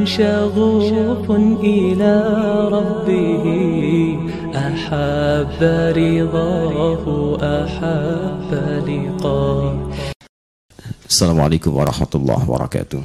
شغوف إلى ربه أحب رضاه أحب لقاه. السلام عليكم ورحمة الله وبركاته.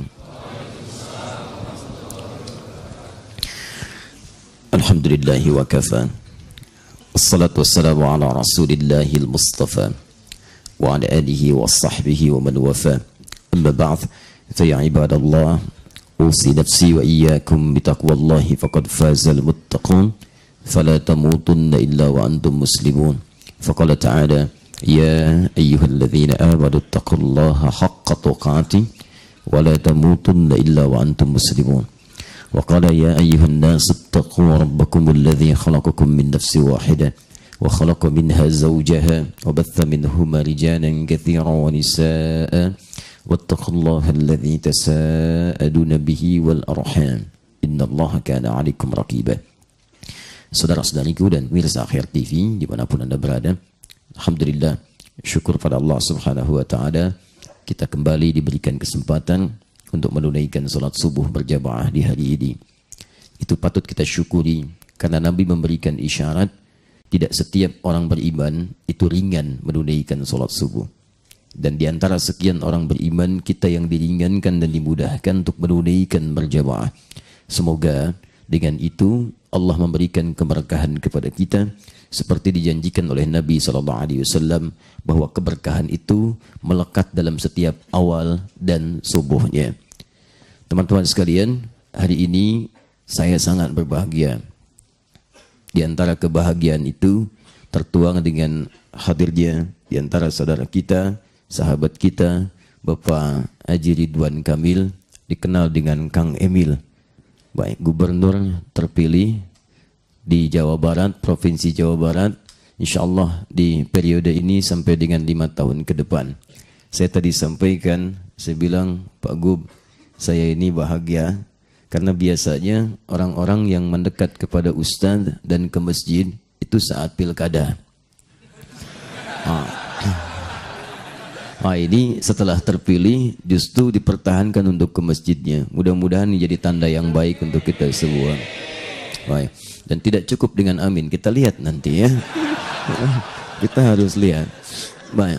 الحمد لله وكفى، الصلاة والسلام على رسول الله المصطفى وعلى آله وصحبه ومن وفى. أما بعد، فيا عباد الله، أوصي نفسي وإياكم بتقوى الله فقد فاز المتقون، فلا تموتن إلا وأنتم مسلمون. فقال تعالى: يا أيها الذين آمنوا اتقوا الله حق تقاته ولا تموتن إلا وأنتم مسلمون. وقال: يا أيها الناس اتقوا ربكم الذي خلقكم من نفس واحدة وخلق منها زوجها وبث منهما رجالا كثيرا ونساء واتقوا الله الذي تساءلون به والأرحام إن الله كان عليكم رقيبا. Saudara-saudariku dan pemirsa Akhir TV dimanapun Anda berada, alhamdulillah, syukur pada Allah Subhanahu wa Ta'ala, kita kembali diberikan kesempatan untuk menunaikan salat subuh berjamaah di hari ini. Itu patut kita syukuri, karena Nabi memberikan isyarat tidak setiap orang beriman itu ringan menunaikan salat subuh. Dan di antara sekian orang beriman, kita yang diringankan dan dimudahkan untuk menunaikan berjamaah. Semoga dengan itu Allah memberikan keberkahan kepada kita, seperti dijanjikan oleh Nabi SAW, bahwa keberkahan itu melekat dalam setiap awal dan subuhnya. Teman-teman sekalian, hari ini saya sangat berbahagia. Di antara kebahagiaan itu tertuang dengan hadirnya di antara saudara kita, sahabat kita, Bapak Haji Ridwan Kamil, dikenal dengan Kang Emil. Baik, gubernur terpilih di Jawa Barat, Provinsi Jawa Barat, insya Allah di periode ini sampai dengan 5 tahun ke depan. Saya tadi sampaikan, saya bilang, Pak Gub, saya ini bahagia, karena biasanya orang-orang yang mendekat kepada Ustadz dan ke masjid itu saat pilkada. Ini setelah terpilih justru dipertahankan untuk ke masjidnya. Mudah-mudahan ini jadi tanda yang baik untuk kita semua. Baik. Dan tidak cukup dengan amin. Kita lihat nanti ya. Kita harus lihat. Baik.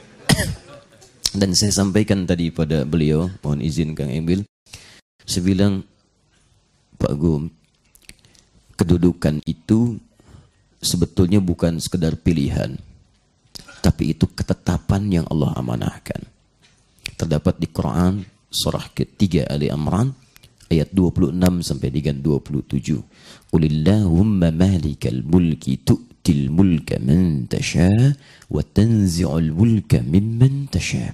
Dan saya sampaikan tadi pada beliau, mohon izin Kang Emil, saya bilang, Pak Gum, kedudukan itu sebetulnya bukan sekedar pilihan, tapi itu ketetapan yang Allah amanahkan. Terdapat di Quran surah ketiga Ali Imran ayat 26 sampai dengan 27. Qulillahumma malikal mulki tu'til mulka man tasha wa tanzi'ul mulka mimman tasha.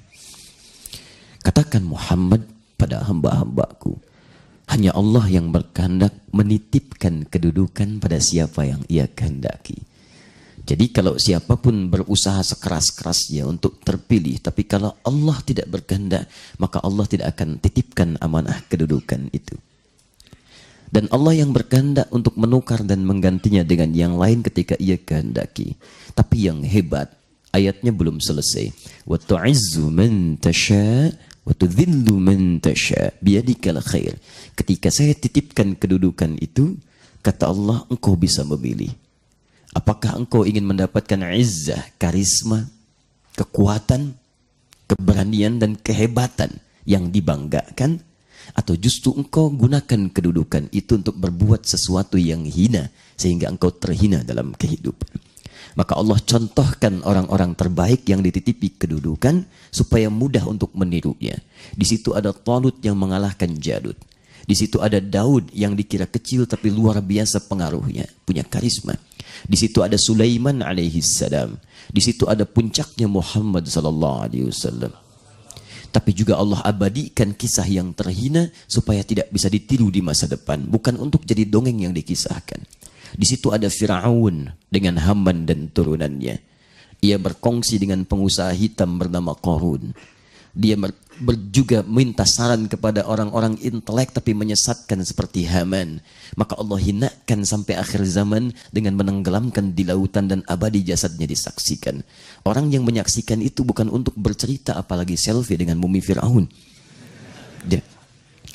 Katakan Muhammad pada hamba-hambaku, hanya Allah yang berkehendak menitipkan kedudukan pada siapa yang Ia kehendaki. Jadi kalau siapapun berusaha sekeras-kerasnya untuk terpilih, tapi kalau Allah tidak berkehendak, maka Allah tidak akan titipkan amanah kedudukan itu. Dan Allah yang berkehendak untuk menukar dan menggantinya dengan yang lain ketika Ia kehendaki. Tapi yang hebat, ayatnya belum selesai. Wa tu'izzu man tasha wa tudhillu man tasha biyadikal khair. Ketika saya titipkan kedudukan itu, kata Allah, engkau bisa memilih. Apakah engkau ingin mendapatkan izzah, karisma, kekuatan, keberanian dan kehebatan yang dibanggakan, atau justru engkau gunakan kedudukan itu untuk berbuat sesuatu yang hina sehingga engkau terhina dalam kehidupan? Maka Allah contohkan orang-orang terbaik yang dititipi kedudukan supaya mudah untuk menirunya. Di situ ada Talut yang mengalahkan Jalut. Di situ ada Daud yang dikira kecil tapi luar biasa pengaruhnya, punya karisma. Di situ ada Sulaiman alaihi salam. Di situ ada puncaknya Muhammad sallallahu alaihi wasallam. Tapi juga Allah abadikan kisah yang terhina supaya tidak bisa ditiru di masa depan, bukan untuk jadi dongeng yang dikisahkan. Di situ ada Firaun dengan Haman dan turunannya. Ia berkongsi dengan pengusaha hitam bernama Qarun. Dia juga minta saran kepada orang-orang intelek tapi menyesatkan seperti Haman. Maka Allah hinakan sampai akhir zaman dengan menenggelamkan di lautan dan abadi jasadnya disaksikan. Orang yang menyaksikan itu bukan untuk bercerita apalagi selfie dengan mumi Firaun.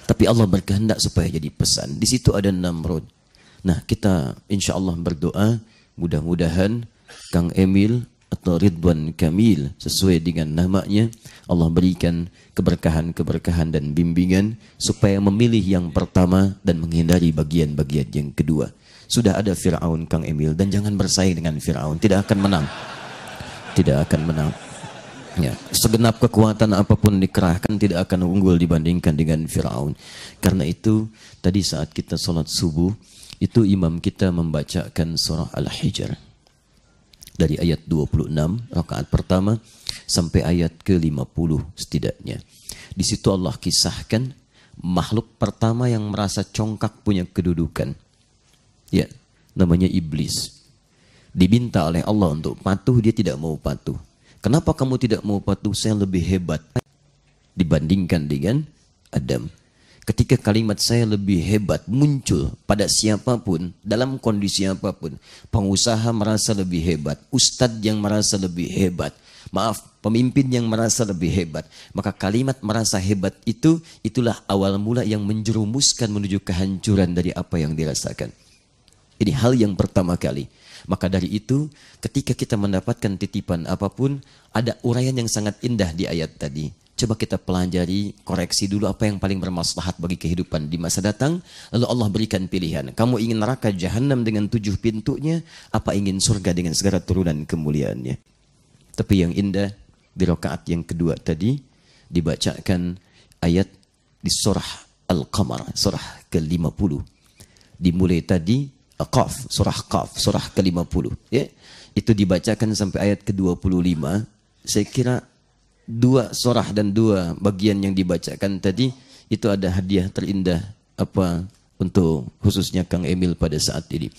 Tapi Allah berkehendak supaya jadi pesan. Di situ ada Namrud. Nah, kita insya Allah berdoa, mudah-mudahan Kang Emil atau Ridwan Kamil sesuai dengan namanya, Allah berikan keberkahan-keberkahan dan bimbingan supaya memilih yang pertama dan menghindari bagian-bagian yang kedua. Sudah ada Fir'aun Kang Emil, dan jangan bersaing dengan Fir'aun, tidak akan menang. Tidak akan menang. Ya, segenap kekuatan apapun dikerahkan tidak akan unggul dibandingkan dengan Fir'aun. Karena itu tadi saat kita sholat subuh, itu imam kita membacakan surah Al-Hijr dari ayat 26 rakaat pertama sampai ayat ke-50 setidaknya. Di situ Allah kisahkan makhluk pertama yang merasa congkak punya kedudukan. Ya, namanya iblis. Diminta oleh Allah untuk patuh, dia tidak mau patuh. Kenapa kamu tidak mau patuh? Saya lebih hebat dibandingkan dengan Adam. Ketika kalimat saya lebih hebat muncul pada siapapun, dalam kondisi apapun, pengusaha merasa lebih hebat, ustadz yang merasa lebih hebat, pemimpin yang merasa lebih hebat, maka kalimat merasa hebat itu, itulah awal mula yang menjerumuskan menuju kehancuran dari apa yang dirasakan. Ini hal yang pertama kali. Maka dari itu, ketika kita mendapatkan titipan apapun, ada uraian yang sangat indah di ayat tadi. Coba kita pelajari, koreksi dulu apa yang paling bermaslahat bagi kehidupan di masa datang. Lalu Allah berikan pilihan. Kamu ingin neraka jahanam dengan 7 pintunya, apa ingin surga dengan segala turunan kemuliaannya? Tapi yang indah, di rakaat yang kedua tadi, dibacakan ayat di surah Al-Qamar, surah ke-50. Dimulai tadi, Qaf, surah Qaf, surah ke-50. Ya? Itu dibacakan sampai ayat ke-25. Saya kira 2 surah dan 2 bagian yang dibacakan tadi itu ada hadiah terindah apa untuk khususnya Kang Emil pada saat ini.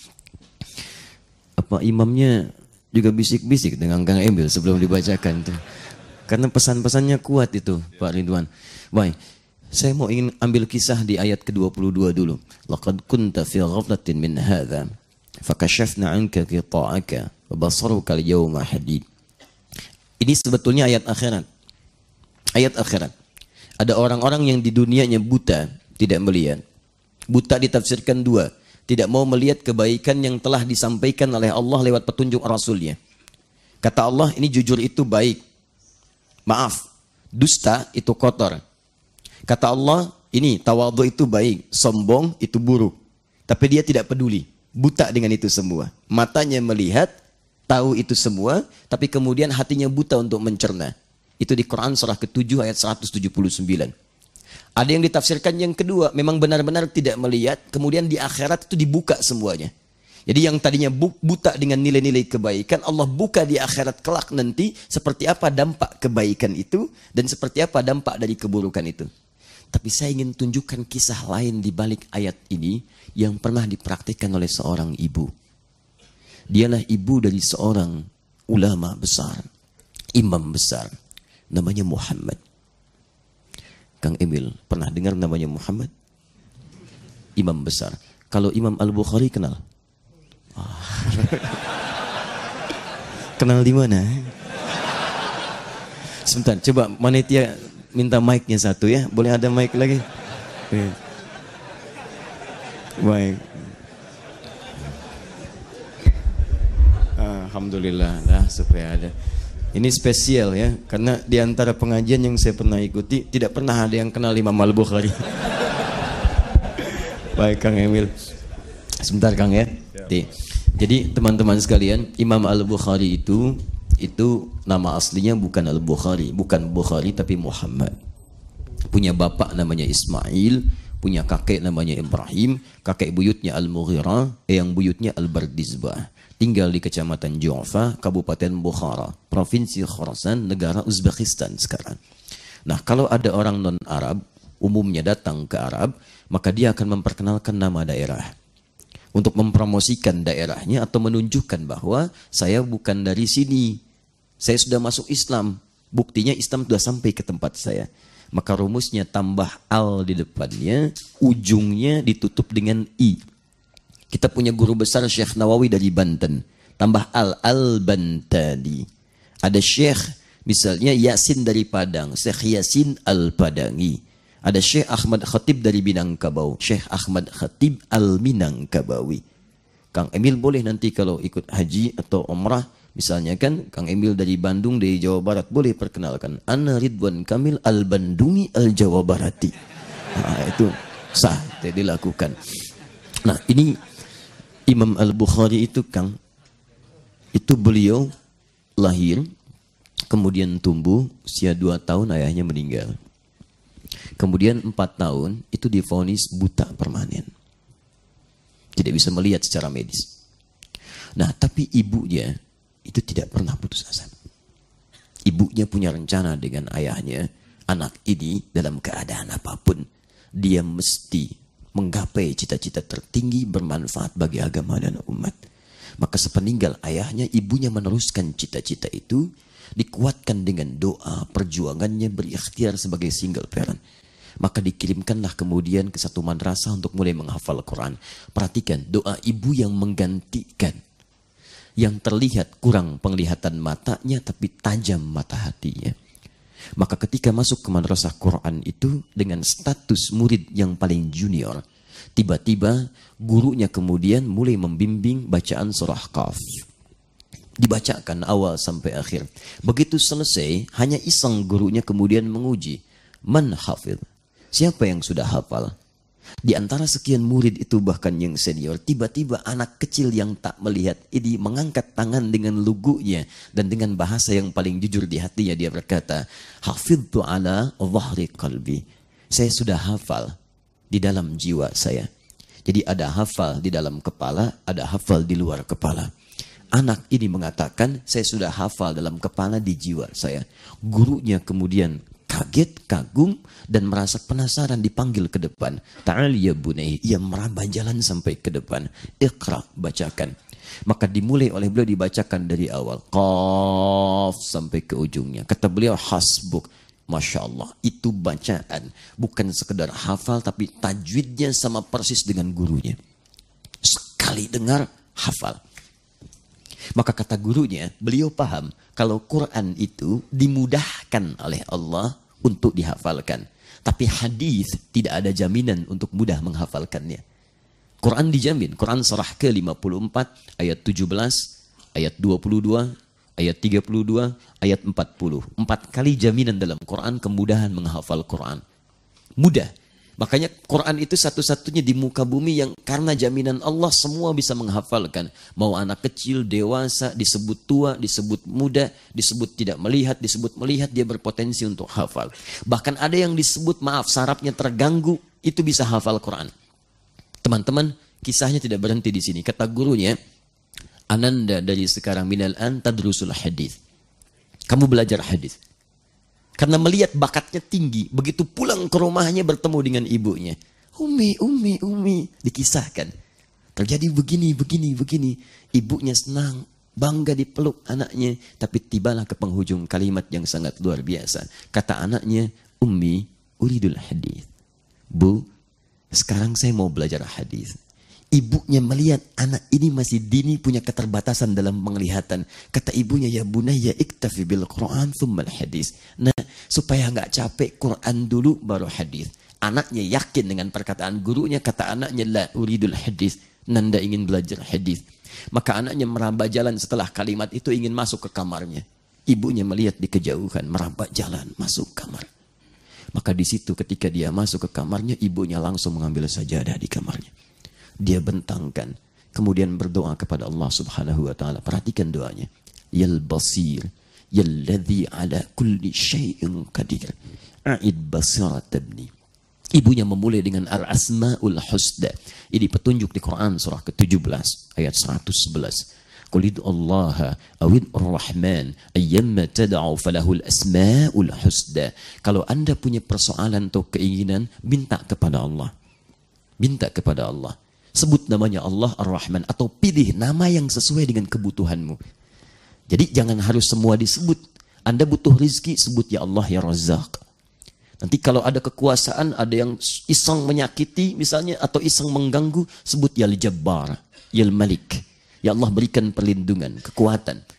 Apa imamnya juga bisik-bisik dengan Kang Emil sebelum dibacakan itu. Karena pesan-pesannya kuat itu Pak Ridwan. Baik, saya mau ingin ambil kisah di ayat ke-22 dulu. Laqad kunta fi ghaflatin min hadza fakashafna 'anka ghita'aka wa basaruka al-yawma hadid. Ini sebetulnya ayat akhirat. Ayat akhirat. Ada orang-orang yang di dunianya buta, tidak melihat. Buta ditafsirkan 2. Tidak mau melihat kebaikan yang telah disampaikan oleh Allah lewat petunjuk Rasulnya. Kata Allah, ini jujur itu baik. Maaf, dusta itu kotor. Kata Allah, ini tawadhu itu baik, sombong itu buruk. Tapi dia tidak peduli, buta dengan itu semua. Matanya melihat, tahu itu semua, tapi kemudian hatinya buta untuk mencerna. Itu di Quran surah ke-7 ayat 179. Ada yang ditafsirkan yang kedua, memang benar-benar tidak melihat, kemudian di akhirat itu dibuka semuanya. Jadi yang tadinya buta dengan nilai-nilai kebaikan, Allah buka di akhirat kelak nanti seperti apa dampak kebaikan itu dan seperti apa dampak dari keburukan itu. Tapi saya ingin tunjukkan kisah lain di balik ayat ini yang pernah dipraktikkan oleh seorang ibu. Dialah ibu dari seorang ulama besar, imam besar, namanya Muhammad. Kang Emil, pernah dengar namanya Muhammad? Imam besar. Kalau Imam Al-Bukhari kenal? Kenal di mana? Sebentar, coba Manitia minta mic-nya satu ya. Boleh ada mic lagi? Baik. Alhamdulillah, dah supaya ada. Ini spesial ya, karena di antara pengajian yang saya pernah ikuti tidak pernah ada yang kenal Imam Al-Bukhari. Baik Kang Emil. Sebentar Kang ya. Jadi teman-teman sekalian, Imam Al-Bukhari itu nama aslinya bukan Al-Bukhari, bukan Bukhari tapi Muhammad. Punya bapak namanya Ismail, punya kakek namanya Ibrahim, kakek buyutnya Al-Mughirah, yang buyutnya Al-Bardizbah. Tinggal di Kecamatan Ju'fa, Kabupaten Bukhara, Provinsi Khorasan, negara Uzbekistan sekarang. Nah, kalau ada orang non-Arab, umumnya datang ke Arab, maka dia akan memperkenalkan nama daerah. Untuk mempromosikan daerahnya atau menunjukkan bahwa saya bukan dari sini. Saya sudah masuk Islam. Buktinya Islam sudah sampai ke tempat saya. Maka rumusnya tambah al di depannya, ujungnya ditutup dengan i. Kita punya guru besar Syekh Nawawi dari Banten. Tambah Al-Bantani. Ada Syekh misalnya Yasin dari Padang. Syekh Yasin Al-Padangi. Ada Syekh Ahmad Khatib dari Minangkabau, Syekh Ahmad Khatib Al-Minangkabawi. Kang Emil boleh nanti kalau ikut haji atau umrah, misalnya kan Kang Emil dari Bandung, dari Jawa Barat, boleh perkenalkan, Ana Ridwan Kamil Al-Bandungi Al-Jawa Barati. Nah, itu sah, dilakukan. Nah, ini Imam Al-Bukhari itu Kang, itu beliau lahir, kemudian tumbuh, usia 2 tahun ayahnya meninggal. Kemudian 4 tahun itu divonis buta permanen. Tidak bisa melihat secara medis. Nah, tapi ibunya itu tidak pernah putus asa. Ibunya punya rencana dengan ayahnya, anak ini dalam keadaan apapun, dia mesti menggapai cita-cita tertinggi bermanfaat bagi agama dan umat. Maka sepeninggal ayahnya, ibunya meneruskan cita-cita itu, dikuatkan dengan doa, perjuangannya berikhtiar sebagai single parent. Maka dikirimkanlah kemudian ke satu madrasah untuk mulai menghafal Quran. Perhatikan, doa ibu yang menggantikan. Yang terlihat kurang penglihatan matanya, tapi tajam mata hatinya. Maka ketika masuk ke madrasah Quran itu dengan status murid yang paling junior, tiba-tiba gurunya kemudian mulai membimbing bacaan surah Qaf. Dibacakan awal sampai akhir. Begitu selesai, hanya iseng gurunya kemudian menguji. Man hafidh? Siapa yang sudah hafal? Di antara sekian murid itu, bahkan yang senior, tiba-tiba anak kecil yang tak melihat ini mengangkat tangan dengan lugunya dan dengan bahasa yang paling jujur di hatinya dia berkata, hafidhtu ala dhahri qalbi. Saya sudah hafal di dalam jiwa saya. Jadi ada hafal di dalam kepala, ada hafal di luar kepala. Anak ini mengatakan, saya sudah hafal dalam kepala, di jiwa saya. Gurunya kemudian kaget, kagum, dan merasa penasaran, dipanggil ke depan. Ta'al ya bunai, ia meraba jalan sampai ke depan. Iqra, bacakan. Maka dimulai oleh beliau dibacakan dari awal. Qaf sampai ke ujungnya. Kata beliau, hasbuk. Masya Allah, itu bacaan. Bukan sekedar hafal, tapi tajwidnya sama persis dengan gurunya. Sekali dengar, hafal. Maka kata gurunya, beliau paham kalau Quran itu dimudahkan oleh Allah untuk dihafalkan. Tapi hadis tidak ada jaminan untuk mudah menghafalkannya. Quran dijamin. Quran surah ke-54 ayat 17, ayat 22, ayat 32, ayat 40. 4 kali jaminan dalam Quran kemudahan menghafal Quran. Mudah. Makanya Quran itu satu-satunya di muka bumi yang karena jaminan Allah semua bisa menghafalkan. Mau anak kecil, dewasa, disebut tua, disebut muda, disebut tidak melihat, disebut melihat, dia berpotensi untuk hafal. Bahkan ada yang disebut, maaf, sarafnya terganggu, itu bisa hafal Quran. Teman-teman, kisahnya tidak berhenti di sini. Kata gurunya, Ananda dari sekarang minal an tadrusul hadis. Kamu belajar hadis. Karena melihat bakatnya tinggi, begitu pulang ke rumahnya bertemu dengan ibunya. Umi, dikisahkan. Terjadi begini. Ibunya senang, bangga dipeluk anaknya. Tapi tibalah ke penghujung kalimat yang sangat luar biasa. Kata anaknya, Ummi, uridul hadis. Bu, sekarang saya mau belajar hadis. Ibunya melihat anak ini masih dini, punya keterbatasan dalam penglihatan. Kata ibunya, ya bunayya iktafi bil Quran thummal hadis. Nah, supaya nggak capek, Quran dulu baru hadis. Anaknya yakin dengan perkataan gurunya. Kata anaknya, la uridul hadis. Nanda ingin belajar hadis. Maka anaknya meraba jalan setelah kalimat itu, ingin masuk ke kamarnya. Ibunya melihat di kejauhan, meraba jalan masuk kamar. Maka di situ ketika dia masuk ke kamarnya, ibunya langsung mengambil sajadah di kamarnya. Dia bentangkan, kemudian berdoa kepada Allah Subhanahu wa taala. Perhatikan doanya. Yal basir, yalladzi ala kulli syai'in qadir. A'id basirat ibni. Ibunya memulai dengan al-asmaul husna. Ini petunjuk di Quran surah ke-17 ayat 111. Qul id'ullaha awid ar-rahman ayyamma tad'u falahul asmaul husna. Kalau Anda punya persoalan atau keinginan, minta kepada Allah. Minta kepada Allah. Sebut namanya Allah Ar-Rahman, atau pilih nama yang sesuai dengan kebutuhanmu. Jadi jangan harus semua disebut. Anda butuh rizki, sebut ya Allah ya Razzaq. Nanti kalau ada kekuasaan, ada yang iseng menyakiti misalnya, atau iseng mengganggu, sebut ya Al-Jabbar, ya Al-Malik. Ya Allah berikan perlindungan, kekuatan.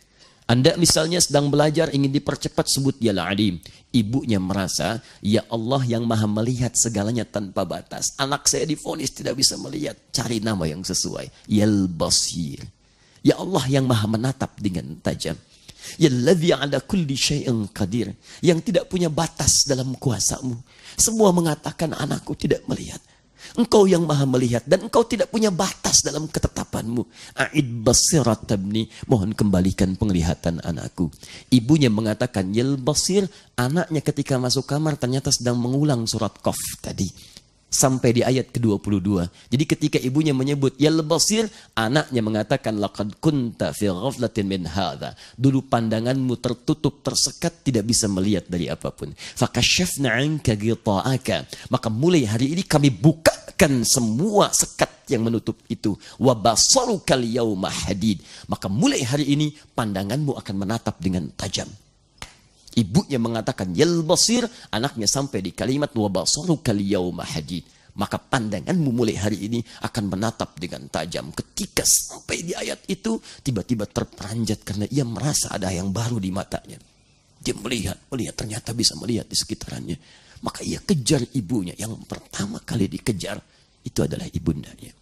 Anda misalnya sedang belajar ingin dipercepat, sebut ya alim. Ibunya merasa, ya Allah yang maha melihat segalanya tanpa batas. Anak saya divonis tidak bisa melihat. Cari nama yang sesuai. Yal Basir. Ya Allah yang maha menatap dengan tajam. Yalladzi ala kulli syai'in qadir. Yang tidak punya batas dalam kuasamu. Semua mengatakan anakku tidak melihat. Engkau yang maha melihat dan engkau tidak punya batas dalam ketetapanmu. A'id basirat tabni, mohon kembalikan penglihatan anakku. Ibunya mengatakan Yal Basir, anaknya ketika masuk kamar ternyata sedang mengulang surat Qaf tadi. Sampai di ayat ke-22. Jadi ketika ibunya menyebut Yal Basir, anaknya mengatakan laqad kunta fi ghaflatin min hadza. Dulu pandanganmu tertutup, tersekat, tidak bisa melihat dari apapun. Fakashafna 'anka ghita'aka. Maka mulai hari ini kami bukakan semua sekat yang menutup itu. Wa basarukal yauma hadid. Maka mulai hari ini pandanganmu akan menatap dengan tajam. Ibunya mengatakan Yal Basir, anaknya sampai di kalimat wa basarukal yauma hadid. Maka pandanganmu mulai hari ini akan menatap dengan tajam. Ketika sampai di ayat itu, tiba-tiba terperanjat karena ia merasa ada yang baru di matanya. Dia melihat ternyata bisa melihat di sekitarannya. Maka ia kejar ibunya. Yang pertama kali dikejar itu adalah ibundanya.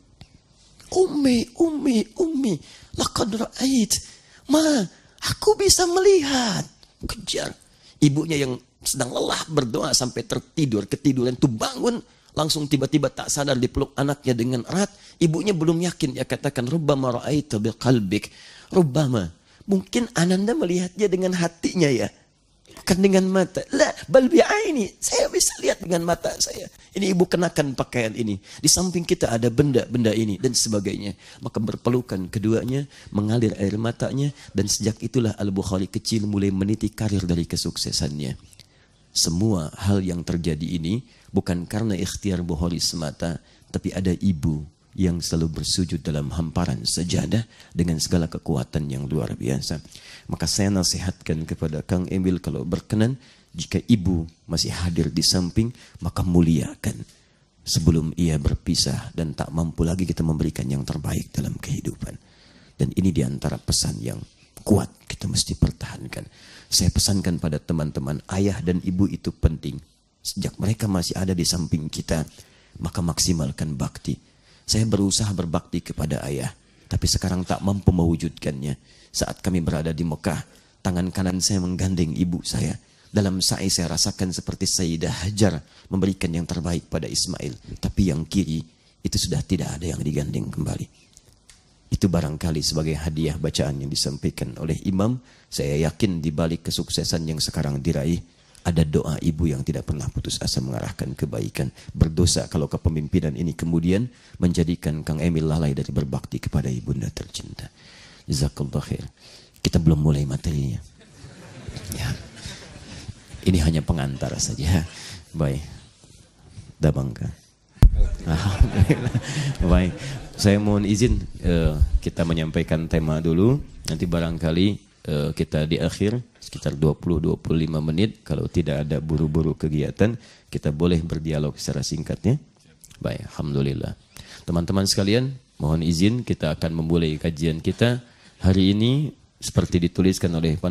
Ummi, laqad ra'ait. Ma, aku bisa melihat. Kejar. Ibunya yang sedang lelah berdoa sampai tertidur, ketiduran itu bangun, langsung tiba-tiba tak sadar dipeluk anaknya dengan erat. Ibunya belum yakin, dia katakan rubbama ra'aita biqalbik. Rubbama, mungkin Ananda melihatnya dengan hatinya ya, bukan dengan mata. La bal bi'aini, saya bisa lihat dengan mata saya. Ini ibu kenakan pakaian ini, di samping kita ada benda-benda ini dan sebagainya. Maka berpelukan keduanya, mengalir air matanya, dan sejak itulah Al-Bukhari kecil mulai meniti karir dari kesuksesannya. Semua hal yang terjadi ini bukan karena ikhtiar Bukhari semata, tapi ada ibu yang selalu bersujud dalam hamparan sajadah dengan segala kekuatan yang luar biasa. Maka saya nasihatkan kepada Kang Emil, kalau berkenan, jika ibu masih hadir di samping, maka muliakan sebelum ia berpisah dan tak mampu lagi kita memberikan yang terbaik dalam kehidupan. Dan ini diantara pesan yang kuat kita mesti pertahankan. Saya pesankan pada teman-teman, ayah dan ibu itu penting. Sejak mereka masih ada di samping kita, maka maksimalkan bakti. Saya berusaha berbakti kepada ayah, tapi sekarang tak mampu mewujudkannya. Saat kami berada di Mekah, tangan kanan saya menggandeng ibu saya. Dalam sa'i saya rasakan seperti Sayyidah Hajar memberikan yang terbaik pada Ismail. Tapi yang kiri, itu sudah tidak ada yang digandeng kembali. Itu barangkali sebagai hadiah bacaan yang disampaikan oleh imam. Saya yakin di balik kesuksesan yang sekarang diraih, ada doa ibu yang tidak pernah putus asa mengarahkan kebaikan. Berdosa kalau kepemimpinan ini kemudian menjadikan Kang Emil lalai dari berbakti kepada ibunda tercinta. Jazakallah khair. Kita belum mulai materinya. Ya. Ini hanya pengantar saja. Baik. Dah bangga. Alhamdulillah. Baik. Saya mohon izin kita menyampaikan tema dulu. Nanti barangkali kita di akhir sekitar 20-25 menit. Kalau tidak ada buru-buru kegiatan, kita boleh berdialog secara singkatnya. Baik, alhamdulillah. Teman-teman sekalian, mohon izin kita akan memulai kajian kita hari ini seperti dituliskan oleh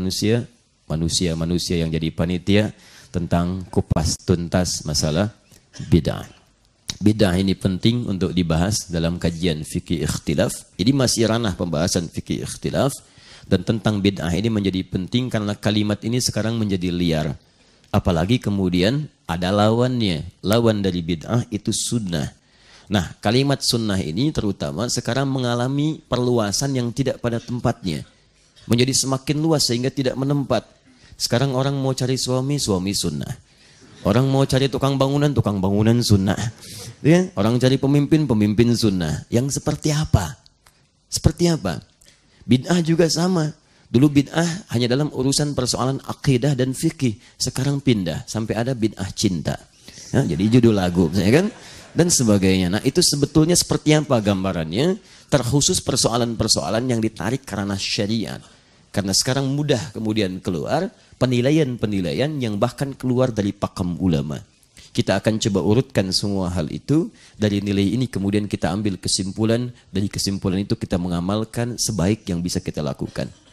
manusia yang jadi panitia tentang kupas tuntas masalah bid'ah. Bid'ah ini penting untuk dibahas dalam kajian fikih ikhtilaf. Ini masih ranah pembahasan fikih ikhtilaf. Dan tentang bid'ah ini menjadi penting karena kalimat ini sekarang menjadi liar. Apalagi kemudian ada lawannya. Lawan dari bid'ah itu sunnah. Nah, kalimat sunnah ini terutama sekarang mengalami perluasan yang tidak pada tempatnya. Menjadi semakin luas sehingga tidak menempat. Sekarang orang mau cari suami sunnah. Orang mau cari tukang bangunan sunnah. Ya? Orang cari pemimpin sunnah. Yang seperti apa? Seperti apa? Bid'ah juga sama. Dulu bid'ah hanya dalam urusan persoalan akidah dan fikih. Sekarang pindah sampai ada bid'ah cinta. Ya, jadi judul lagu, ya kan? Dan sebagainya. Nah, itu sebetulnya seperti apa gambarannya? Terkhusus persoalan-persoalan yang ditarik karena syariat. Karena sekarang mudah kemudian keluar penilaian-penilaian yang bahkan keluar dari pakam ulama. Kita akan coba urutkan semua hal itu. Dari nilai ini kemudian kita ambil kesimpulan. Dari kesimpulan itu kita mengamalkan sebaik yang bisa kita lakukan.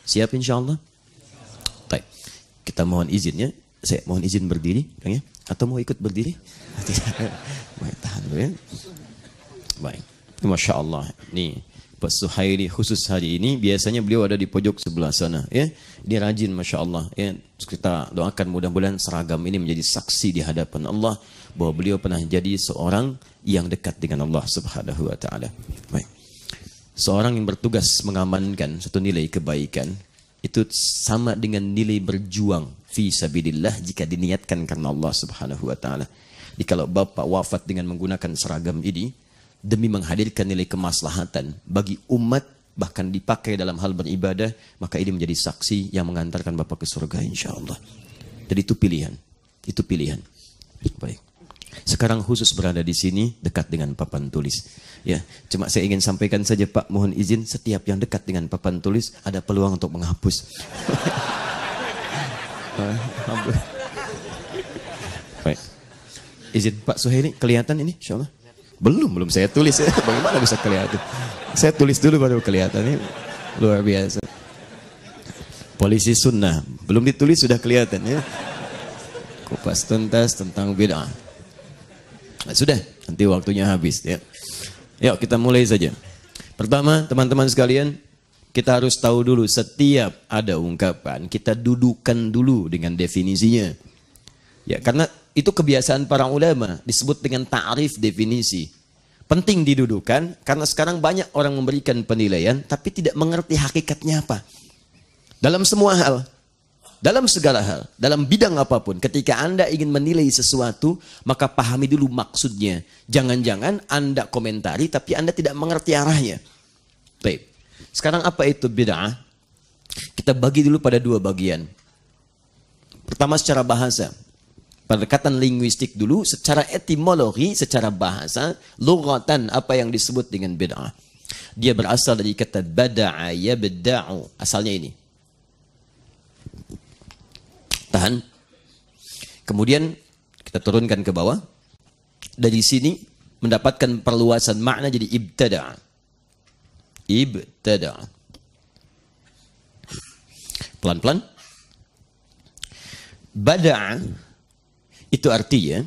Siap insyaallah? Baik. Kita mohon izinnya. Saya mohon izin berdiri, Kang ya. Atau mau ikut berdiri? Baik, tahan dulu ya. Baik. Masya Allah. Nih, Pak Suhaili khusus hari ini, biasanya beliau ada di pojok sebelah sana. Ya. Dia rajin, Masya Allah. Ya. Kita doakan mudah-mudahan seragam ini menjadi saksi di hadapan Allah bahwa beliau pernah jadi seorang yang dekat dengan Allah Subhanahu wa Ta'ala. Baik. Seorang yang bertugas mengamankan satu nilai kebaikan itu sama dengan nilai berjuang fi sabilillah jika diniatkan karena Allah Subhanahu wa Ta'ala. Jadi kalau Bapak wafat dengan menggunakan seragam ini demi menghadirkan nilai kemaslahatan bagi umat, bahkan dipakai dalam hal beribadah, maka ini menjadi saksi yang mengantarkan Bapak ke surga insyaallah. Jadi itu pilihan. Itu pilihan. Baik. Sekarang khusus berada di sini dekat dengan papan tulis. Ya, cuma saya ingin sampaikan saja Pak, mohon izin setiap yang dekat dengan papan tulis ada peluang untuk menghapus. Baik. Izin Pak Suhaili, kelihatan ini insyaallah? Belum saya tulis ya. Bagaimana bisa kelihatan? Saya tulis dulu baru kelihatan. Ini luar biasa. Polisi sunnah, belum ditulis sudah kelihatan ya. Kupas tuntas tentang bid'ah. Nah, sudah, nanti waktunya habis ya. Yuk kita mulai saja. Pertama, teman-teman sekalian, kita harus tahu dulu setiap ada ungkapan, kita dudukan dulu dengan definisinya. Ya, karena itu kebiasaan para ulama, disebut dengan ta'rif definisi. Penting didudukan, karena sekarang banyak orang memberikan penilaian, tapi tidak mengerti hakikatnya apa. Dalam semua hal, dalam segala hal, dalam bidang apapun, ketika Anda ingin menilai sesuatu, maka pahami dulu maksudnya. Jangan-jangan Anda komentari, tapi Anda tidak mengerti arahnya. Baik. Sekarang apa itu bid'ah? Kita bagi dulu pada dua bagian. Pertama secara bahasa. Pendekatan linguistik dulu, secara etimologi, secara bahasa, lughatan apa yang disebut dengan bid'ah. Dia berasal dari kata bada'a yabda'u. Asalnya ini. Tahan. Kemudian kita turunkan ke bawah. Dari sini mendapatkan perluasan makna jadi ibtada'a. Ibtada'a. Pelan-pelan. Bada'a itu artinya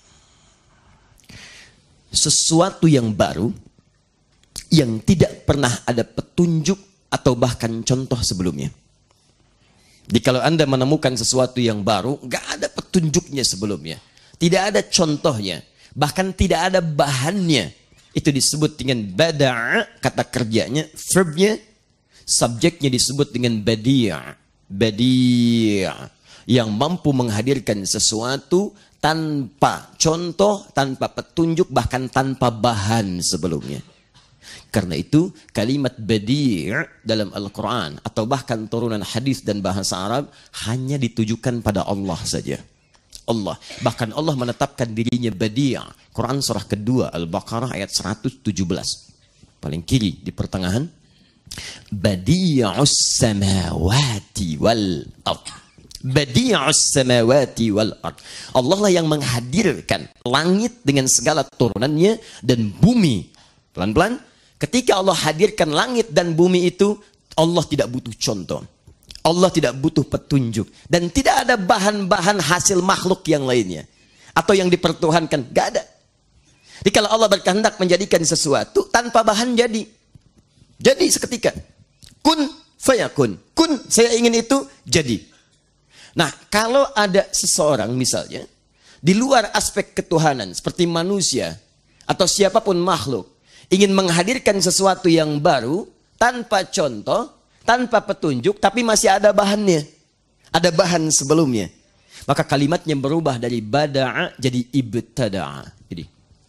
sesuatu yang baru yang tidak pernah ada petunjuk atau bahkan contoh sebelumnya. Jadi kalau Anda menemukan sesuatu yang baru, nggak ada petunjuknya sebelumnya, tidak ada contohnya, bahkan tidak ada bahannya, itu disebut dengan bada'a, kata kerjanya, verbnya, subjeknya disebut dengan badi'a, badi'a. Yang mampu menghadirkan sesuatu tanpa contoh, tanpa petunjuk, bahkan tanpa bahan sebelumnya. Karena itu kalimat badi' dalam Al-Quran atau bahkan turunan hadis dan bahasa Arab hanya ditujukan pada Allah saja. Allah. Bahkan Allah menetapkan dirinya badi'. Quran surah kedua Al-Baqarah ayat 117. Paling kiri di pertengahan. Badi'us samawati wal ardh. Badi'us samawati wal ard. Allah lah yang menghadirkan langit dengan segala turunannya dan bumi. Pelan-pelan, ketika Allah hadirkan langit dan bumi itu, Allah tidak butuh contoh. Allah tidak butuh petunjuk. Dan tidak ada bahan-bahan hasil makhluk yang lainnya. Atau yang dipertuhankan. Gak ada. Jadi kalau Allah berkehendak menjadikan sesuatu, tanpa bahan jadi. Jadi seketika. Kun fayakun. Kun, saya ingin itu, jadi. Nah, kalau ada seseorang misalnya di luar aspek ketuhanan seperti manusia atau siapapun makhluk ingin menghadirkan sesuatu yang baru tanpa contoh, tanpa petunjuk, tapi masih ada bahannya, ada bahan sebelumnya, maka kalimatnya berubah dari bada'a jadi ibtada'a. Jadi,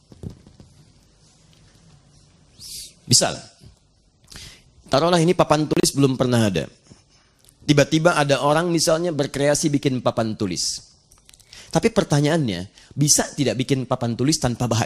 misal, taruhlah ini papan tulis belum pernah ada. Tiba-tiba ada orang misalnya berkreasi bikin papan tulis. Tapi pertanyaannya, bisa tidak bikin papan tulis tanpa bahan?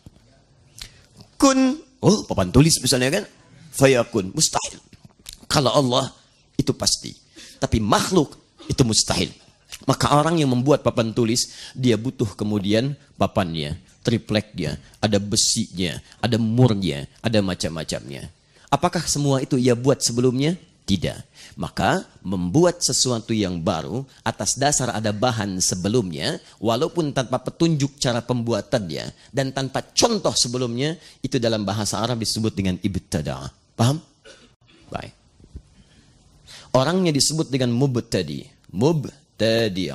Kun, oh papan tulis misalnya kan? Fayakun, mustahil. Kalau Allah, itu pasti. Tapi makhluk, itu mustahil. Maka orang yang membuat papan tulis, dia butuh kemudian papannya, tripleknya, ada besinya, ada murnya, ada macam-macamnya. Apakah semua itu ia buat sebelumnya? Tidak. Maka membuat sesuatu yang baru atas dasar ada bahan sebelumnya, walaupun tanpa petunjuk cara pembuatannya dan tanpa contoh sebelumnya, itu dalam bahasa Arab disebut dengan ibtada'. Paham? Baik. Orangnya disebut dengan mubtadi. Mubtadi'.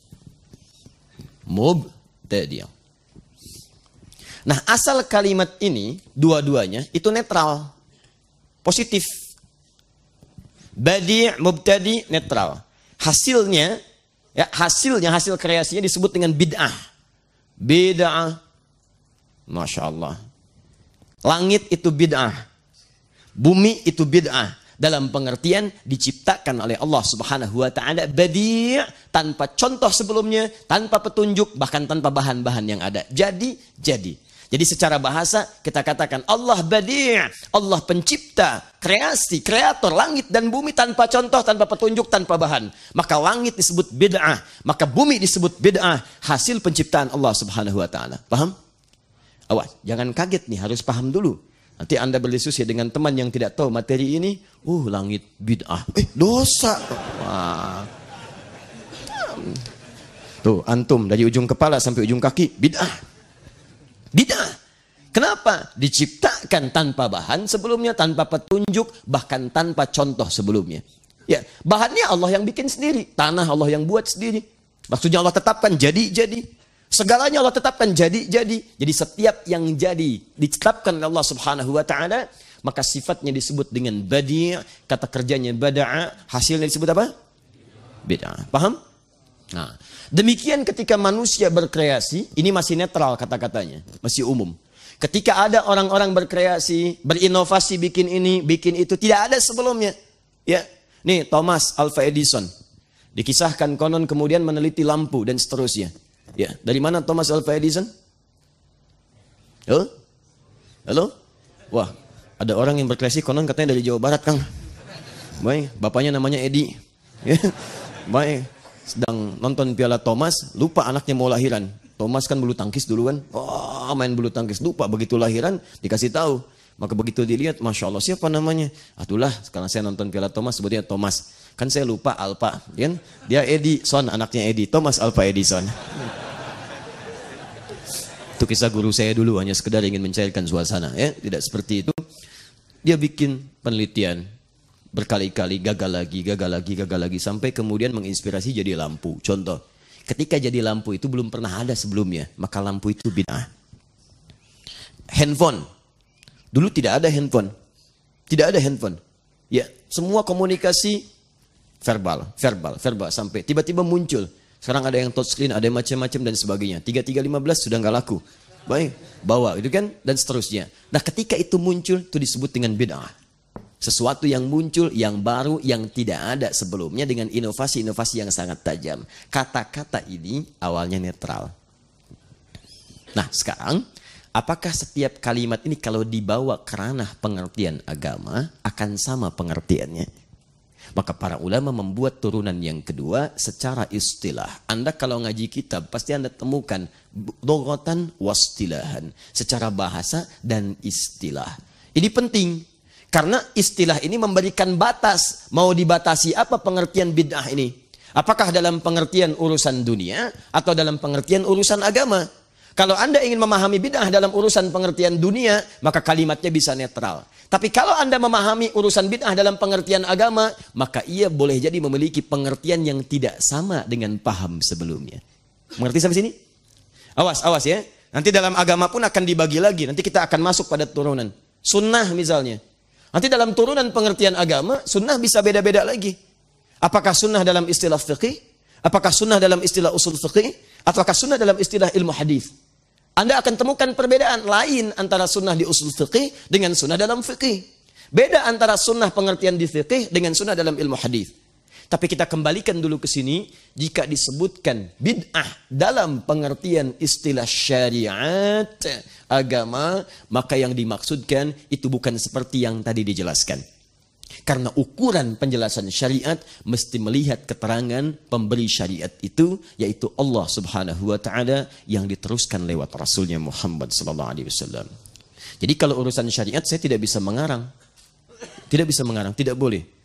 Mubtadi'. Nah, asal kalimat ini dua-duanya itu netral, positif. Badi', mubtadi', netral. Hasilnya, ya, hasil kreasinya disebut dengan bid'ah. Bid'ah. Masya Allah. Langit itu bid'ah. Bumi itu bid'ah. Dalam pengertian diciptakan oleh Allah Subhanahu wa ta'ala badi', tanpa contoh sebelumnya, tanpa petunjuk, bahkan tanpa bahan-bahan yang ada. Jadi secara bahasa kita katakan Allah badi', Allah pencipta, kreasi, kreator langit dan bumi tanpa contoh, tanpa petunjuk, tanpa bahan. Maka langit disebut bid'ah, maka bumi disebut bid'ah, hasil penciptaan Allah Subhanahu wa ta'ala. Paham? Awas, jangan kaget nih, harus paham dulu. Nanti Anda berdiskusi dengan teman yang tidak tahu materi ini, langit bid'ah. Dosa. Wah. Tuh, antum dari ujung kepala sampai ujung kaki bid'ah. Bid'ah. Kenapa? Diciptakan tanpa bahan sebelumnya, tanpa petunjuk, bahkan tanpa contoh sebelumnya. Ya, bahannya Allah yang bikin sendiri, tanah Allah yang buat sendiri. Maksudnya Allah tetapkan jadi. Segalanya Allah tetapkan jadi. Jadi setiap yang jadi ditetapkan oleh Allah Subhanahu wa ta'ala, maka sifatnya disebut dengan badi', kata kerjanya bada'a, hasilnya disebut apa? Bid'ah. Paham? Nah, demikian ketika manusia berkreasi, ini masih netral kata-katanya, masih umum. Ketika ada orang-orang berkreasi, berinovasi, bikin ini, bikin itu, tidak ada sebelumnya. Ya, nih Thomas Alva Edison, dikisahkan konon kemudian meneliti lampu dan seterusnya. Ya, dari mana Thomas Alva Edison? Halo? Wah, ada orang yang berkreasi konon katanya dari Jawa Barat, Kang. Baik, bapaknya namanya Edi. Ya, baik. Sedang nonton Piala Thomas, lupa anaknya mau lahiran. Thomas kan bulu tangkis dulu kan. Main bulu tangkis, lupa begitu lahiran dikasih tahu. Maka begitu dilihat, Masya Allah, siapa namanya? Itulah, sekarang saya nonton Piala Thomas, sebutnya Thomas. Kan saya lupa Alpa, kan? Dia Edison, anaknya Edi, Thomas Alva Edison. Itu kisah guru saya dulu, hanya sekedar ingin mencairkan suasana, ya. Tidak seperti itu. Dia bikin penelitian berkali-kali, gagal lagi, sampai kemudian menginspirasi jadi lampu. Contoh, ketika jadi lampu itu belum pernah ada sebelumnya, maka lampu itu bid'ah. Handphone, dulu tidak ada handphone. Ya, semua komunikasi verbal, sampai tiba-tiba muncul. Sekarang ada yang touchscreen, ada yang macam-macam dan sebagainya. 3315 sudah nggak laku. Baik, bawa itu kan, dan seterusnya. Nah, ketika itu muncul, itu disebut dengan bid'ah. Sesuatu yang muncul, yang baru, yang tidak ada sebelumnya dengan inovasi-inovasi yang sangat tajam. Kata-kata ini awalnya netral. Nah, sekarang, apakah setiap kalimat ini kalau dibawa ke ranah pengertian agama akan sama pengertiannya? Maka para ulama membuat turunan yang kedua secara istilah. Anda kalau ngaji kitab pasti Anda temukan loghatan wastilahan, secara bahasa dan istilah. Ini penting karena istilah ini memberikan batas. Mau dibatasi apa pengertian bid'ah ini? Apakah dalam pengertian urusan dunia atau dalam pengertian urusan agama? Kalau Anda ingin memahami bid'ah dalam urusan pengertian dunia, maka kalimatnya bisa netral. Tapi kalau Anda memahami urusan bid'ah dalam pengertian agama, maka ia boleh jadi memiliki pengertian yang tidak sama dengan paham sebelumnya. Mengerti sampai sini? Awas ya. Nanti dalam agama pun akan dibagi lagi. Nanti kita akan masuk pada turunan. Sunnah misalnya. Nanti dalam turunan pengertian agama, sunnah bisa beda-beda lagi. Apakah sunnah dalam istilah fiqih? Apakah sunnah dalam istilah usul fiqih? Ataukah sunnah dalam istilah ilmu hadis? Anda akan temukan perbedaan lain antara sunnah di usul fiqih dengan sunnah dalam fiqih. Beda antara sunnah pengertian di fiqih dengan sunnah dalam ilmu hadis. Tapi kita kembalikan dulu ke sini, jika disebutkan bid'ah dalam pengertian istilah syariat agama, maka yang dimaksudkan itu bukan seperti yang tadi dijelaskan. Karena ukuran penjelasan syariat mesti melihat keterangan pemberi syariat itu, yaitu Allah Subhanahu wa ta'ala yang diteruskan lewat Rasulnya Muhammad sallallahu alaihi wasallam. Jadi kalau urusan syariat saya tidak bisa mengarang. Tidak bisa mengarang, tidak boleh.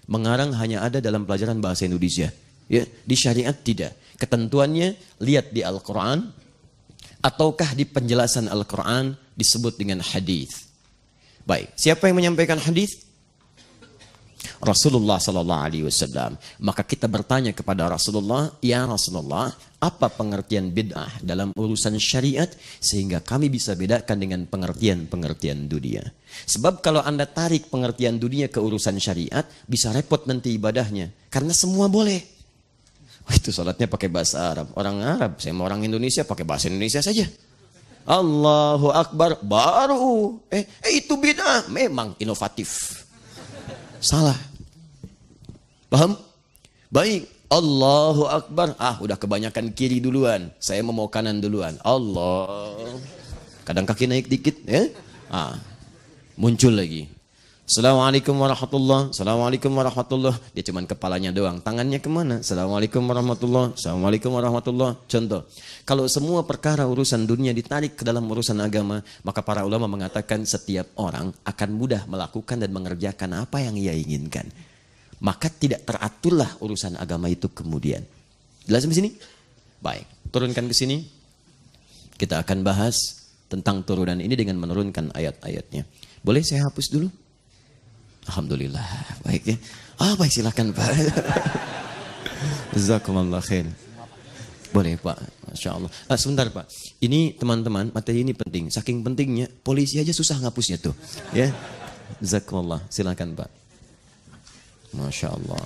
Mengarang hanya ada dalam pelajaran bahasa Indonesia. Ya, di syariat tidak. Ketentuannya lihat di Al-Quran, ataukah di penjelasan Al-Quran disebut dengan hadis. Baik, siapa yang menyampaikan hadis? Rasulullah Sallallahu Alaihi Wasallam. Maka kita bertanya kepada Rasulullah, ya Rasulullah, apa pengertian bid'ah dalam urusan syariat sehingga kami bisa bedakan dengan pengertian-pengertian dunia. Sebab kalau Anda tarik pengertian dunia ke urusan syariat, bisa repot nanti ibadahnya. Karena semua boleh. Itu sholatnya pakai bahasa Arab. Orang Arab, saya mau orang Indonesia pakai bahasa Indonesia saja. Allahu Akbar, baru. Itu bid'ah. Memang inovatif. Salah. Paham? Baik. Allahu Akbar. Udah kebanyakan kiri duluan. Saya mau kanan duluan. Allah. Kadang kaki naik dikit. Muncul lagi. Assalamualaikum warahmatullah. Assalamualaikum warahmatullah. Dia cuman kepalanya doang. Tangannya kemana? Assalamualaikum warahmatullah. Assalamualaikum warahmatullah. Contoh. Kalau semua perkara urusan dunia ditarik ke dalam urusan agama, maka para ulama mengatakan setiap orang akan mudah melakukan dan mengerjakan apa yang ia inginkan. Maka tidak teraturlah urusan agama itu kemudian. Jelas sampai sini? Baik. Turunkan ke sini. Kita akan bahas tentang turunan ini dengan menurunkan ayat-ayatnya. Boleh saya hapus dulu? Alhamdulillah. Baik ya. Baik, silakan Pak. Jazakumullah khair. Boleh Pak. Masya Allah. Sebentar Pak. Ini teman-teman, materi ini penting. Saking pentingnya, polisi aja susah ngapusnya tuh. Ya. Jazakumullah. Silakan Pak. Masya Allah.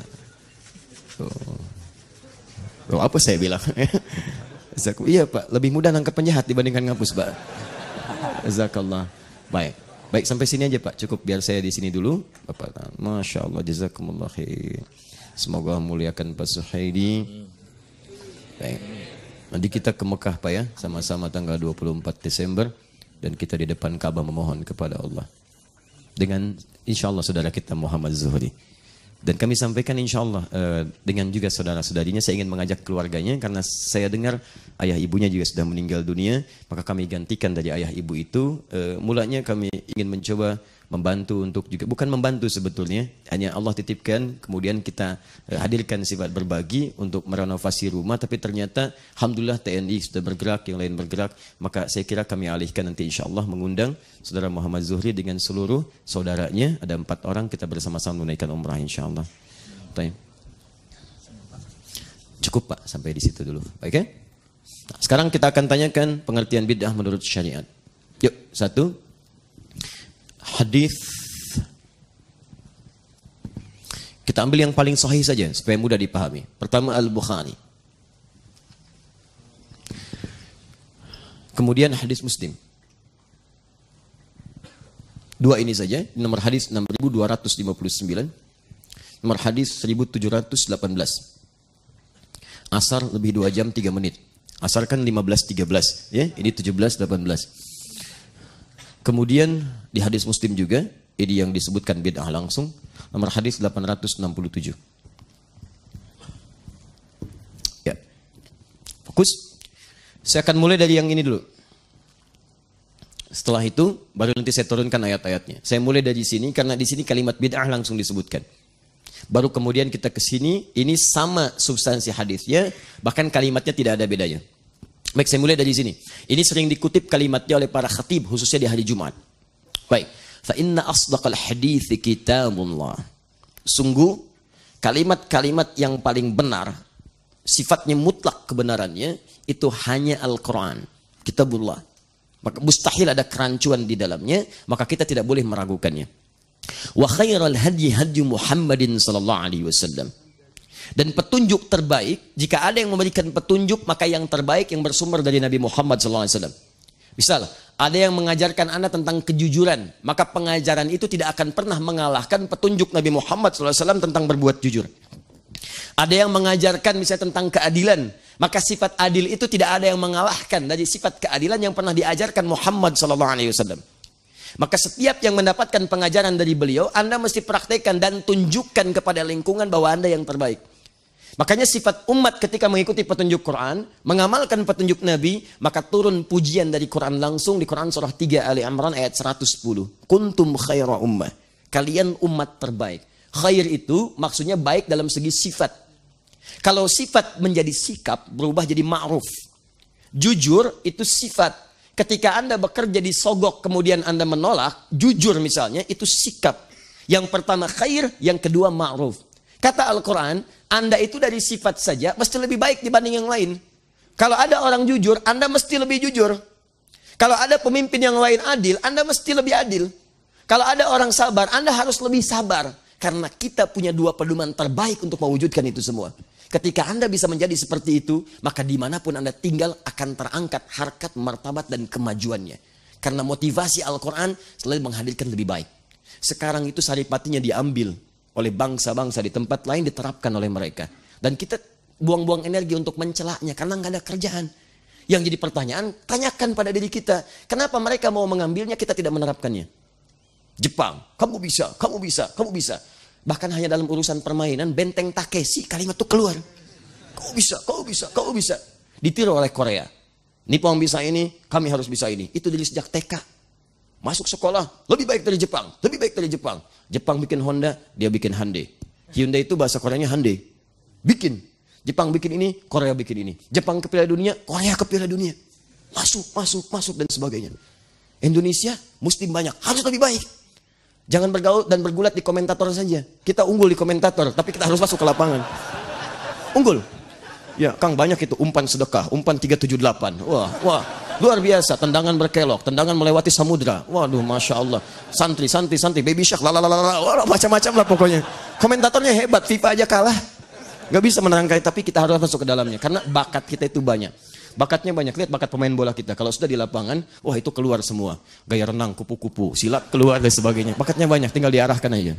Apa saya bilang? Iya Pak. Lebih mudah nangkep penjahat dibandingkan ngapus Pak. Jazakallah. Baik. Baik, sampai sini aja Pak. Cukup biar saya di sini dulu. Bapak, Masya Allah, jazakumullah khair. Semoga muliakan Pak Suhaidi. Baik. Nanti kita ke Mekah Pak ya. Sama-sama tanggal 24 Desember. Dan kita di depan Ka'bah memohon kepada Allah. Dengan insya Allah saudara kita Muhammad Zuhri. Dan kami sampaikan insya Allah dengan juga saudara-saudarinya, saya ingin mengajak keluarganya karena saya dengar ayah ibunya juga sudah meninggal dunia, maka kami gantikan dari ayah ibu itu. Mulanya kami ingin mencoba membantu untuk juga, bukan membantu sebetulnya, hanya Allah titipkan, kemudian kita hadirkan sifat berbagi untuk merenovasi rumah, tapi ternyata Alhamdulillah TNI sudah bergerak, yang lain bergerak, maka saya kira kami alihkan nanti insya Allah mengundang saudara Muhammad Zuhri dengan seluruh saudaranya, ada 4 orang, kita bersama-sama menunaikan umrah insya Allah. Cukup Pak, sampai di situ dulu. Baik ya? Nah, sekarang kita akan tanyakan pengertian bid'ah menurut syariat. Yuk, 1. Hadis. Kita ambil yang paling sahih saja supaya mudah dipahami. Pertama Al-Bukhari. Kemudian hadis Muslim. 2 ini saja. Nomor hadis 6259. Nomor hadis 1718. Asar lebih 2 jam 3 menit. Asar kan 15.13 ya. Ini 17.18. Kemudian di hadis Muslim juga, ini yang disebutkan bid'ah langsung, nomor hadis 867. Ya. Fokus. Saya akan mulai dari yang ini dulu. Setelah itu baru nanti saya turunkan ayat-ayatnya. Saya mulai dari sini karena di sini kalimat bid'ah langsung disebutkan. Baru kemudian kita ke sini, ini sama substansi hadisnya, bahkan kalimatnya tidak ada bedanya. Baik, saya mulai dari sini. Ini sering dikutip kalimatnya oleh para khatib, khususnya di hari Jumat. Baik. Fa inna asdaqal hadithi kitabullah. Sungguh, kalimat-kalimat yang paling benar, sifatnya mutlak kebenarannya, itu hanya Al-Quran. Kitabullah. Maka mustahil ada kerancuan di dalamnya, maka kita tidak boleh meragukannya. Wa khairal hadyi hadyu Muhammadin sallallahu alaihi wasallam. Dan petunjuk terbaik, jika ada yang memberikan petunjuk, maka yang terbaik yang bersumber dari Nabi Muhammad SAW. Misal, ada yang mengajarkan Anda tentang kejujuran, maka pengajaran itu tidak akan pernah mengalahkan petunjuk Nabi Muhammad SAW tentang berbuat jujur. Ada yang mengajarkan misalnya tentang keadilan, maka sifat adil itu tidak ada yang mengalahkan dari sifat keadilan yang pernah diajarkan Muhammad SAW. Maka setiap yang mendapatkan pengajaran dari beliau, Anda mesti praktekkan dan tunjukkan kepada lingkungan bahwa Anda yang terbaik. Makanya sifat umat ketika mengikuti petunjuk Quran, mengamalkan petunjuk Nabi, maka turun pujian dari Quran langsung di Quran surah 3 Ali Imran ayat 110. Kuntum khaira ummah. Kalian umat terbaik. Khair itu maksudnya baik dalam segi sifat. Kalau sifat menjadi sikap, berubah jadi ma'ruf. Jujur itu sifat. Ketika Anda bekerja di sogok kemudian Anda menolak, jujur misalnya, itu sikap. Yang pertama khair, yang kedua ma'ruf. Kata Al-Quran, Anda itu dari sifat saja mesti lebih baik dibanding yang lain. Kalau ada orang jujur, Anda mesti lebih jujur. Kalau ada pemimpin yang lain adil, Anda mesti lebih adil. Kalau ada orang sabar, Anda harus lebih sabar. Karena kita punya dua pedoman terbaik untuk mewujudkan itu semua. Ketika Anda bisa menjadi seperti itu, maka dimanapun Anda tinggal akan terangkat harkat, martabat, dan kemajuannya. Karena motivasi Al-Quran selalu menghadirkan lebih baik. Sekarang itu saripatinya diambil oleh bangsa-bangsa di tempat lain, diterapkan oleh mereka. Dan kita buang-buang energi untuk mencelaknya karena nggak ada kerjaan. Yang jadi pertanyaan, tanyakan pada diri kita, kenapa mereka mau mengambilnya, kita tidak menerapkannya. Jepang, kamu bisa, kamu bisa, kamu bisa. Bahkan hanya dalam urusan permainan, benteng Takeshi, kalimat itu keluar. Kamu bisa, kamu bisa, kamu bisa. Ditiru oleh Korea. Nippon bisa ini, kami harus bisa ini. Itu dari sejak TK. Masuk sekolah, lebih baik dari Jepang, lebih baik dari Jepang. Jepang bikin Honda, dia bikin Hyundai. Hyundai itu bahasa Koreanya Hyundai. Bikin. Jepang bikin ini, Korea bikin ini. Jepang ke Piala Dunia, Korea ke Piala Dunia. Masuk, masuk, masuk, dan sebagainya. Indonesia, muslim banyak, harus lebih baik. Jangan bergaul dan bergulat di komentator saja. Kita unggul di komentator, tapi kita harus masuk ke lapangan. Unggul. Ya, Kang banyak itu umpan sedekah, umpan 378. Wah, wah, luar biasa. Tendangan berkelok, tendangan melewati samudra. Waduh, masya Allah. Santri, santri, santri, baby shark, lalalala, macam-macam lah pokoknya. Komentatornya hebat, FIFA aja kalah. Gak bisa menerangkan, tapi kita harus masuk ke dalamnya. Karena bakat kita itu banyak. Bakatnya banyak, lihat bakat pemain bola kita. Kalau sudah di lapangan, wah itu keluar semua. Gaya renang, kupu-kupu, silat keluar dan sebagainya. Bakatnya banyak, tinggal diarahkan aja.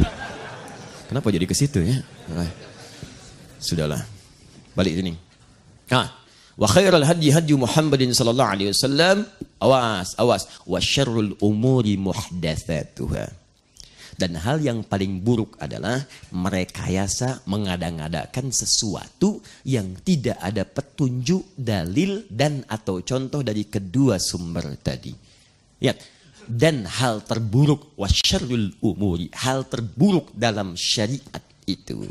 Kenapa jadi ke situ ya? Sudahlah. Balik sini. Wa khairal hadyi hadyu Muhammadin sallallahu alaihi wasallam. Awas, awas. Wa syarrul umuri muhdatsatuha. Dan hal yang paling buruk adalah merekayasa, mengada-ngadakan sesuatu yang tidak ada petunjuk, dalil, dan atau contoh dari kedua sumber tadi. Lihat. Dan hal terburuk, wasyarrul umuri, hal terburuk dalam syariat itu.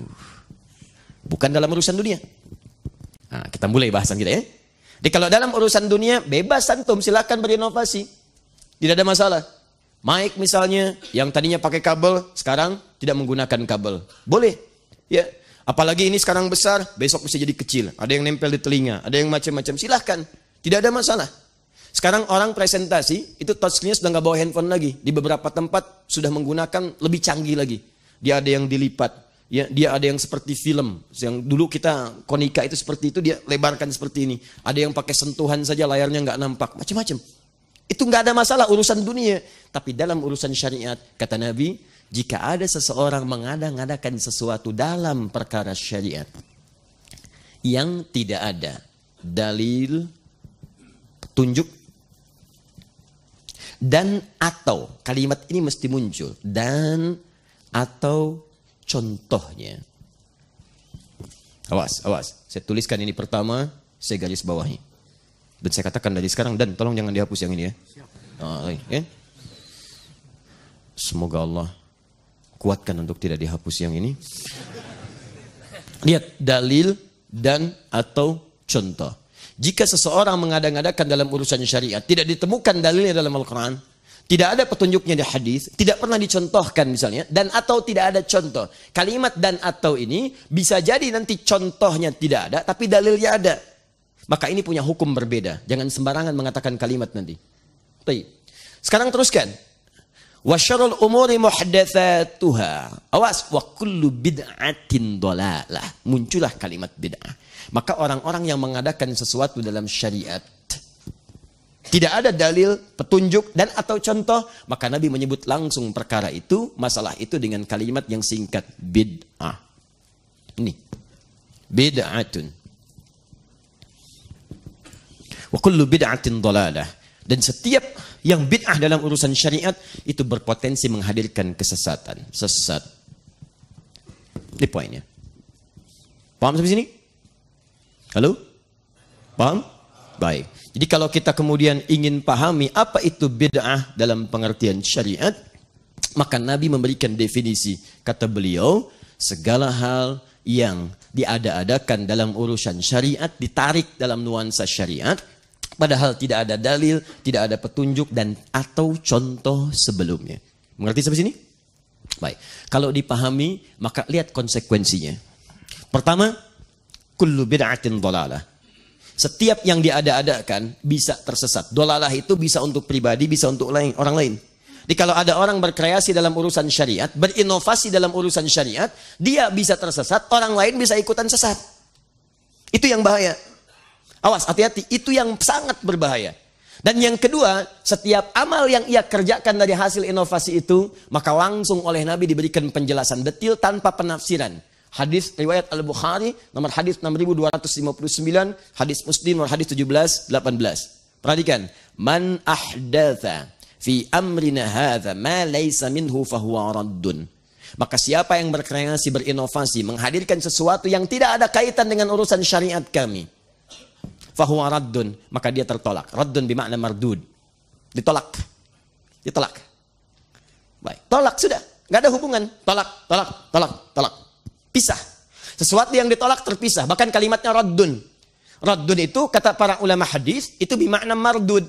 Bukan dalam urusan dunia. Nah, kita mulai bahasan kita ya. Jadi kalau dalam urusan dunia, bebas antum, silakan berinovasi. Tidak ada masalah. Mic misalnya, yang tadinya pakai kabel, sekarang tidak menggunakan kabel. Boleh. Ya. Apalagi ini sekarang besar, besok bisa jadi kecil. Ada yang nempel di telinga, ada yang macam-macam. Silahkan. Tidak ada masalah. Sekarang orang presentasi, itu touchscreen-nya sudah nggak bawa handphone lagi. Di beberapa tempat sudah menggunakan lebih canggih lagi. Dia ada yang dilipat. Ya, dia ada yang seperti film. Yang dulu kita konika itu seperti itu, dia lebarkan seperti ini. Ada yang pakai sentuhan saja, layarnya nggak nampak. Macam-macam. Itu nggak ada masalah urusan dunia. Tapi dalam urusan syariat, kata Nabi, jika ada seseorang mengada-ngadakan sesuatu dalam perkara syariat yang tidak ada dalil, petunjuk, dan atau, kalimat ini mesti muncul, dan atau contohnya. Awas, awas. Saya tuliskan ini pertama, saya garis bawahi. Dan saya katakan dari sekarang, dan tolong jangan dihapus yang ini ya. Ya. Semoga Allah kuatkan untuk tidak dihapus yang ini. Lihat, dalil dan atau contoh. Jika seseorang mengada-ngadakan dalam urusan syariat, tidak ditemukan dalilnya dalam Al-Quran, tidak ada petunjuknya di hadis, tidak pernah dicontohkan misalnya, dan atau tidak ada contoh. Kalimat dan atau ini bisa jadi nanti contohnya tidak ada, tapi dalilnya ada. Maka ini punya hukum berbeda. Jangan sembarangan mengatakan kalimat nanti. Baik. Sekarang teruskan. Wa syarrul umuri muhdatsatuha. Awas, wa kullu bid'atin dhalalah. Muncullah kalimat bid'ah. Maka orang-orang yang mengadakan sesuatu dalam syariat tidak ada dalil, petunjuk dan atau contoh, maka Nabi menyebut langsung perkara itu, masalah itu dengan kalimat yang singkat, bid'ah. Ini. Bid'atun. Wa kullu bid'atin dhalalah. Dan setiap yang bid'ah dalam urusan syariat itu berpotensi menghadirkan kesesatan, sesat. Ini poinnya. Paham sampai sini? Halo? Paham? Baik. Jadi kalau kita kemudian ingin pahami apa itu bid'ah dalam pengertian syariat, Maka Nabi memberikan definisi. Kata beliau, segala hal yang diada-adakan dalam urusan syariat, ditarik dalam nuansa syariat, padahal tidak ada dalil, tidak ada petunjuk, dan atau contoh sebelumnya. Mengerti sampai sini? Baik. Kalau dipahami, maka lihat konsekuensinya. Pertama, kullu bid'atin dhalalah. Setiap yang diada-adakan bisa tersesat. Dhalalah itu bisa untuk pribadi, bisa untuk orang lain. Jadi kalau ada orang berkreasi dalam urusan syariat, berinovasi dalam urusan syariat, dia bisa tersesat, orang lain bisa ikutan sesat. Itu yang bahaya. Awas, hati-hati. Itu yang sangat berbahaya. Dan yang kedua, setiap amal yang ia kerjakan dari hasil inovasi itu, maka langsung oleh Nabi diberikan penjelasan detil tanpa penafsiran. Hadis riwayat Al-Bukhari, nomor hadis 6259, hadis Muslim nomor hadis 1718. Perhatikan, man ahdatha fi amrina hadza ma laysa minhu fahuwa raddun. Maka siapa yang berkreasi, berinovasi, menghadirkan sesuatu yang tidak ada kaitan dengan urusan syariat kami, fahuwa raddun, maka dia tertolak. Raddun bermakna mardud. Ditolak. Ditolak. Baik, tolak sudah, enggak ada hubungan. Tolak, tolak, tolak, tolak. Pisah. Sesuatu yang ditolak terpisah, bahkan kalimatnya raddun. Raddun itu kata para ulama hadis itu bermakna mardud.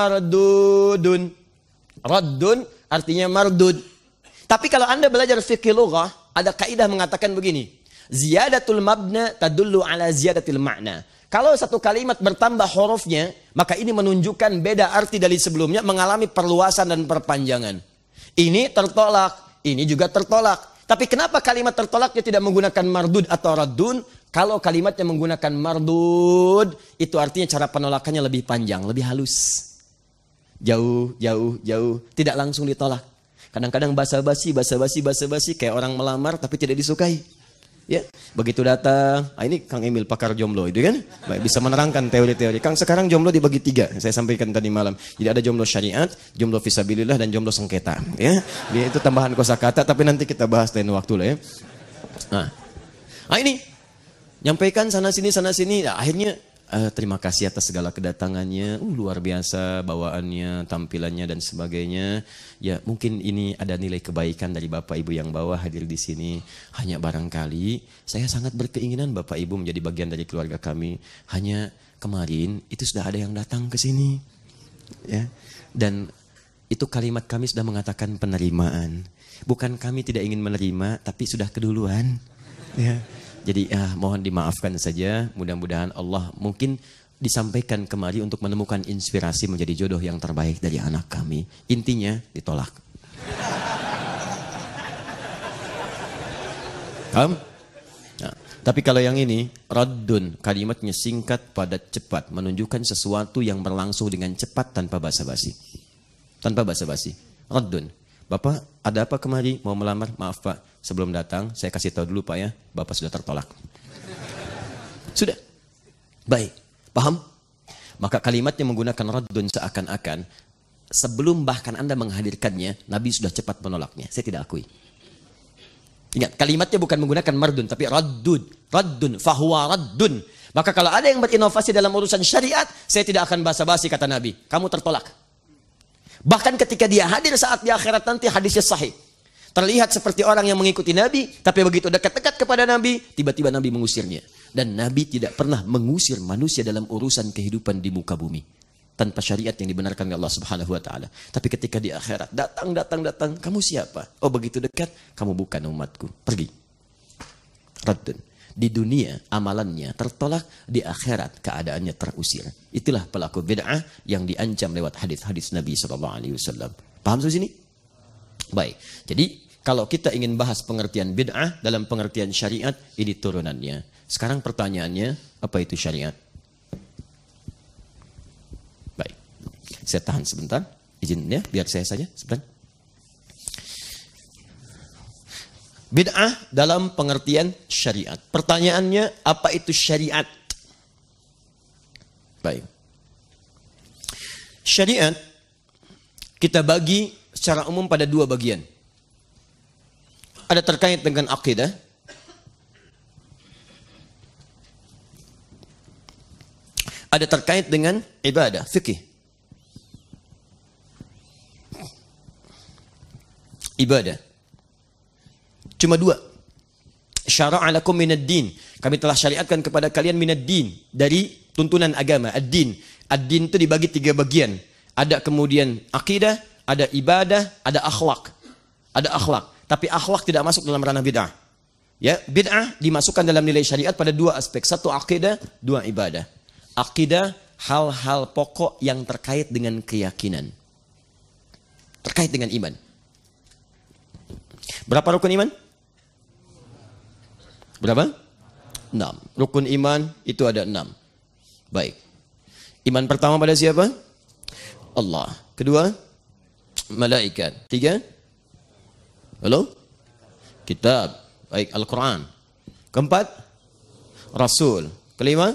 Mardudun. Raddun artinya mardud. Tapi kalau Anda belajar fikih lughah, ada kaidah mengatakan begini. Ziyadatul mabna tadullu ala ziyadatil ma'na. Kalau satu kalimat bertambah hurufnya, maka ini menunjukkan beda arti dari sebelumnya, mengalami perluasan dan perpanjangan. Ini tertolak, ini juga tertolak. Tapi kenapa kalimat tertolaknya tidak menggunakan mardud atau raddun? Kalau kalimatnya menggunakan mardud, itu artinya cara penolakannya lebih panjang, lebih halus. Jauh, jauh, jauh, tidak langsung ditolak. Kadang-kadang basa-basi kayak orang melamar tapi tidak disukai. Ya, begitu datang, ini Kang Emil pakar jomblo itu kan, baik, bisa menerangkan teori-teori. Kang, sekarang jomblo dibagi 3, saya sampaikan tadi malam. Jadi ada jomblo syariat, jomblo fisabilillah, dan jomblo sengketa. Ya, itu tambahan kosakata, tapi nanti kita bahas lain waktu lah ya. Nah ini, nyampaikan sana sini, nah, akhirnya terima kasih atas segala kedatangannya, luar biasa bawaannya, tampilannya dan sebagainya. Ya mungkin ini ada nilai kebaikan dari Bapak Ibu yang bawa hadir di sini. Hanya barangkali saya sangat berkeinginan Bapak Ibu menjadi bagian dari keluarga kami. Hanya kemarin itu sudah ada yang datang ke sini, ya. Dan itu kalimat kami sudah mengatakan penerimaan. Bukan kami tidak ingin menerima, tapi sudah keduluan, ya. Jadi mohon dimaafkan saja, mudah-mudahan Allah mungkin disampaikan kemari untuk menemukan inspirasi menjadi jodoh yang terbaik dari anak kami. Intinya ditolak. Paham? Nah, tapi kalau yang ini, raddun, kalimatnya singkat, padat, cepat, menunjukkan sesuatu yang berlangsung dengan cepat tanpa basa-basi. Tanpa basa-basi. Raddun. Bapak, ada apa kemari? Mau melamar? Maaf Pak, sebelum datang, saya kasih tahu dulu Pak ya, Bapak sudah tertolak. Sudah. Baik, paham? Maka kalimatnya menggunakan raddun seakan-akan, sebelum bahkan Anda menghadirkannya, Nabi sudah cepat menolaknya. Saya tidak akui. Ingat, kalimatnya bukan menggunakan mardun, tapi raddun. Raddun, fahuwa raddun. Maka kalau ada yang berinovasi dalam urusan syariat, saya tidak akan basa-basi kata Nabi. Kamu tertolak. Bahkan ketika dia hadir saat di akhirat nanti, hadisnya sahih. Terlihat seperti orang yang mengikuti Nabi, tapi begitu dekat-dekat kepada Nabi, tiba-tiba Nabi mengusirnya. Dan Nabi tidak pernah mengusir manusia dalam urusan kehidupan di muka bumi. Tanpa syariat yang dibenarkan oleh Allah Subhanahu wa Ta'ala. Tapi ketika di akhirat, datang, kamu siapa? Oh begitu dekat, kamu bukan umatku. Pergi. Raddun. Di dunia amalannya tertolak, di akhirat keadaannya terusir. Itulah pelaku bid'ah yang diancam lewat hadis-hadis Nabi SAW. Paham sampai sini? Baik. Jadi kalau kita ingin bahas pengertian bid'ah dalam pengertian syariat, ini turunannya. Sekarang pertanyaannya, apa itu syariat? Baik. Saya tahan sebentar. Izin ya, biar saya saja sebentar. Bid'ah dalam pengertian syariat. Pertanyaannya, apa itu syariat? Baik. Syariat kita bagi secara umum pada 2 bagian. Ada terkait dengan akidah. Ada terkait dengan ibadah, fikih. ibadah. Cuma dua. Syara'a lakum minad din. Kami telah syariatkan kepada kalian minad din, dari tuntunan agama, ad-din. Ad-din itu dibagi 3 bagian. Ada kemudian akidah, ada ibadah, ada akhlak. Ada akhlak. Tapi akhlak tidak masuk dalam ranah bid'ah. Ya, bid'ah dimasukkan dalam nilai syariat pada 2 aspek. 1 akidah, 2 ibadah. Akidah, hal-hal pokok yang terkait dengan keyakinan. Terkait dengan iman. Berapa rukun iman? Berapa? 6. Rukun iman itu ada 6. Baik. Iman pertama pada siapa? Allah. Kedua? Malaikat. 3? Halo? Kitab. Baik, Al-Quran. Keempat? Rasul. Kelima?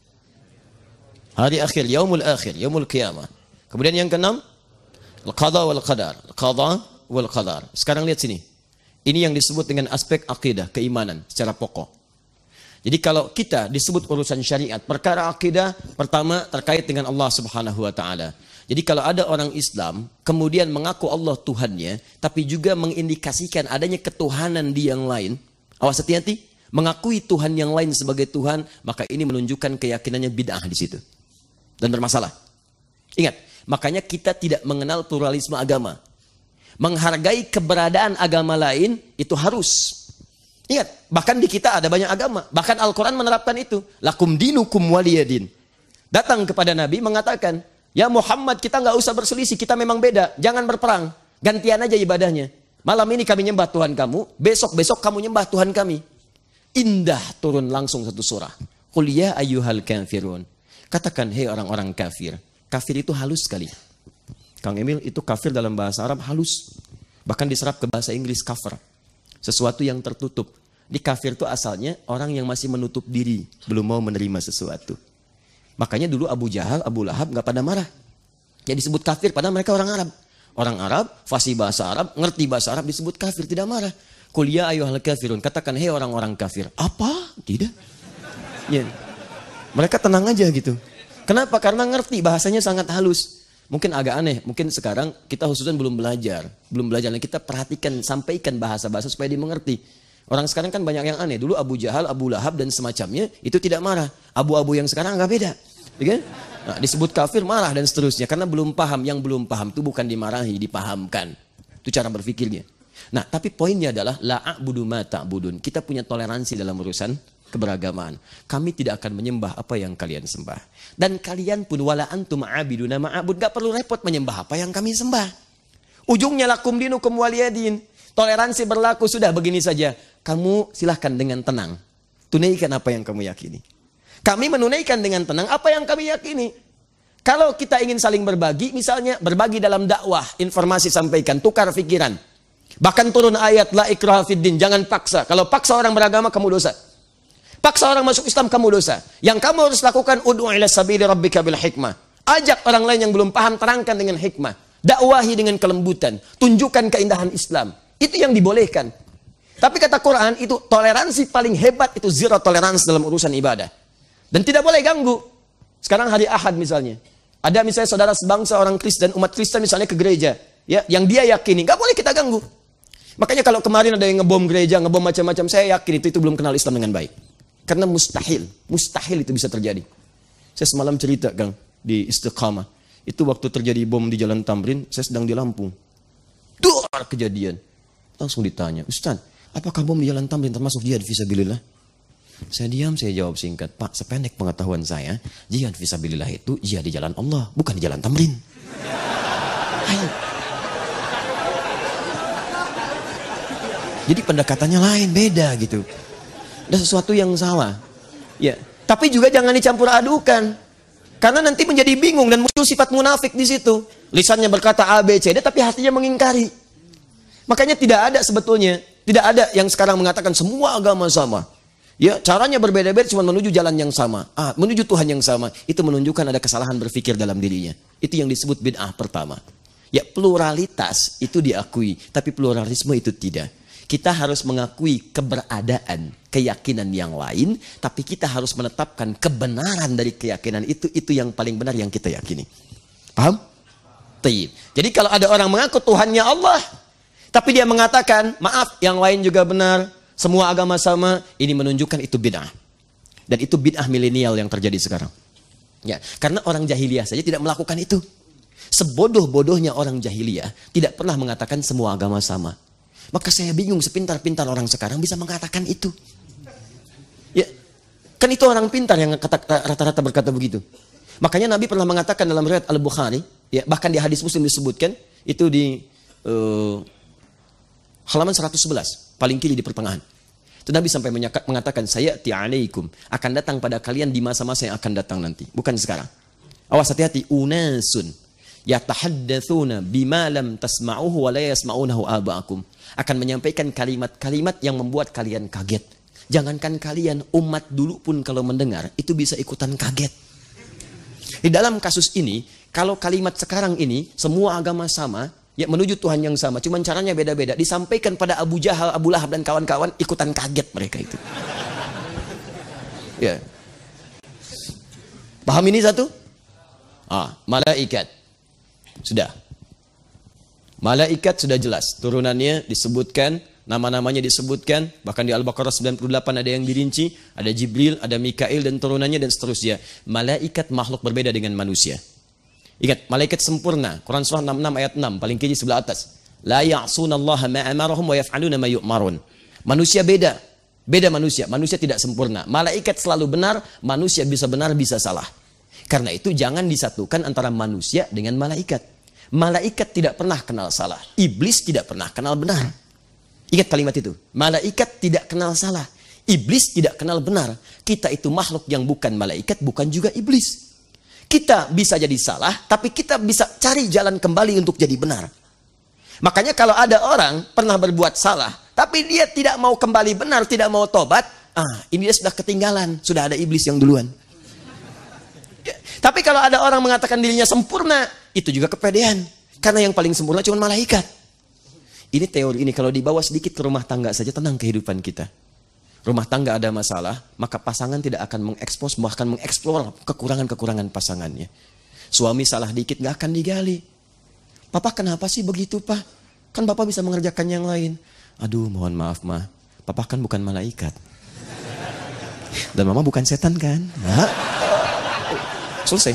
Hari akhir, yaumul akhir, yaumul qiyamah. Kemudian yang keenam? Al-Qadha wal Qadar. Al-Qadha wal Qadar. Sekarang lihat sini. Ini yang disebut dengan aspek akidah, keimanan secara pokok. Jadi kalau kita disebut urusan syariat, perkara akidah pertama terkait dengan Allah Subhanahu wa taala. Jadi kalau ada orang Islam kemudian mengaku Allah Tuhannya, tapi juga mengindikasikan adanya ketuhanan di yang lain, awas hati-hati, mengakui Tuhan yang lain sebagai Tuhan, maka ini menunjukkan keyakinannya bid'ah di situ. Dan bermasalah. Ingat, makanya kita tidak mengenal pluralisme agama. Menghargai keberadaan agama lain itu harus. Ingat, bahkan di kita ada banyak agama. Bahkan Al-Quran menerapkan itu. Lakum dinukum waliyadin. Datang kepada Nabi mengatakan, ya Muhammad, kita nggak usah berselisih, kita memang beda. Jangan berperang, gantian aja ibadahnya. Malam ini kami nyembah Tuhan kamu, besok-besok kamu nyembah Tuhan kami. Indah turun langsung satu surah. Qul ya ayyuhal kafirun. Katakan, hei orang-orang kafir. Kafir itu halus sekali. Kang Emil, itu kafir dalam bahasa Arab halus. Bahkan diserap ke bahasa Inggris kafir. Sesuatu yang tertutup. Di kafir itu asalnya orang yang masih menutup diri, belum mau menerima sesuatu. Makanya dulu Abu Jahal, Abu Lahab nggak pada marah. Ya disebut kafir, padahal mereka orang Arab. Orang Arab, fasih bahasa Arab, ngerti bahasa Arab, disebut kafir, tidak marah. Qul ya ayyuhal kafirun. Katakan, hei orang-orang kafir. Apa? Tidak. Ya. Mereka tenang aja gitu. Kenapa? Karena ngerti, bahasanya sangat halus. Mungkin agak aneh, mungkin sekarang kita khususnya belum belajar. Nah, kita perhatikan, sampaikan bahasa-bahasa supaya dimengerti. Orang sekarang kan banyak yang aneh. Dulu Abu Jahal, Abu Lahab dan semacamnya itu tidak marah. Abu-abu yang sekarang agak beda. Ya, nah, disebut kafir, marah dan seterusnya. Karena belum paham. Yang belum paham itu bukan dimarahi, dipahamkan. Itu cara berpikirnya. Nah, tapi poinnya adalah la a'budu ma ta'budun. Kita punya toleransi dalam urusan keberagaman. Kami tidak akan menyembah apa yang kalian sembah. Dan kalian pun wala antum a'abiduna ma'abud. Gak perlu repot menyembah apa yang kami sembah. Ujungnya lakum dinukum waliyadin. Toleransi berlaku, sudah begini saja. Kamu silahkan dengan tenang. Tunaikan apa yang kamu yakini. Kami menunaikan dengan tenang apa yang kami yakini. Kalau kita ingin saling berbagi, misalnya berbagi dalam dakwah, informasi sampaikan, tukar pikiran. Bahkan turun ayat la ikraha fiddin, jangan paksa. Kalau paksa orang beragama, kamu dosa. Paksa orang masuk Islam, kamu dosa. Yang kamu harus lakukan, ud'u ila sabili rabbika bil hikmah. Ajak orang lain yang belum paham, terangkan dengan hikmah. Dakwahi dengan kelembutan. Tunjukkan keindahan Islam. Itu yang dibolehkan. Tapi kata Quran, itu toleransi paling hebat, itu zero tolerance dalam urusan ibadah. Dan tidak boleh ganggu. Sekarang hari Ahad misalnya. Ada misalnya saudara sebangsa orang Kristen, umat Kristen misalnya ke gereja. Ya, yang dia yakini, gak boleh kita ganggu. Makanya kalau kemarin ada yang ngebom gereja, ngebom macam-macam, saya yakin itu belum kenal Islam dengan baik. Karena mustahil itu bisa terjadi. Saya semalam cerita Kang, di Istiqamah. Itu waktu terjadi bom di Jalan Tamrin, saya sedang di Lampung. Duar kejadian. Langsung ditanya, Ustaz, apakah bom di Jalan Tamrin termasuk jihad fisabilillah? Saya diam, saya jawab singkat, Pak, sependek pengetahuan saya, jihad fisabilillah itu jihad di jalan Allah, bukan di Jalan Tamrin. Hai. Jadi pendekatannya lain, beda gitu. Ada sesuatu yang salah. Ya, tapi juga jangan dicampur adukan. Karena nanti menjadi bingung dan muncul sifat munafik di situ. Lisannya berkata A, B, C, D, tapi hatinya mengingkari. Makanya tidak ada sebetulnya, tidak ada yang sekarang mengatakan semua agama sama. Ya, caranya berbeda-beda cuma menuju jalan yang sama. Menuju Tuhan yang sama. Itu menunjukkan ada kesalahan berpikir dalam dirinya. Itu yang disebut bid'ah pertama. Ya, pluralitas itu diakui, tapi pluralisme itu tidak. Kita harus mengakui keberadaan keyakinan yang lain, tapi kita harus menetapkan kebenaran dari keyakinan itu yang paling benar yang kita yakini. Paham? Taib. Jadi kalau ada orang mengaku Tuhannya Allah, Tapi dia mengatakan, maaf, yang lain juga benar, semua agama sama, ini menunjukkan itu bid'ah. Dan itu bid'ah milenial yang terjadi sekarang. Ya, karena orang jahiliyah saja tidak melakukan itu. Sebodoh-bodohnya orang jahiliyah tidak pernah mengatakan semua agama sama. Maka saya bingung sepintar-pintar orang sekarang bisa mengatakan itu. Ya, kan itu orang pintar yang rata-rata berkata begitu. Makanya Nabi pernah mengatakan dalam riwayat Al-Bukhari, ya, bahkan di hadis Muslim disebutkan, itu di halaman 111, paling kiri di pertengahan. Itu Nabi sampai mengatakan, saya ti'alaikum, akan datang pada kalian di masa-masa yang akan datang nanti. Bukan sekarang. Awas hati-hati, unasun yatahaddatsuna bima lam tasma'uhu wa la yasma'unahu aba'akum. Akan menyampaikan kalimat-kalimat yang membuat kalian kaget. Jangankan kalian, umat dulu pun kalau mendengar, itu bisa ikutan kaget. Di dalam kasus ini, kalau kalimat sekarang ini, semua agama sama, ya menuju Tuhan yang sama, cuman caranya beda-beda. Disampaikan pada Abu Jahal, Abu Lahab dan kawan-kawan, ikutan kaget mereka itu. Ya. Paham ini satu? Malaikat. Sudah. Malaikat sudah jelas. Turunannya disebutkan, nama-namanya disebutkan, bahkan di Al-Baqarah 98 ada yang dirinci, ada Jibril, ada Mikail dan turunannya dan seterusnya. Malaikat makhluk berbeda dengan manusia. Ingat, malaikat sempurna. Quran surah 66 ayat 6, paling kiri sebelah atas. La ya'sunallaha ma amarahum wa yaf'aluna ma yu'marun. Manusia beda. Beda manusia. Manusia tidak sempurna. Malaikat selalu benar, manusia bisa benar, bisa salah. Karena itu jangan disatukan antara manusia dengan malaikat. Malaikat tidak pernah kenal salah. Iblis tidak pernah kenal benar. Ingat kalimat itu. Malaikat tidak kenal salah. Iblis tidak kenal benar. Kita itu makhluk yang bukan malaikat, bukan juga iblis. Kita bisa jadi salah, tapi kita bisa cari jalan kembali untuk jadi benar. Makanya kalau ada orang pernah berbuat salah, tapi dia tidak mau kembali benar, tidak mau tobat, ini dia sudah ketinggalan, sudah ada iblis yang duluan. Tapi kalau ada orang mengatakan dirinya sempurna, itu juga kepedean. Karena yang paling sempurna cuma malaikat. Ini teori ini kalau dibawa sedikit ke rumah tangga saja, tenang kehidupan kita. Rumah tangga ada masalah, maka pasangan tidak akan mengekspos, bahkan mengeksplor kekurangan-kekurangan pasangannya. Suami salah dikit gak akan digali. Papa kenapa sih begitu, Pak? Kan Papa bisa mengerjakan yang lain. Aduh, mohon maaf, Ma. Papa kan bukan malaikat. Dan Mama bukan setan kan? Selesai.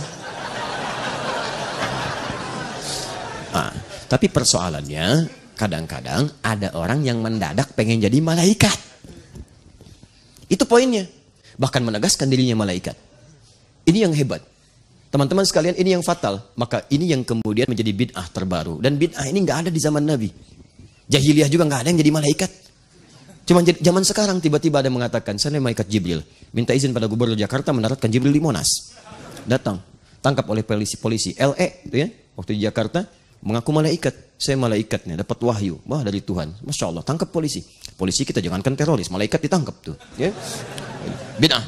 Tapi persoalannya, kadang-kadang ada orang yang mendadak pengen jadi malaikat. Itu poinnya. Bahkan menegaskan dirinya malaikat. Ini yang hebat. Teman-teman sekalian, ini yang fatal. Maka ini yang kemudian menjadi bid'ah terbaru. Dan bid'ah ini nggak ada di zaman Nabi. Jahiliyah juga nggak ada yang jadi malaikat. Cuma zaman sekarang tiba-tiba ada mengatakan, saya malaikat Jibril. Minta izin pada gubernur Jakarta mendaratkan Jibril di Monas. Datang. Tangkap oleh polisi LE. Itu ya, waktu di Jakarta. Mengaku malaikat. Saya malaikatnya. Dapat wahyu. Wah, dari Tuhan. Masya Allah. Tangkap polisi. Polisi kita jangankan teroris. Malaikat ditangkap tuh. Ya. Bid'ah.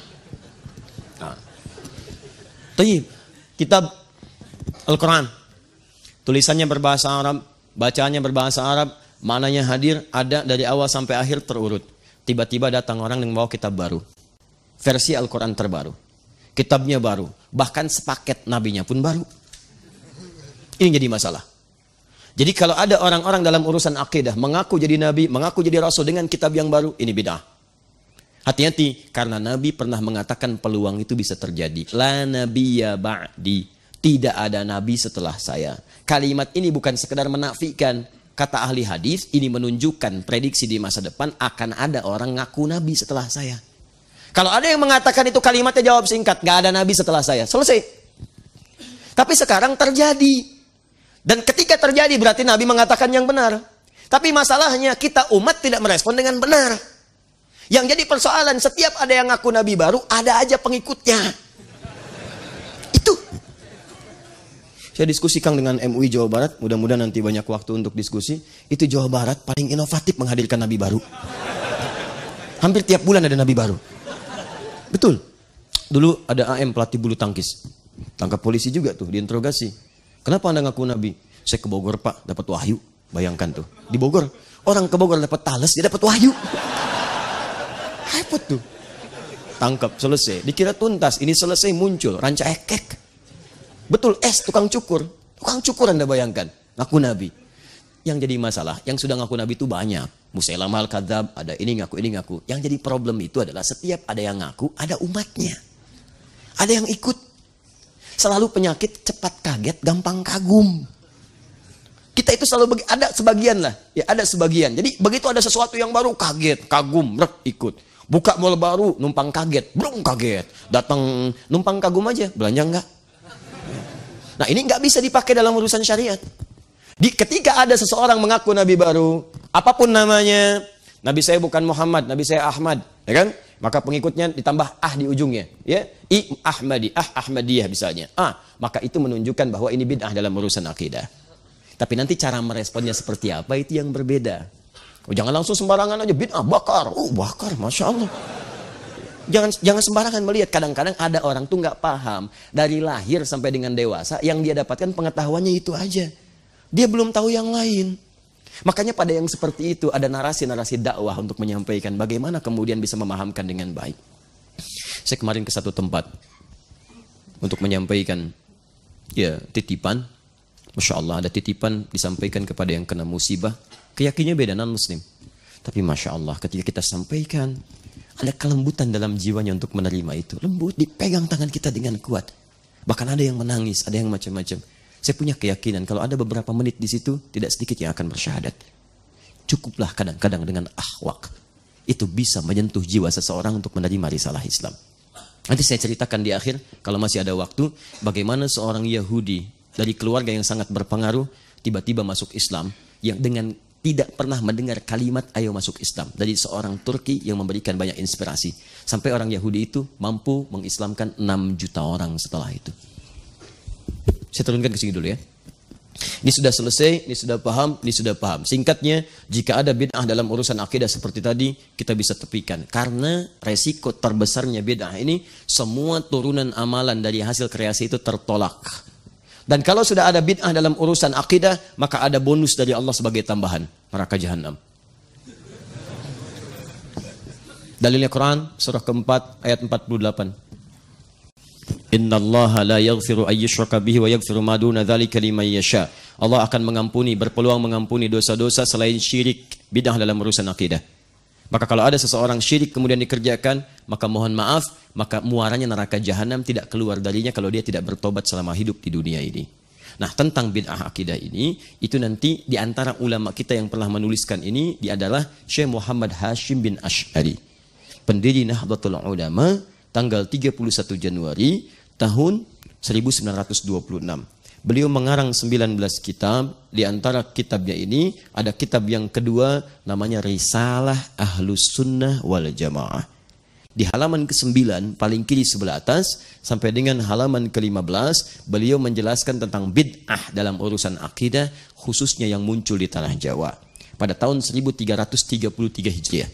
Tayyib. Kitab Al-Quran. Tulisannya berbahasa Arab. Bacaannya berbahasa Arab. Maknanya hadir. Ada dari awal sampai akhir terurut. Tiba-tiba datang orang yang membawa kitab baru. Versi Al-Quran terbaru. Kitabnya baru. Bahkan sepaket nabinya pun baru. Ini jadi masalah. Jadi kalau ada orang-orang dalam urusan akidah mengaku jadi nabi, mengaku jadi rasul dengan kitab yang baru, ini bid'ah. Hati-hati, karena Nabi pernah mengatakan peluang itu bisa terjadi. La nabiyya ba'di, tidak ada nabi setelah saya. Kalimat ini bukan sekedar menafikan. Kata ahli hadis, ini menunjukkan prediksi di masa depan akan ada orang ngaku nabi setelah saya. Kalau ada yang mengatakan itu kalimatnya jawab singkat, gak ada nabi setelah saya, selesai. Tapi sekarang terjadi. Dan ketika terjadi berarti Nabi mengatakan yang benar. Tapi masalahnya kita umat tidak merespon dengan benar. Yang jadi persoalan setiap ada yang ngaku Nabi baru, ada aja pengikutnya. Itu. Saya diskusi Kang dengan MUI Jawa Barat, mudah-mudahan nanti banyak waktu untuk diskusi. Itu Jawa Barat paling inovatif menghadirkan Nabi baru. Hampir tiap bulan ada Nabi baru. Betul. Dulu ada AM pelatih bulu tangkis. Tangkap polisi juga tuh, diinterogasi. Kenapa Anda ngaku Nabi? Saya ke Bogor, Pak, dapat wahyu. Bayangkan tuh, di Bogor. Orang ke Bogor dapat talas, dia dapat wahyu. Repot tuh. Tangkap, selesai. Dikira tuntas, ini selesai muncul. Ranca ekek. Betul, tukang cukur. Tukang cukur Anda bayangkan. Ngaku Nabi. Yang jadi masalah, yang sudah ngaku Nabi itu banyak. Musailamah al-Kadzab, ada ini ngaku, ini ngaku. Yang jadi problem itu adalah setiap ada yang ngaku, ada umatnya. Ada yang ikut. Selalu penyakit cepat kaget, gampang kagum. Kita itu selalu ada sebagian lah. Ya, ada sebagian. Jadi begitu ada sesuatu yang baru, kaget, kagum, ikut. Buka mall baru, numpang kaget, belum kaget. Datang numpang kagum aja, belanja enggak? Nah ini nggak bisa dipakai dalam urusan syariat. Ketika ada seseorang mengaku Nabi baru, apapun namanya, Nabi saya bukan Muhammad, Nabi saya Ahmad, ya kan? Maka pengikutnya ditambah di ujungnya, ya, Ahmadi, Ahmadiyah misalnya. Maka itu menunjukkan bahwa ini bid'ah dalam urusan akidah. Tapi nanti cara meresponnya seperti apa itu yang berbeda. Jangan langsung sembarangan aja bid'ah, bakar, bakar, masya Allah. Jangan sembarangan melihat. Kadang-kadang ada orang tuh nggak paham dari lahir sampai dengan dewasa, yang dia dapatkan pengetahuannya itu aja. Dia belum tahu yang lain. Makanya pada yang seperti itu ada narasi-narasi dakwah untuk menyampaikan bagaimana kemudian bisa memahamkan dengan baik. Saya kemarin ke satu tempat untuk menyampaikan titipan. Masya Allah, ada titipan disampaikan kepada yang kena musibah. Keyakinannya beda, non-muslim. Tapi Masya Allah, ketika kita sampaikan, ada kelembutan dalam jiwanya untuk menerima itu. Lembut, dipegang tangan kita dengan kuat. Bahkan ada yang menangis, ada yang macam-macam. Saya punya keyakinan kalau ada beberapa menit di situ, tidak sedikit yang akan bersyahadat. Cukuplah kadang-kadang dengan akhwak. Itu bisa menyentuh jiwa seseorang untuk menerima risalah Islam. Nanti saya ceritakan di akhir, kalau masih ada waktu, bagaimana seorang Yahudi dari keluarga yang sangat berpengaruh, tiba-tiba masuk Islam, yang dengan tidak pernah mendengar kalimat ayo masuk Islam. Dari seorang Turki yang memberikan banyak inspirasi. Sampai orang Yahudi itu mampu mengislamkan 6 juta orang setelah itu. Saya turunkan ke sini dulu ya. Ini sudah selesai, ini sudah paham, ini sudah paham. Singkatnya, jika ada bid'ah dalam urusan akidah seperti tadi, kita bisa tepikan. Karena resiko terbesarnya bid'ah ini, semua turunan amalan dari hasil kreasi itu tertolak. Dan kalau sudah ada bid'ah dalam urusan akidah, maka ada bonus dari Allah sebagai tambahan. Neraka jahanam. Dalilnya Quran, surah keempat, ayat 48. Innallaha la yaghfiru ayyushraka bihi wa yaghfiru ma duna dzalika liman yasha. Allah akan mengampuni, berpeluang mengampuni dosa-dosa selain syirik, bid'ah dalam urusan akidah. Maka kalau ada seseorang syirik kemudian dikerjakan, maka mohon maaf, maka muaranya neraka jahanam, tidak keluar darinya kalau dia tidak bertobat selama hidup di dunia ini. Nah, tentang bid'ah akidah ini, itu nanti di antara ulama kita yang pernah menuliskan ini, dia adalah Syekh Muhammad Hashim bin Asy'ari, pendiri Nahdlatul Ulama, tanggal 31 Januari tahun 1926. Beliau mengarang 19 kitab. Di antara kitabnya ini ada kitab yang kedua namanya Risalah Ahlus Sunnah wal Jamaah. Di halaman ke-9 paling kiri sebelah atas sampai dengan halaman ke-15 beliau menjelaskan tentang bid'ah dalam urusan akidah, khususnya yang muncul di tanah Jawa pada tahun 1333 Hijriah.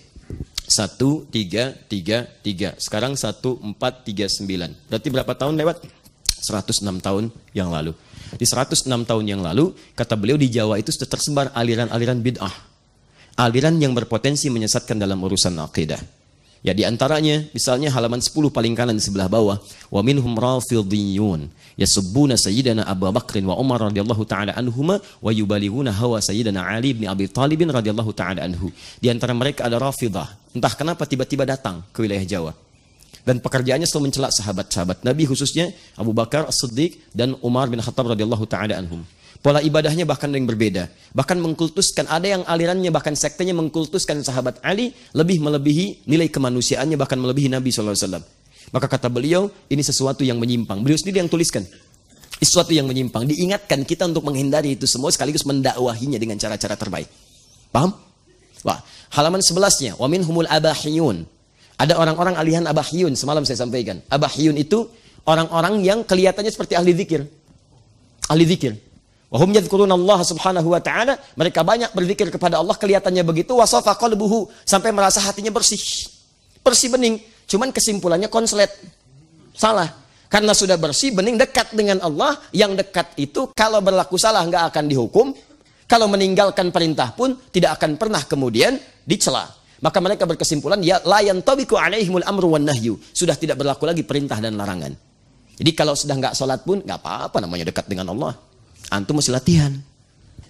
1333. Sekarang 1439. Berarti berapa tahun lewat? 106 tahun yang lalu. Di 106 tahun yang lalu, kata beliau, di Jawa itu sudah tersebar aliran-aliran bid'ah. Aliran yang berpotensi menyesatkan dalam urusan akidah. Ya, di antaranya misalnya halaman 10 paling kanan di sebelah bawah, wa minhum rafidhiyun yasubbuna sayyidina Abu Bakr wa Umar radhiyallahu taala anhuma wa yubalighuna hawa sayyidina Ali bin Abi Thalib radhiyallahu taala anhu. Di antara mereka ada Rafidah. Entah kenapa tiba-tiba datang ke wilayah Jawa. Dan pekerjaannya selalu mencela sahabat-sahabat Nabi, khususnya Abu Bakar As-Siddiq dan Umar bin Khattab radhiyallahu taala anhum. Pola ibadahnya bahkan ada yang berbeda. Bahkan mengkultuskan, ada yang alirannya bahkan sektenya mengkultuskan sahabat Ali lebih melebihi nilai kemanusiaannya, bahkan melebihi Nabi SAW. Maka kata beliau, ini sesuatu yang menyimpang. Beliau sendiri yang tuliskan. Sesuatu yang menyimpang. Diingatkan kita untuk menghindari itu semua sekaligus mendakwahinya dengan cara-cara terbaik. Paham? Wah, halaman 11-nya, wa minhumul abahiyun. Ada orang-orang alihan abahiyun, semalam saya sampaikan. Abahiyun itu orang-orang yang kelihatannya seperti ahli zikir. Ahli zikir. Wahum yadhkuruna Allah subhanahu wa ta'ala. Mereka banyak berzikir kepada Allah, kelihatannya begitu. Wasafa qalbuhu, sampai merasa hatinya bersih. Bersih bening. Cuman kesimpulannya konslet. Salah. Karena sudah bersih, bening, dekat dengan Allah. Yang dekat itu kalau berlaku salah nggak akan dihukum. Kalau meninggalkan perintah pun tidak akan pernah kemudian dicela. Maka mereka berkesimpulan, ya la yantabiqu alaihimul amru wan nahyu. Sudah tidak berlaku lagi perintah dan larangan. Jadi kalau sudah nggak sholat pun nggak apa-apa, namanya dekat dengan Allah. Antum masih latihan.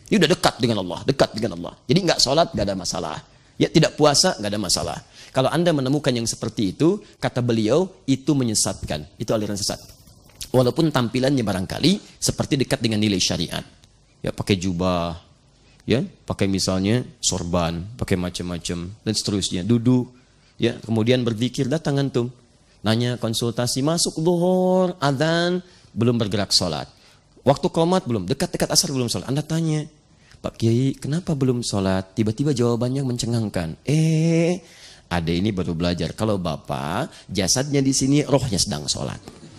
Ini udah dekat dengan Allah, dekat dengan Allah. Jadi nggak sholat nggak ada masalah. Ya tidak puasa nggak ada masalah. Kalau Anda menemukan yang seperti itu, kata beliau itu menyesatkan, itu aliran sesat. Walaupun tampilannya barangkali seperti dekat dengan nilai syariat. Ya pakai jubah, ya pakai misalnya sorban, pakai macam-macam dan seterusnya. Duduk, ya kemudian berzikir, datang antum, nanya konsultasi, masuk zuhur, adzan, belum bergerak sholat. Waktu qomat belum, dekat-dekat asar belum sholat. Anda tanya, Pak Kiai, kenapa belum sholat? Tiba-tiba jawabannya mencengangkan. Ada ini baru belajar. Kalau Bapak, jasadnya di sini, rohnya sedang sholat.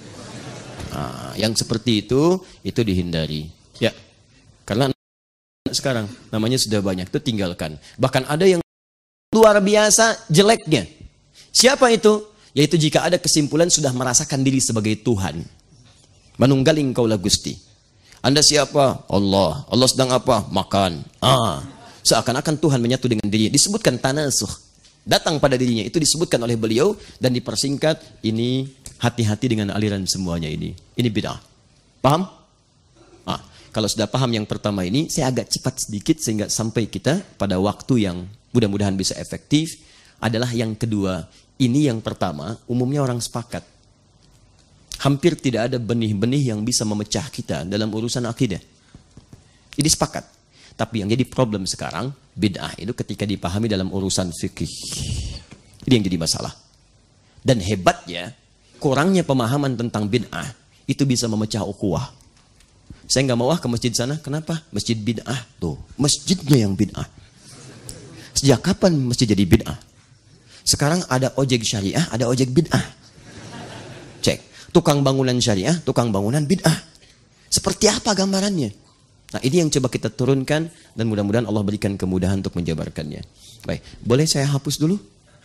Nah, yang seperti itu dihindari. Ya, karena sekarang namanya sudah banyak, itu tinggalkan. Bahkan ada yang luar biasa jeleknya. Siapa itu? Yaitu jika ada kesimpulan sudah merasakan diri sebagai Tuhan. Manunggaling kaulah Gusti. Anda siapa? Allah. Allah sedang apa? Makan. Seakan-akan Tuhan menyatu dengan dirinya. Disebutkan tanasuh. Datang pada dirinya. Itu disebutkan oleh beliau. Dan dipersingkat. Ini hati-hati dengan aliran semuanya ini. Ini bid'ah. Paham? Kalau sudah paham yang pertama ini. Saya agak cepat sedikit. Sehingga sampai kita pada waktu yang mudah-mudahan bisa efektif. Adalah yang kedua. Ini yang pertama. Umumnya orang sepakat. Hampir tidak ada benih-benih yang bisa memecah kita dalam urusan akidah. Ini sepakat. Tapi yang jadi problem sekarang, bid'ah itu ketika dipahami dalam urusan fikih. Ini yang jadi masalah. Dan hebatnya, kurangnya pemahaman tentang bid'ah, itu bisa memecah ukhuwah. Saya nggak mau ke masjid sana, kenapa? Masjid bid'ah. Tuh, masjidnya yang bid'ah. Sejak kapan masjid jadi bid'ah? Sekarang ada ojek syariah, ada ojek bid'ah. Cek. Tukang bangunan syariah, tukang bangunan bid'ah. Seperti apa gambarannya? Nah ini yang coba kita turunkan dan mudah-mudahan Allah berikan kemudahan untuk menjabarkannya. Baik, boleh saya hapus dulu?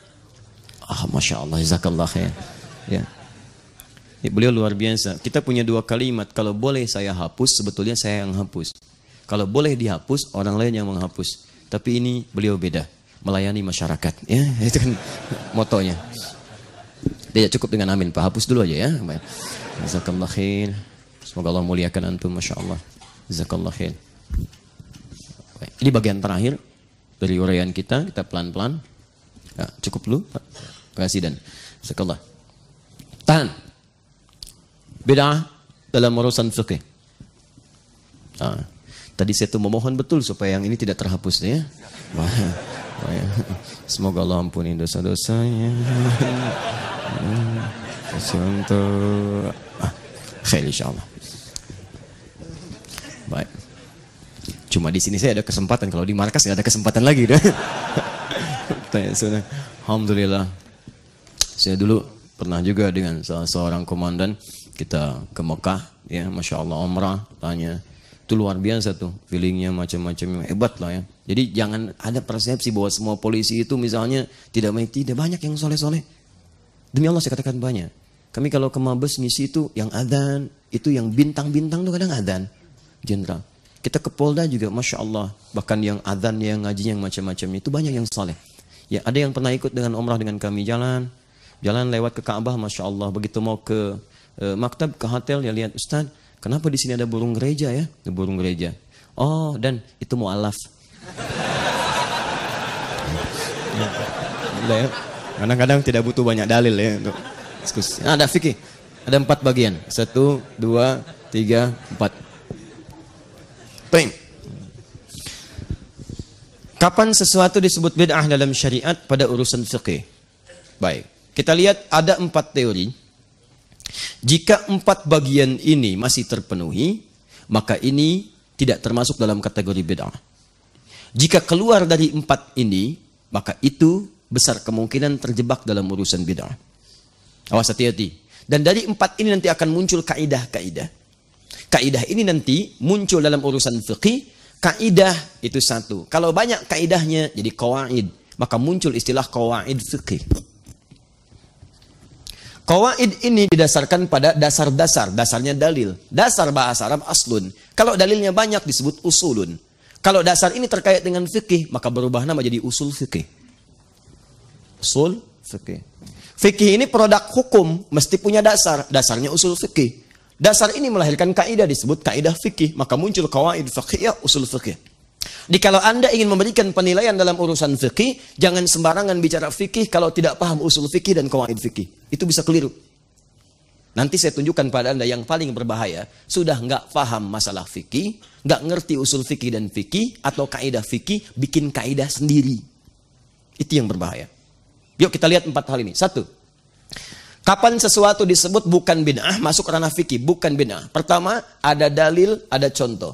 Masya Allah, jazakallah khair. Ya. Beliau luar biasa. Kita punya dua kalimat. Kalau boleh saya hapus, sebetulnya saya yang hapus. Kalau boleh dihapus, orang lain yang menghapus. Tapi ini beliau beda, melayani masyarakat. Ya, itu kan motonya. Tidak cukup dengan amin, Pak. Hapus dulu aja ya. Jazakallah khair. Semoga Allah muliakan antum, Masya Allah. Jazakallah khair. Ini bagian terakhir dari uraian kita pelan-pelan. Ya, cukup dulu, Pak. Terima kasih dan jazakallah. Tahan. Bid'ah dalam urusan fikih. Tadi saya tuh memohon betul supaya yang ini tidak terhapus ya. Semoga Allah ampuni dosa-dosanya. Untuk khair insyaallah. Baik. Cuma di sini saya ada kesempatan, kalau di markas nggak ada kesempatan lagi dah. Alhamdulillah. Saya dulu pernah juga dengan salah seorang komandan kita ke Mekah, ya, Masya Allah umrah, tanya. Itu luar biasa tuh, feelingnya macam-macam, hebat lah ya. Jadi jangan ada persepsi bahwa semua polisi itu misalnya tidak banyak yang soleh-soleh. Demi Allah saya katakan banyak. Kami kalau ke Mabes ngisi itu yang adzan, itu yang bintang-bintang tuh kadang adzan, jenderal. Kita ke Polda juga Masya Allah, bahkan yang adzan, yang ngajinya, yang macam-macam itu banyak yang soleh. Ya ada yang pernah ikut dengan umrah dengan kami, jalan lewat ke Ka'bah, Masya Allah. Begitu mau ke maktab, ke hotel, ya lihat, Ustaz, kenapa di sini ada burung gereja ya? Ada burung gereja. Oh, dan itu mu'alaf. Ya. Kadang-kadang tidak butuh banyak dalil ya untuk diskusi. Ada fikih. Ada 4 bagian. 1, 2, 3, 4. Baik. Kapan sesuatu disebut bid'ah dalam syariat pada urusan fikih? Baik. Kita lihat ada 4 teori. Jika 4 bagian ini masih terpenuhi, maka ini tidak termasuk dalam kategori bid'ah. Jika keluar dari 4 ini, maka itu besar kemungkinan terjebak dalam urusan bid'ah. Awas hati-hati. Dan dari 4 ini nanti akan muncul kaidah-kaidah. Kaidah ini nanti muncul dalam urusan fikih. Kaidah itu 1. Kalau banyak kaidahnya jadi qawaid, maka muncul istilah qawaid fikih. Qawaid ini didasarkan pada dasar-dasar, dasarnya dalil. Dasar bahasa Arab aslun. Kalau dalilnya banyak disebut usulun. Kalau dasar ini terkait dengan fikih, maka berubah nama jadi usul fikih. Usul fikih. Fikih ini produk hukum, mesti punya dasar. Dasarnya usul fikih. Dasar ini melahirkan kaidah disebut kaidah fikih, maka muncul qawaid fiqhiyah, usul fikih. Jadi kalau Anda ingin memberikan penilaian dalam urusan fikih, jangan sembarangan bicara fikih kalau tidak paham usul fikih dan qawaid fikih. Itu bisa keliru. Nanti saya tunjukkan pada Anda yang paling berbahaya, sudah nggak paham masalah fikih, nggak ngerti usul fikih dan fikih, atau kaidah fikih, bikin kaidah sendiri. Itu yang berbahaya. Yuk kita lihat 4 hal ini. 1. Kapan sesuatu disebut bukan bid'ah, masuk ranah fikih, bukan bid'ah. Pertama, ada dalil, ada contoh.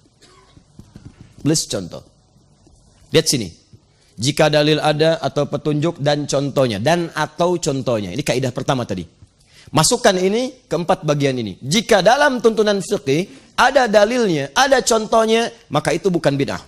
Plus contoh. Lihat sini. Jika dalil ada atau petunjuk dan contohnya. Dan atau contohnya. Ini kaidah pertama tadi. Masukkan ini ke 4 bagian ini. Jika dalam tuntunan fikih ada dalilnya, ada contohnya, maka itu bukan bid'ah.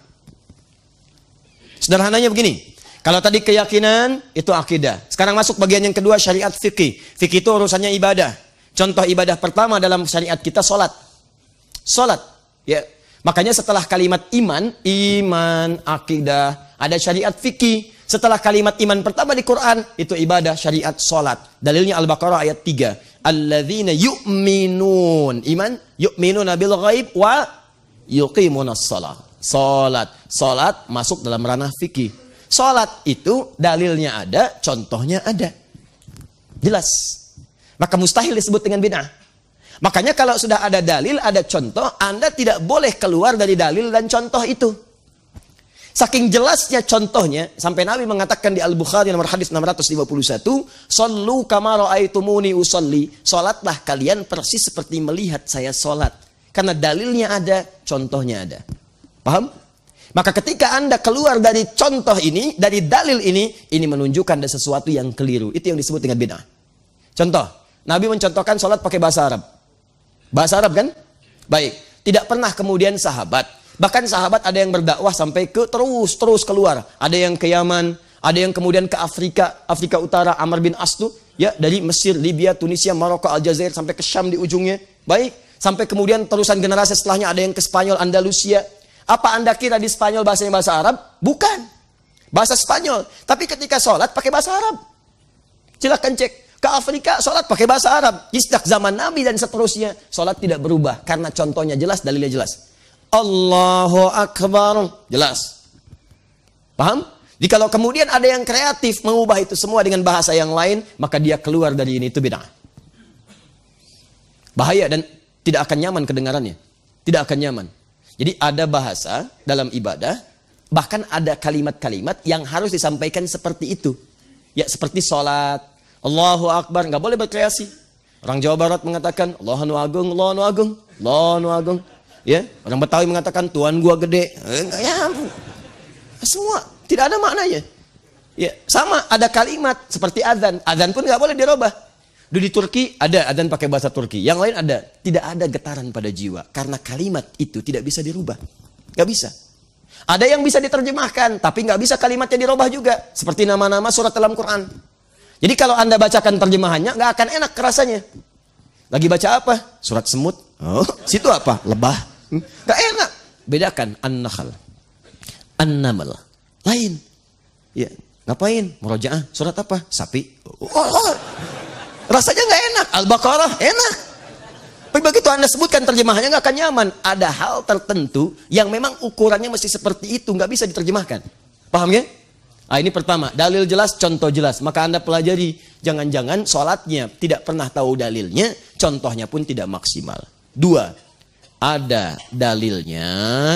Sederhananya begini. Kalau tadi keyakinan, itu akidah. Sekarang masuk bagian yang kedua, syariat fikih. Fikih itu urusannya ibadah. Contoh ibadah pertama dalam syariat kita, sholat. Sholat. Ya. Makanya setelah kalimat iman, akidah, ada syariat fikih. Setelah kalimat iman pertama di Quran, itu ibadah, syariat, sholat. Dalilnya Al-Baqarah ayat 3. Alladzina yu'minun. Iman, yu'minuna bil ghaib wa yuqimunas shalah. Sholat. Sholat masuk dalam ranah fikih. Sholat itu dalilnya ada, contohnya ada. Jelas. Maka mustahil disebut dengan bid'ah. Makanya kalau sudah ada dalil, ada contoh, Anda tidak boleh keluar dari dalil dan contoh itu. Saking jelasnya contohnya, sampai Nabi mengatakan di Al-Bukhari nomor hadis 651, "Shallu kama ra'aitumuni usolli." Salatlah kalian persis seperti melihat saya salat. Karena dalilnya ada, contohnya ada. Paham? Maka ketika Anda keluar dari contoh ini, dari dalil ini menunjukkan ada sesuatu yang keliru. Itu yang disebut dengan bid'ah. Contoh, Nabi mencontohkan salat pakai bahasa Arab. Bahasa Arab kan? Baik. Tidak pernah kemudian sahabat. Bahkan sahabat ada yang berdakwah sampai ke terus keluar. Ada yang ke Yaman, ada yang kemudian ke Afrika Utara, Amr bin As tuh, ya, dari Mesir, Libya, Tunisia, Maroko, Aljazair sampai ke Syam di ujungnya. Baik. Sampai kemudian terusan generasi setelahnya ada yang ke Spanyol, Andalusia. Apa Anda kira di Spanyol bahasanya bahasa Arab? Bukan. Bahasa Spanyol. Tapi ketika sholat pakai bahasa Arab. Silakan cek. Ke Afrika, sholat pakai bahasa Arab. Sejak zaman Nabi dan seterusnya, sholat tidak berubah. Karena contohnya jelas, dalilnya jelas. Allahu Akbar. Jelas. Paham? Jadi kalau kemudian ada yang kreatif, mengubah itu semua dengan bahasa yang lain, maka dia keluar dari ini, itu bid'ah. Bahaya dan tidak akan nyaman kedengarannya. Tidak akan nyaman. Jadi ada bahasa dalam ibadah, bahkan ada kalimat-kalimat yang harus disampaikan seperti itu. Ya, seperti sholat. Allahu Akbar, nggak boleh berkreasi. Orang Jawa Barat mengatakan Allahu Agung, Allahu Agung, Allahu Agung. Ya, orang Betawi mengatakan Tuhan gua gede. Ya, semua tidak ada maknanya. Ya, sama ada kalimat seperti azan. Azan pun nggak boleh dirubah. Di Turki ada azan pakai bahasa Turki. Yang lain ada. Tidak ada getaran pada jiwa karena kalimat itu tidak bisa dirubah. Nggak bisa. Ada yang bisa diterjemahkan, tapi nggak bisa kalimatnya dirubah juga. Seperti nama-nama surat dalam Quran. Jadi kalau Anda bacakan terjemahannya, nggak akan enak rasanya. Lagi baca apa? Surat semut. Oh, situ apa? Lebah. Nggak enak. Bedakan An-Nahl, An-Naml. Lain. Ya, ngapain? Murojaah. Surat apa? Sapi. Oh. Rasanya nggak enak. Al-Baqarah enak. Tapi begitu Anda sebutkan terjemahannya nggak akan nyaman. Ada hal tertentu yang memang ukurannya mesti seperti itu, nggak bisa diterjemahkan. Paham ya? Nah, ini pertama, dalil jelas, contoh jelas. Maka Anda pelajari, jangan-jangan sholatnya tidak pernah tahu dalilnya, contohnya pun tidak maksimal. 2, ada dalilnya,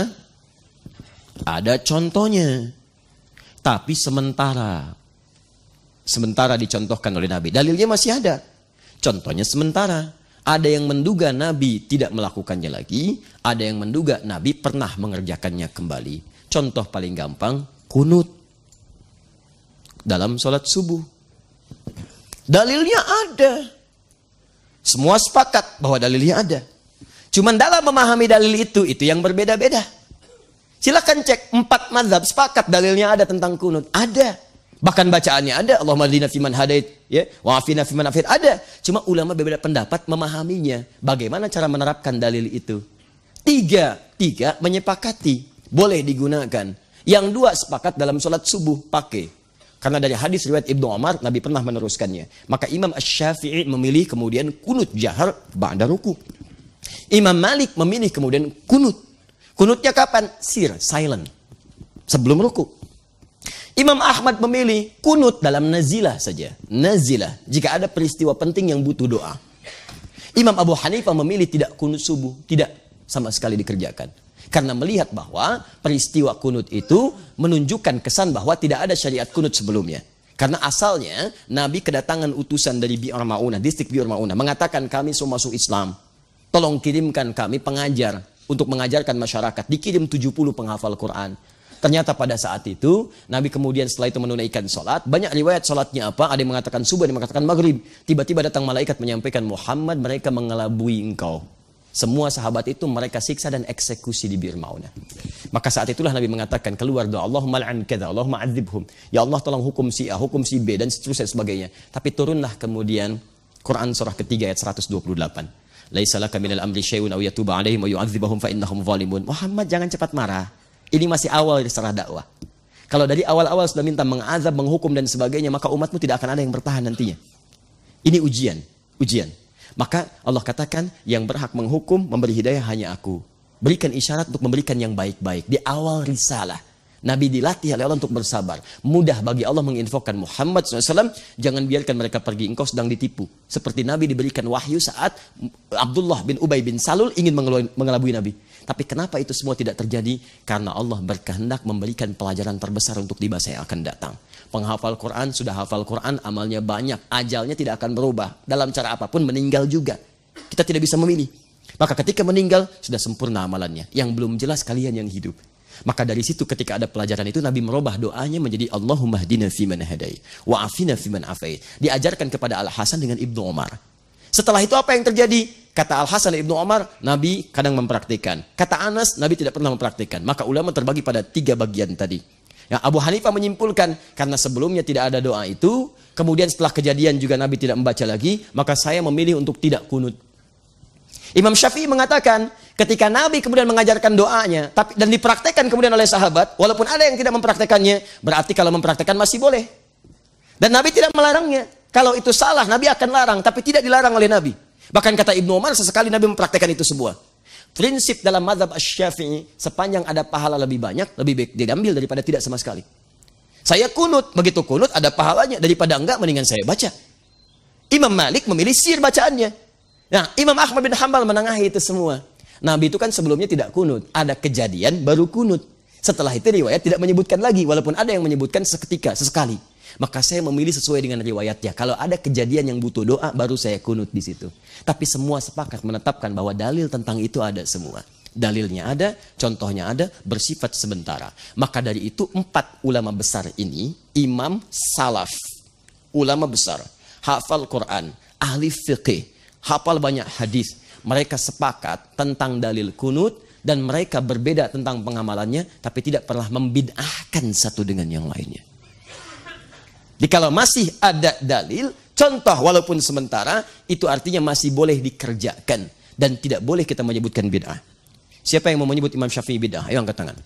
ada contohnya, tapi sementara. Sementara dicontohkan oleh Nabi. Dalilnya masih ada, contohnya sementara. Ada yang menduga Nabi tidak melakukannya lagi, ada yang menduga Nabi pernah mengerjakannya kembali. Contoh paling gampang, kunut dalam sholat subuh. Dalilnya ada. Semua sepakat bahwa dalilnya ada. Cuman dalam memahami dalil itu yang berbeda-beda. Silakan cek 4 mazhab sepakat dalilnya ada tentang kunut. Ada. Bahkan bacaannya ada. Allahumma hdina fiman hadait, ya, wa afina fiman afid. Ada. Cuma ulama berbeda pendapat memahaminya. Bagaimana cara menerapkan dalil itu? 3 menyepakati. Boleh digunakan. Yang 2 sepakat dalam sholat subuh pakai. Karena dari hadis riwayat Ibnu Umar, Nabi pernah meneruskannya. Maka Imam Asy-Syafi'i memilih kemudian kunut jahar ba'da ruku. Imam Malik memilih kemudian kunut. Kunutnya kapan? Sir, silent. Sebelum ruku. Imam Ahmad memilih kunut dalam nazilah saja. Nazilah, jika ada peristiwa penting yang butuh doa. Imam Abu Hanifah memilih tidak kunut subuh. Tidak sama sekali dikerjakan. Karena melihat bahwa peristiwa kunut itu menunjukkan kesan bahwa tidak ada syariat kunut sebelumnya. Karena asalnya Nabi kedatangan utusan dari Bi'ar Ma'unah, distrik Bi'ar Ma'unah, mengatakan kami semua masuk Islam. Tolong kirimkan kami pengajar untuk mengajarkan masyarakat. Dikirim 70 penghafal Quran. Ternyata pada saat itu Nabi kemudian setelah itu menunaikan sholat. Banyak riwayat sholatnya apa? Ada yang mengatakan subuh, ada yang mengatakan maghrib. Tiba-tiba datang malaikat menyampaikan, Muhammad, mereka mengelabui engkau. Semua sahabat itu mereka siksa dan eksekusi di Bir Maunah. Maka saat itulah Nabi mengatakan keluar doa, Allahumma la'an kadza, Allahumma adzibhum. Ya Allah tolong hukum si A, hukum si B dan seterusnya sebagainya. Tapi turunlah kemudian Quran surah ketiga ayat 128. Laisa laka minal amri syai'un aw yatuba 'alaihim wa yu'adzibahum fa innahum zalimun. Muhammad, jangan cepat marah. Ini masih awal risalah dakwah. Kalau dari awal-awal sudah minta mengazab, menghukum dan sebagainya, maka umatmu tidak akan ada yang bertahan nantinya. Ini ujian. Maka Allah katakan yang berhak menghukum, memberi hidayah hanya aku. Berikan isyarat untuk memberikan yang baik-baik. Di awal risalah, Nabi dilatih oleh Allah untuk bersabar. Mudah bagi Allah menginfokan Muhammad SAW, jangan biarkan mereka pergi, engkau sedang ditipu. Seperti Nabi diberikan wahyu saat Abdullah bin Ubay bin Salul ingin mengelabui Nabi. Tapi kenapa itu semua tidak terjadi? Karena Allah berkehendak memberikan pelajaran terbesar untuk di masa yang akan datang. Penghafal Quran sudah hafal Quran, amalnya banyak, ajalnya tidak akan berubah. Dalam cara apapun meninggal juga. Kita tidak bisa memilih. Maka ketika meninggal sudah sempurna amalannya. Yang belum jelas kalian yang hidup. Maka dari situ ketika ada pelajaran itu Nabi merubah doanya menjadi Allahumma hdina fiman hadait wa afina fiman afait. Diajarkan kepada Al-Hasan dengan Ibnu Umar. Setelah itu apa yang terjadi? Kata Al-Hasan dan Ibnu Umar, Nabi kadang mempraktikkan. Kata Anas, Nabi tidak pernah mempraktikkan. Maka ulama terbagi pada 3 bagian tadi. Ya, Abu Hanifah menyimpulkan karena sebelumnya tidak ada doa itu, kemudian setelah kejadian juga Nabi tidak membaca lagi, maka saya memilih untuk tidak kunut. Imam Syafi'i mengatakan ketika Nabi kemudian mengajarkan doanya dan dipraktekkan kemudian oleh sahabat, walaupun ada yang tidak mempraktekannya, berarti kalau mempraktekkan masih boleh. Dan Nabi tidak melarangnya. Kalau itu salah, Nabi akan larang, tapi tidak dilarang oleh Nabi. Bahkan kata Ibnu Umar, sesekali Nabi mempraktekkan itu semua. Prinsip dalam mazhab Asy-Syafi'i, sepanjang ada pahala lebih banyak, lebih baik diambil daripada tidak sama sekali. Saya kunut, begitu kunut ada pahalanya, daripada enggak mendingan saya baca. Imam Malik memilih sir bacaannya. Nah, Imam Ahmad bin Hanbal menengahi itu semua. Nabi itu kan sebelumnya tidak kunut, ada kejadian baru kunut. Setelah itu riwayat tidak menyebutkan lagi, walaupun ada yang menyebutkan seketika, sesekali. Maka saya memilih sesuai dengan riwayatnya. Kalau ada kejadian yang butuh doa, baru saya kunut di situ. Tapi semua sepakat menetapkan bahwa dalil tentang itu ada semua. Dalilnya ada, contohnya ada, bersifat sementara. Maka dari itu 4 ulama besar ini, imam salaf, ulama besar, hafal Quran, ahli fiqih, hafal banyak hadis. Mereka sepakat tentang dalil kunut dan mereka berbeda tentang pengamalannya, tapi tidak pernah membid'ahkan satu dengan yang lainnya. Jadi kalau masih ada dalil, contoh walaupun sementara, itu artinya masih boleh dikerjakan. Dan tidak boleh kita menyebutkan bid'ah. Siapa yang mau menyebut Imam Syafi'i bid'ah? Ayo angkat tangan.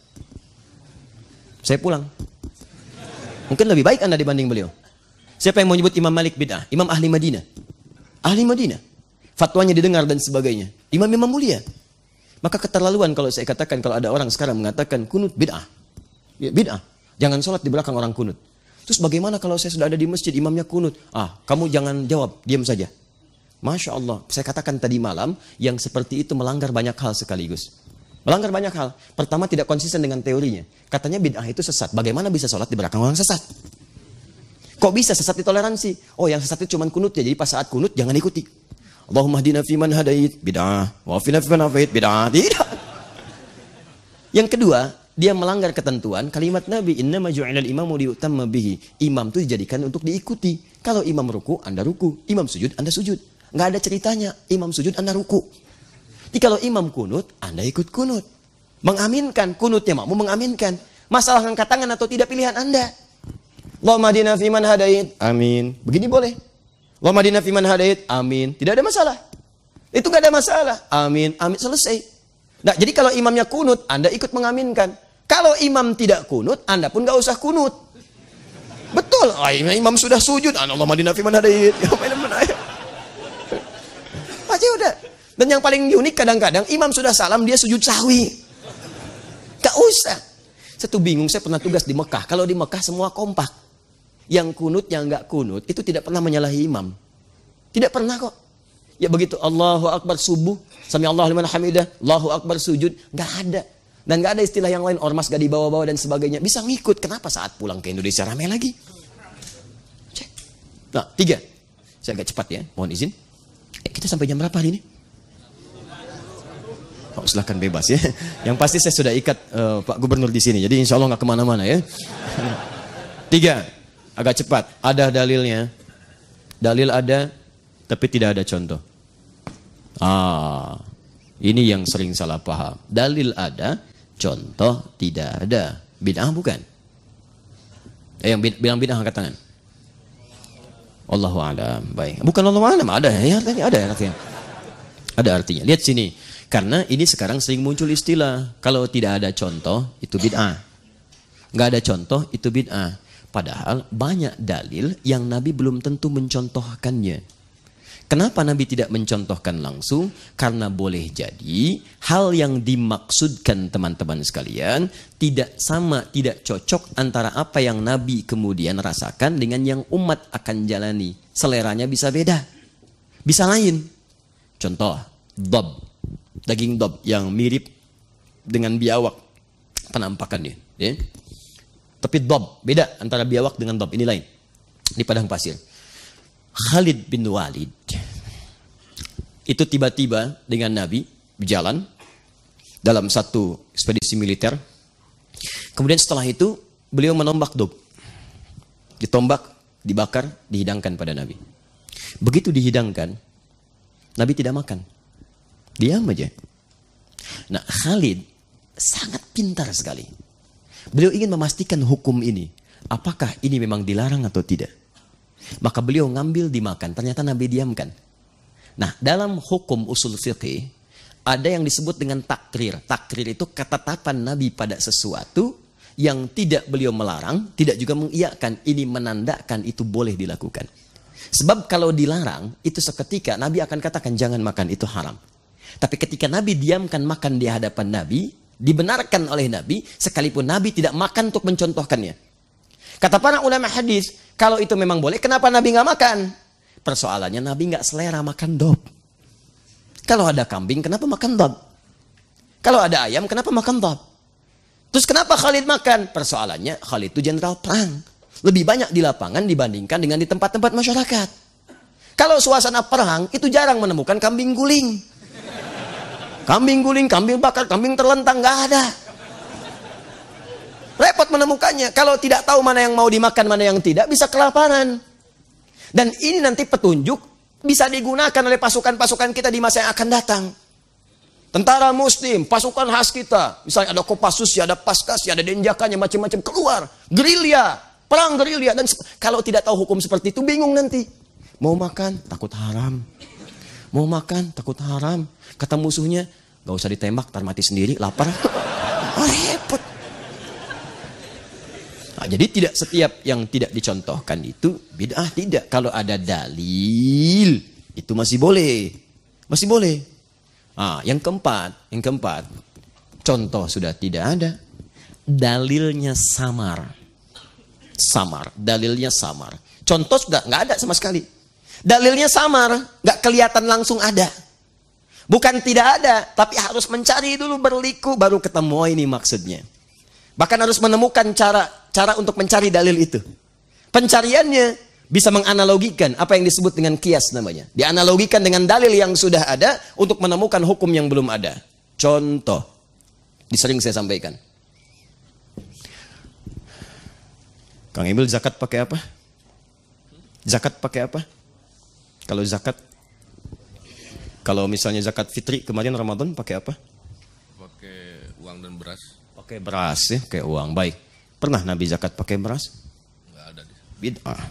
Saya pulang. Mungkin lebih baik Anda dibanding beliau. Siapa yang mau menyebut Imam Malik bid'ah? Imam ahli Madinah. Ahli Madinah. Fatwanya didengar dan sebagainya. Imam-imam mulia. Maka keterlaluan kalau saya katakan, kalau ada orang sekarang mengatakan kunut bid'ah. Ya, bid'ah. Jangan sholat di belakang orang kunut. Terus bagaimana kalau saya sudah ada di masjid, imamnya kunut? Kamu jangan jawab, diam saja. Masya Allah, saya katakan tadi malam, yang seperti itu melanggar banyak hal sekaligus. Melanggar banyak hal. Pertama, tidak konsisten dengan teorinya. Katanya bid'ah itu sesat. Bagaimana bisa sholat di belakang orang sesat? Kok bisa sesat ditoleransi? Oh, yang sesat itu cuma kunut ya, jadi pas saat kunut jangan ikuti. Allahumma hdina fiman hadait, bid'ah. Wa afina fiman afait, bid'ah. Tidak. Yang kedua, dia melanggar ketentuan kalimat Nabi, innama ju'ilal imamu liyutamma bihi. Imam itu dijadikan untuk diikuti. Kalau imam ruku, Anda ruku. Imam sujud, Anda sujud. Nggak ada ceritanya, imam sujud, Anda ruku. Jadi kalau imam kunut, Anda ikut kunut. Mengaminkan, kunutnya makmum mengaminkan. Masalah angkat tangan atau tidak pilihan Anda. Allahumma hdina fiman hadait, amin. Begini boleh. Allahumma hdina fiman hadait, amin. Tidak ada masalah. Itu nggak ada masalah. Amin, amin, selesai. Nah, jadi kalau imamnya kunut, Anda ikut mengaminkan. Kalau imam tidak kunut, Anda pun gak usah kunut. Betul. Imam sudah sujud. Allahumma hdina fiman hadait. Aja udah. Dan yang paling unik kadang-kadang imam sudah salam, dia sujud sahwi. Gak usah. Saya tuh bingung, saya pernah tugas di Mekah. Kalau di Mekah semua kompak. Yang kunut, yang gak kunut, itu tidak pernah menyalahi imam. Tidak pernah kok. Ya begitu, Allahu Akbar subuh, sami Allahu liman hamidah, Allahu Akbar sujud, gak ada. Dan gak ada istilah yang lain, ormas gak dibawa-bawa dan sebagainya. Bisa ngikut, kenapa saat pulang ke Indonesia ramai lagi? Cek. Nah, 3. Saya agak cepat ya, mohon izin. Kita sampai jam berapa hari ini? Oh, silahkan bebas ya. Yang pasti saya sudah ikat Pak Gubernur di sini. Jadi insya Allah nggak kemana-mana ya. 3, agak cepat. Ada dalilnya. Dalil ada, tapi tidak ada contoh. Ini yang sering salah paham. Dalil ada, contoh tidak ada. Bid'ah bukan? Yang bilang bid'ah angkat tangan. Allahu a'lam. Baik. Bukan Allahu a'lam, ada ya artinya, ada artinya. Ada artinya. Lihat sini. Karena ini sekarang sering muncul istilah. Kalau tidak ada contoh, itu bid'ah. Nggak ada contoh, itu bid'ah. Padahal banyak dalil yang Nabi belum tentu mencontohkannya. Kenapa Nabi tidak mencontohkan langsung? Karena boleh jadi hal yang dimaksudkan teman-teman sekalian tidak sama, tidak cocok antara apa yang Nabi kemudian rasakan dengan yang umat akan jalani. Seleranya bisa beda. Bisa lain. Contoh, dob. Daging dob yang mirip dengan biawak penampakannya, ya. Tapi dob beda antara biawak dengan dob, ini lain. Di padang pasir. Khalid bin Walid itu tiba-tiba dengan Nabi berjalan dalam satu ekspedisi militer. Kemudian setelah itu beliau menombak dob. Ditombak, dibakar, dihidangkan pada Nabi. Begitu dihidangkan, Nabi tidak makan. Diam aja. Nah, Khalid sangat pintar sekali. Beliau ingin memastikan hukum ini. Apakah ini memang dilarang atau tidak? Maka beliau ngambil dimakan. Ternyata Nabi diamkan. Nah, dalam hukum usul fiqih ada yang disebut dengan takrir. Takrir itu ketetapan Nabi pada sesuatu yang tidak beliau melarang, tidak juga mengiyakan. Ini menandakan itu boleh dilakukan. Sebab kalau dilarang, itu seketika Nabi akan katakan jangan makan, itu haram. Tapi ketika Nabi diamkan makan di hadapan Nabi, dibenarkan oleh Nabi, sekalipun Nabi tidak makan untuk mencontohkannya. Kata para ulama hadis, kalau itu memang boleh, kenapa Nabi nggak makan? Persoalannya Nabi nggak selera makan dob. Kalau ada kambing, kenapa makan dob? Kalau ada ayam, kenapa makan dob? Terus kenapa Khalid makan? Persoalannya Khalid itu jenderal perang. Lebih banyak di lapangan dibandingkan dengan di tempat-tempat masyarakat. Kalau suasana perang, itu jarang menemukan kambing guling. Kambing guling, kambing bakar, kambing terlentang, nggak ada. Repot menemukannya. Kalau tidak tahu mana yang mau dimakan, mana yang tidak, bisa kelaparan. Dan ini nanti petunjuk bisa digunakan oleh pasukan-pasukan kita di masa yang akan datang. Tentara Muslim, pasukan khas kita. Misalnya ada Kopassusnya, ada Paskasnya, ada Denjakannya, macam-macam keluar. Gerilya, perang gerilya. Dan kalau tidak tahu hukum seperti itu, bingung nanti. Mau makan, takut haram. Mau makan, takut haram. Kata musuhnya, gak usah ditembak, tar mati sendiri, lapar. Repot. Nah, jadi tidak setiap yang tidak dicontohkan itu bid'ah, tidak. Kalau ada dalil, itu masih boleh. Masih boleh. Yang keempat, contoh sudah tidak ada. Dalilnya samar. Dalilnya samar. Contoh sudah nggak ada sama sekali. Dalilnya samar, nggak kelihatan langsung ada. Bukan tidak ada, tapi harus mencari dulu berliku baru ketemu ini maksudnya. Bahkan harus menemukan cara untuk mencari dalil itu. Pencariannya bisa menganalogikan apa yang disebut dengan kias namanya. Dianalogikan dengan dalil yang sudah ada untuk menemukan hukum yang belum ada. Contoh, sering saya sampaikan. Kang Emil zakat pakai apa? Zakat pakai apa? Kalau zakat, kalau misalnya zakat fitri kemarin Ramadan pakai apa? Pakai uang dan beras. Pakai beras ya, pakai uang. Baik. Pernah Nabi zakat pakai beras? Enggak ada. Bid'ah.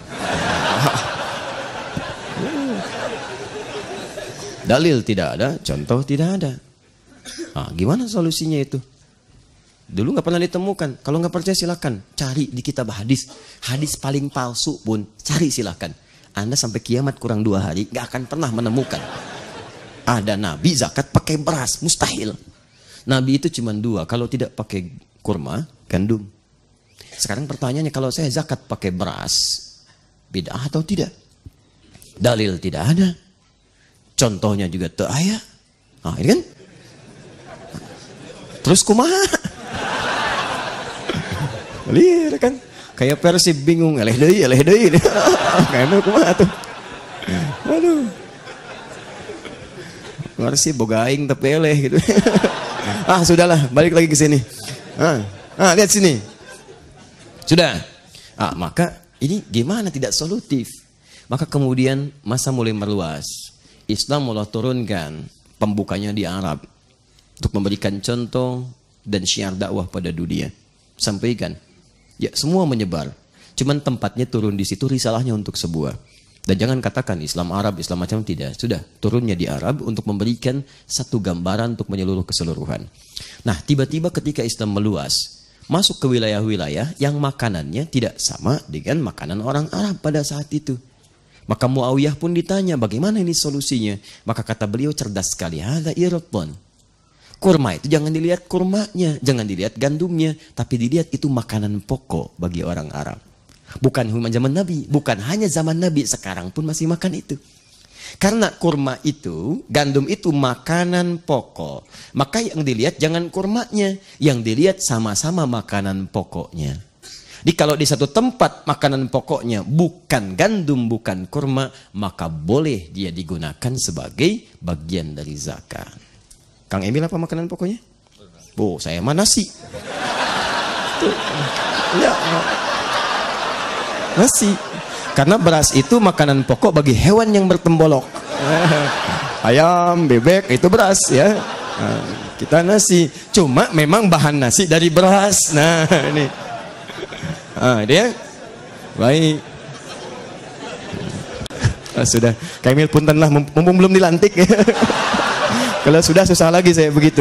Dalil tidak ada, contoh tidak ada. Gimana solusinya itu? Dulu nggak pernah ditemukan. Kalau nggak percaya silakan cari di kitab hadis. Hadis paling palsu pun cari silakan. Anda sampai kiamat kurang 2 hari nggak akan pernah menemukan ada Nabi zakat pakai beras, mustahil. Nabi itu cuma 2, kalau tidak pakai kurma, gandum. Sekarang pertanyaannya, kalau saya zakat pakai beras, bid'ah atau tidak? Dalil tidak ada. Contohnya juga tak ada. Nah, ini kan? Terus kumaha? Lihat kan? Kayak Persib bingung, eleh deui. Kayaknya kumaha tuh. Aduh. Persib boga aing tapi eleh gitu. Sudahlah, balik lagi ke sini. Lihat sini. Sudah. Maka ini gimana tidak solutif? Maka kemudian masa mulai meluas. Islam mulai turunkan pembukanya di Arab untuk memberikan contoh dan syiar dakwah pada dunia. Sampaikan. Ya, semua menyebar. Cuman tempatnya turun di situ, risalahnya untuk sebuah. Dan jangan katakan Islam Arab, Islam macam, tidak. Sudah, turunnya di Arab untuk memberikan satu gambaran untuk menyeluruh keseluruhan. Nah, tiba-tiba ketika Islam meluas, masuk ke wilayah-wilayah yang makanannya tidak sama dengan makanan orang Arab pada saat itu. Maka Muawiyah pun ditanya, bagaimana ini solusinya? Maka kata beliau cerdas sekali, hadza irfan. Kurma itu jangan dilihat kurmanya, jangan dilihat gandumnya, tapi dilihat itu makanan pokok bagi orang Arab. Bukan cuma zaman Nabi, bukan hanya zaman Nabi, sekarang pun masih makan itu. Karena kurma itu, gandum itu makanan pokok. Maka yang dilihat jangan kurmanya, yang dilihat sama-sama makanan pokoknya. Jadi kalau di satu tempat makanan pokoknya bukan gandum, bukan kurma, maka boleh dia digunakan sebagai bagian dari zakat. Kang Emil apa makanan pokoknya? Saya mah nasi. Ya, nasi. Karena beras itu makanan pokok bagi hewan yang bertembolok. Ayam, bebek itu beras ya. Kita nasi. Cuma memang bahan nasi dari beras. Nah, ini. Dia baik. Sudah, Kang Emil puntenlah mumpung belum dilantik. Kalau sudah susah lagi saya begitu.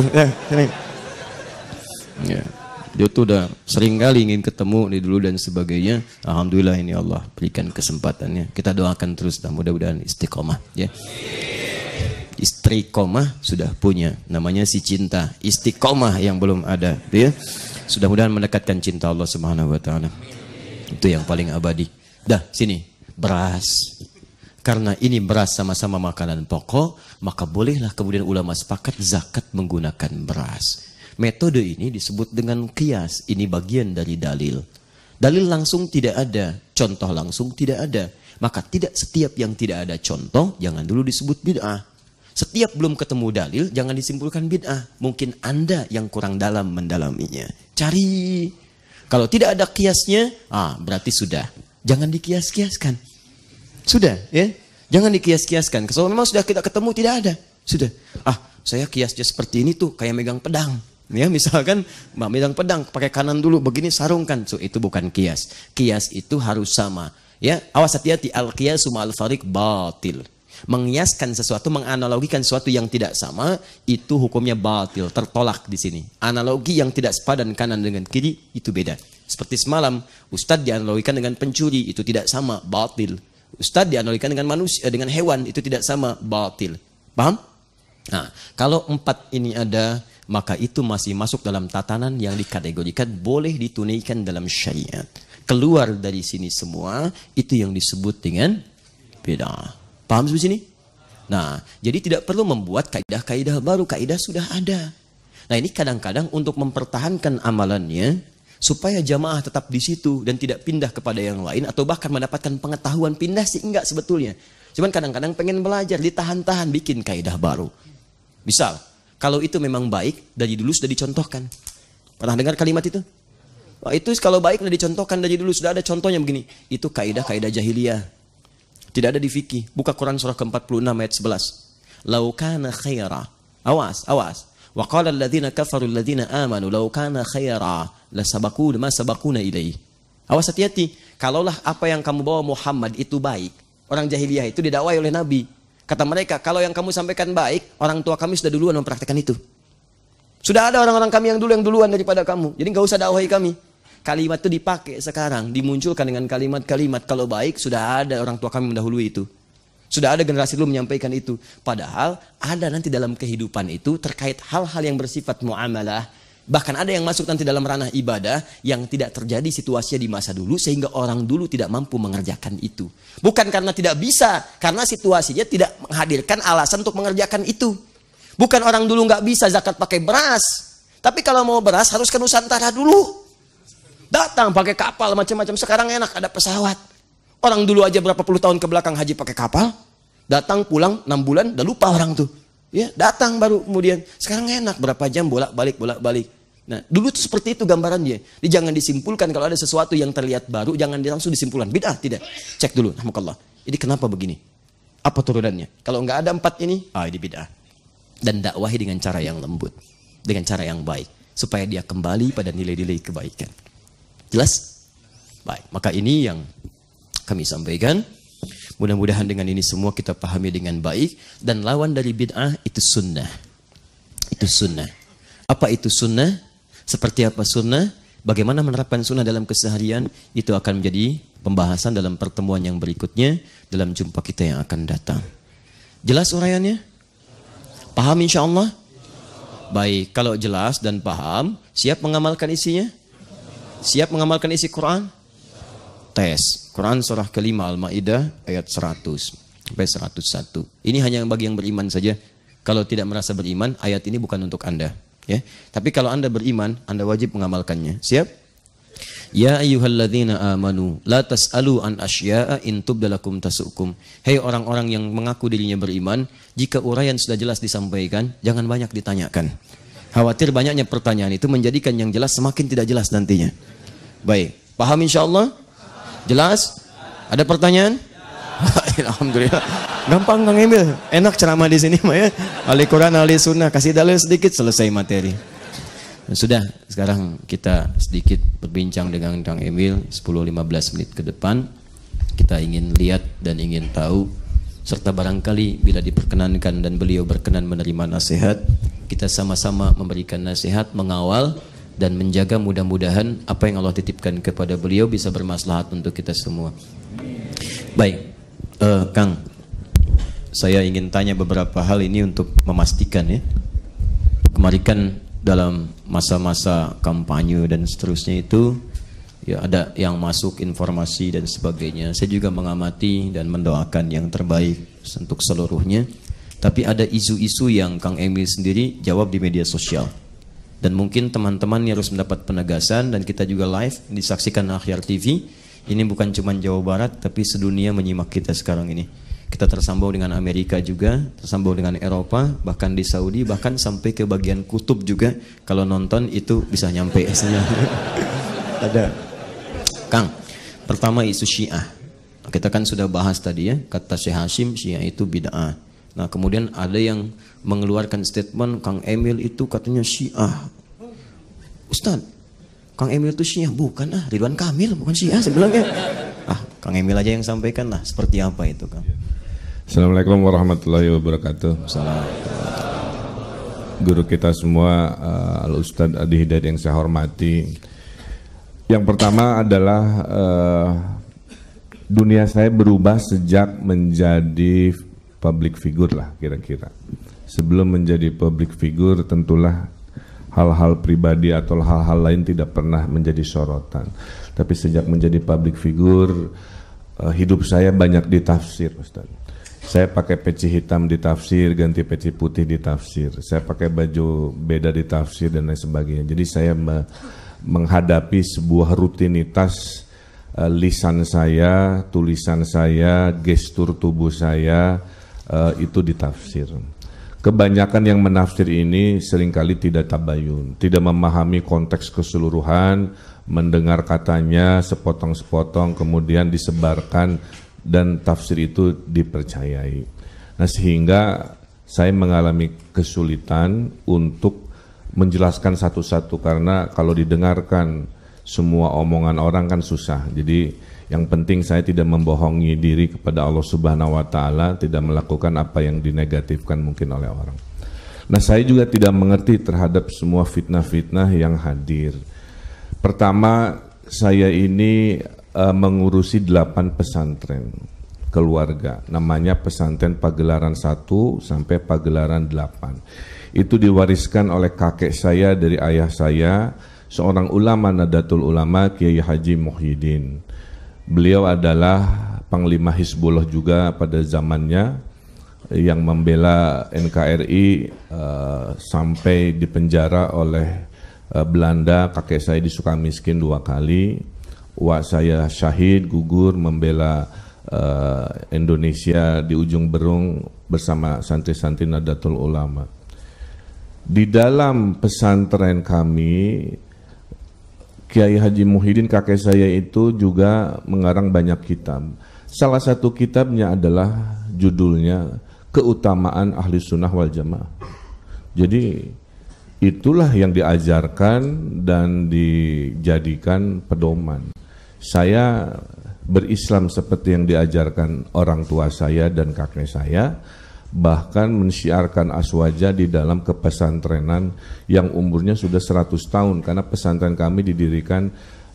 Ya. Dia tuh udah sering kali ingin ketemu di dulu dan sebagainya. Alhamdulillah ini Allah berikan kesempatannya. Kita doakan terus, mudah-mudahan istiqomah ya. Istiqomah sudah punya, namanya si cinta. Istiqomah yang belum ada, ya. Sudah mudahan mendekatkan cinta Allah Subhanahu wa taala. Itu yang paling abadi. Dah, sini. Beras. Karena ini beras sama-sama makanan pokok, maka bolehlah kemudian ulama sepakat zakat menggunakan beras. Metode ini disebut dengan qiyas. Ini bagian dari dalil. Dalil langsung tidak ada, contoh langsung tidak ada. Maka tidak setiap yang tidak ada contoh, jangan dulu disebut bid'ah. Setiap belum ketemu dalil, jangan disimpulkan bid'ah. Mungkin Anda yang kurang dalam mendalaminya. Cari. Kalau tidak ada kiasnya, berarti sudah. Jangan dikias-kiaskan. Sudah, ya. Jangan dikias-kiaskan. Kalau memang sudah kita ketemu, tidak ada. Sudah. Saya kiasnya seperti ini tuh, kayak megang pedang. Ya, misalkan megang pedang, pakai kanan dulu, begini sarungkan. So, itu bukan kias. Kias itu harus sama. Ya, awas hati-hati. Al-qiyasu ma'al fariq batil. Mengiaskan sesuatu, menganalogikan sesuatu yang tidak sama, itu hukumnya batil, tertolak di sini. Analogi yang tidak sepadan kanan dengan kiri, itu beda. Seperti semalam, Ustadz dianalogikan dengan pencuri, itu tidak sama, batil. Ustadz dianalogikan dengan manusia, dengan hewan, itu tidak sama, batil. Paham? Nah, kalau 4 ini ada, maka itu masih masuk dalam tatanan yang dikategorikan boleh ditunaikan dalam syariat. Keluar dari sini semua, itu yang disebut dengan bid'ah. Paham sampai sini? Nah, jadi tidak perlu membuat kaidah-kaidah baru, kaidah sudah ada. Nah, ini kadang-kadang untuk mempertahankan amalannya supaya jamaah tetap di situ dan tidak pindah kepada yang lain atau bahkan mendapatkan pengetahuan. Pindah sih enggak sebetulnya. Cuman kadang-kadang pengen belajar, ditahan-tahan bikin kaidah baru. Misal, kalau itu memang baik, dari dulu sudah dicontohkan. Pernah dengar kalimat itu? Itu kalau baik sudah dicontohkan dari dulu, sudah ada contohnya begini. Itu kaidah-kaidah jahiliyah. Tidak ada di fikih. Buka Quran surah ke-46 ayat 11. Lau kana khaira. Awas. Wa qala alladhina kafaru alladhina amanu lau kana khaira la sabaquna ma sabaquna ilaihi. Awas hati-hati. Kalaulah apa yang kamu bawa Muhammad itu baik. Orang jahiliyah itu didakwai oleh Nabi. Kata mereka, kalau yang kamu sampaikan baik, orang tua kami sudah duluan mempraktikkan itu. Sudah ada orang-orang kami yang duluan daripada kamu. Jadi enggak usah dakwahi kami. Kalimat itu dipakai sekarang, dimunculkan dengan kalimat-kalimat. Kalau baik, sudah ada orang tua kami mendahului itu. Sudah ada generasi dulu menyampaikan itu. Padahal ada nanti dalam kehidupan itu terkait hal-hal yang bersifat muamalah. Bahkan ada yang masuk nanti dalam ranah ibadah yang tidak terjadi situasinya di masa dulu sehingga orang dulu tidak mampu mengerjakan itu. Bukan karena tidak bisa, karena situasinya tidak menghadirkan alasan untuk mengerjakan itu. Bukan orang dulu nggak bisa zakat pakai beras. Tapi kalau mau beras harus ke Nusantara dulu. Datang pakai kapal macam-macam. Sekarang enak ada pesawat. Orang dulu aja berapa puluh tahun ke belakang haji pakai kapal, datang pulang 6 bulan, udah lupa orang tuh. Ya, datang baru kemudian. Sekarang enak berapa jam bolak-balik. Nah, dulu tuh seperti itu gambarannya. Jadi jangan disimpulkan kalau ada sesuatu yang terlihat baru, jangan langsung disimpulkan. Bid'ah tidak. Cek dulu, rahmakallah. Ini kenapa begini? Apa turunannya? Kalau nggak ada 4 ini, ini bid'ah. Dan dakwahi dengan cara yang lembut, dengan cara yang baik, supaya dia kembali pada nilai-nilai kebaikan. Jelas? Baik, maka ini yang kami sampaikan. Mudah-mudahan dengan ini semua kita pahami dengan baik. Dan lawan dari bid'ah itu sunnah. Itu sunnah. Apa itu sunnah? Seperti apa sunnah? Bagaimana menerapkan sunnah dalam keseharian? Itu akan menjadi pembahasan dalam pertemuan yang berikutnya, dalam jumpa kita yang akan datang. Jelas uraiannya? Paham insya Allah? Baik, kalau jelas dan paham, siap mengamalkan isinya? Siap mengamalkan isi Quran? Tes. Quran surah kelima Al-Ma'idah ayat 100 sampai 101. Ini hanya bagi yang beriman saja. Kalau tidak merasa beriman, ayat ini bukan untuk Anda. Ya. Tapi kalau Anda beriman, Anda wajib mengamalkannya. Siap? Ya ayyuhalladzina amanu la tas'alu an asya'a in tubdalakum tasukum. Hei orang-orang yang mengaku dirinya beriman, jika uraian sudah jelas disampaikan, jangan banyak ditanyakan. Khawatir banyaknya pertanyaan itu menjadikan yang jelas semakin tidak jelas nantinya. Baik, paham insyaallah? Jelas? Ada pertanyaan? Alhamdulillah. Gampang Kang Emil. Enak ceramah di sini mah ya. Ahli Quran, ahli sunnah. Kasih dalil sedikit selesai materi. Sudah, sekarang kita sedikit berbincang dengan Kang Emil 10-15 menit ke depan. Kita ingin lihat dan ingin tahu, serta barangkali bila diperkenankan dan beliau berkenan menerima nasihat, kita sama-sama memberikan nasihat, mengawal dan menjaga, mudah-mudahan apa yang Allah titipkan kepada beliau bisa bermaslahat untuk kita semua. Baik, Kang, saya ingin tanya beberapa hal ini untuk memastikan ya. Kemarin kan dalam masa-masa kampanye dan seterusnya itu ya ada yang masuk informasi dan sebagainya. Saya juga mengamati dan mendoakan yang terbaik untuk seluruhnya. Tapi ada isu-isu yang Kang Emil sendiri jawab di media sosial. Dan mungkin teman-teman harus mendapat penegasan, dan kita juga live disaksikan Akhyar TV. Ini bukan cuma Jawa Barat tapi sedunia menyimak kita sekarang ini. Kita tersambung dengan Amerika juga, tersambung dengan Eropa, bahkan di Saudi, bahkan sampai ke bagian kutub juga. Kalau nonton itu bisa nyampe esnya. Ada. Kang, pertama isu Syiah. Kita kan sudah bahas tadi ya, kata Syekh Hashim Syiah itu bid'ah. Nah kemudian ada yang mengeluarkan statement Kang Emil itu katanya Syiah. Ustaz, Kang Emil itu Syiah? Bukan Ridwan Kamil bukan Syiah sebenarnya. Kang Emil aja yang sampaikan lah seperti apa itu Kang. Assalamualaikum warahmatullahi wabarakatuh. Guru kita semua, Al-Ustadz Adi Hidayat yang saya hormati. Yang pertama adalah dunia saya berubah sejak menjadi public figure lah kira-kira. Sebelum menjadi public figure tentulah hal-hal pribadi atau hal-hal lain tidak pernah menjadi sorotan. Tapi sejak menjadi public figure, hidup saya banyak ditafsir, Ustaz. Saya pakai peci hitam ditafsir, ganti peci putih ditafsir. Saya pakai baju beda ditafsir dan lain sebagainya. Jadi saya menghadapi sebuah rutinitas lisan saya, tulisan saya, gestur tubuh saya itu ditafsir. Kebanyakan yang menafsir ini seringkali tidak tabayun, tidak memahami konteks keseluruhan, mendengar katanya sepotong-sepotong kemudian disebarkan dan tafsir itu dipercayai. Nah sehingga saya mengalami kesulitan untuk menjelaskan satu-satu karena kalau didengarkan semua omongan orang kan susah. Jadi yang penting saya tidak membohongi diri kepada Allah Subhanahu wa taala, tidak melakukan apa yang dinegatifkan mungkin oleh orang. Nah, saya juga tidak mengerti terhadap semua fitnah-fitnah yang hadir. Pertama, saya ini mengurusi 8 pesantren. keluarga. Namanya Pesantren Pagelaran 1 sampai Pagelaran 8. Itu diwariskan oleh kakek saya dari ayah saya, seorang ulama Nahdlatul Ulama, Kiai Haji Muhyiddin. Beliau adalah Panglima Hizbullah juga pada zamannya, yang membela NKRI sampai dipenjara oleh Belanda. Kakek saya di Sukamiskin 2 kali, wak saya syahid gugur membela Indonesia di ujung Berung bersama santri-santri Nahdlatul Ulama. Di dalam pesantren kami, Kiai Haji Muhyiddin kakek saya itu juga mengarang banyak kitab. Salah satu kitabnya adalah judulnya Keutamaan Ahli Sunnah wal Jamaah. Jadi itulah yang diajarkan dan dijadikan pedoman. Saya berislam seperti yang diajarkan orang tua saya dan kakek saya, bahkan mensyiarkan aswaja di dalam kepesantrenan yang umurnya sudah 100 tahun, karena pesantren kami didirikan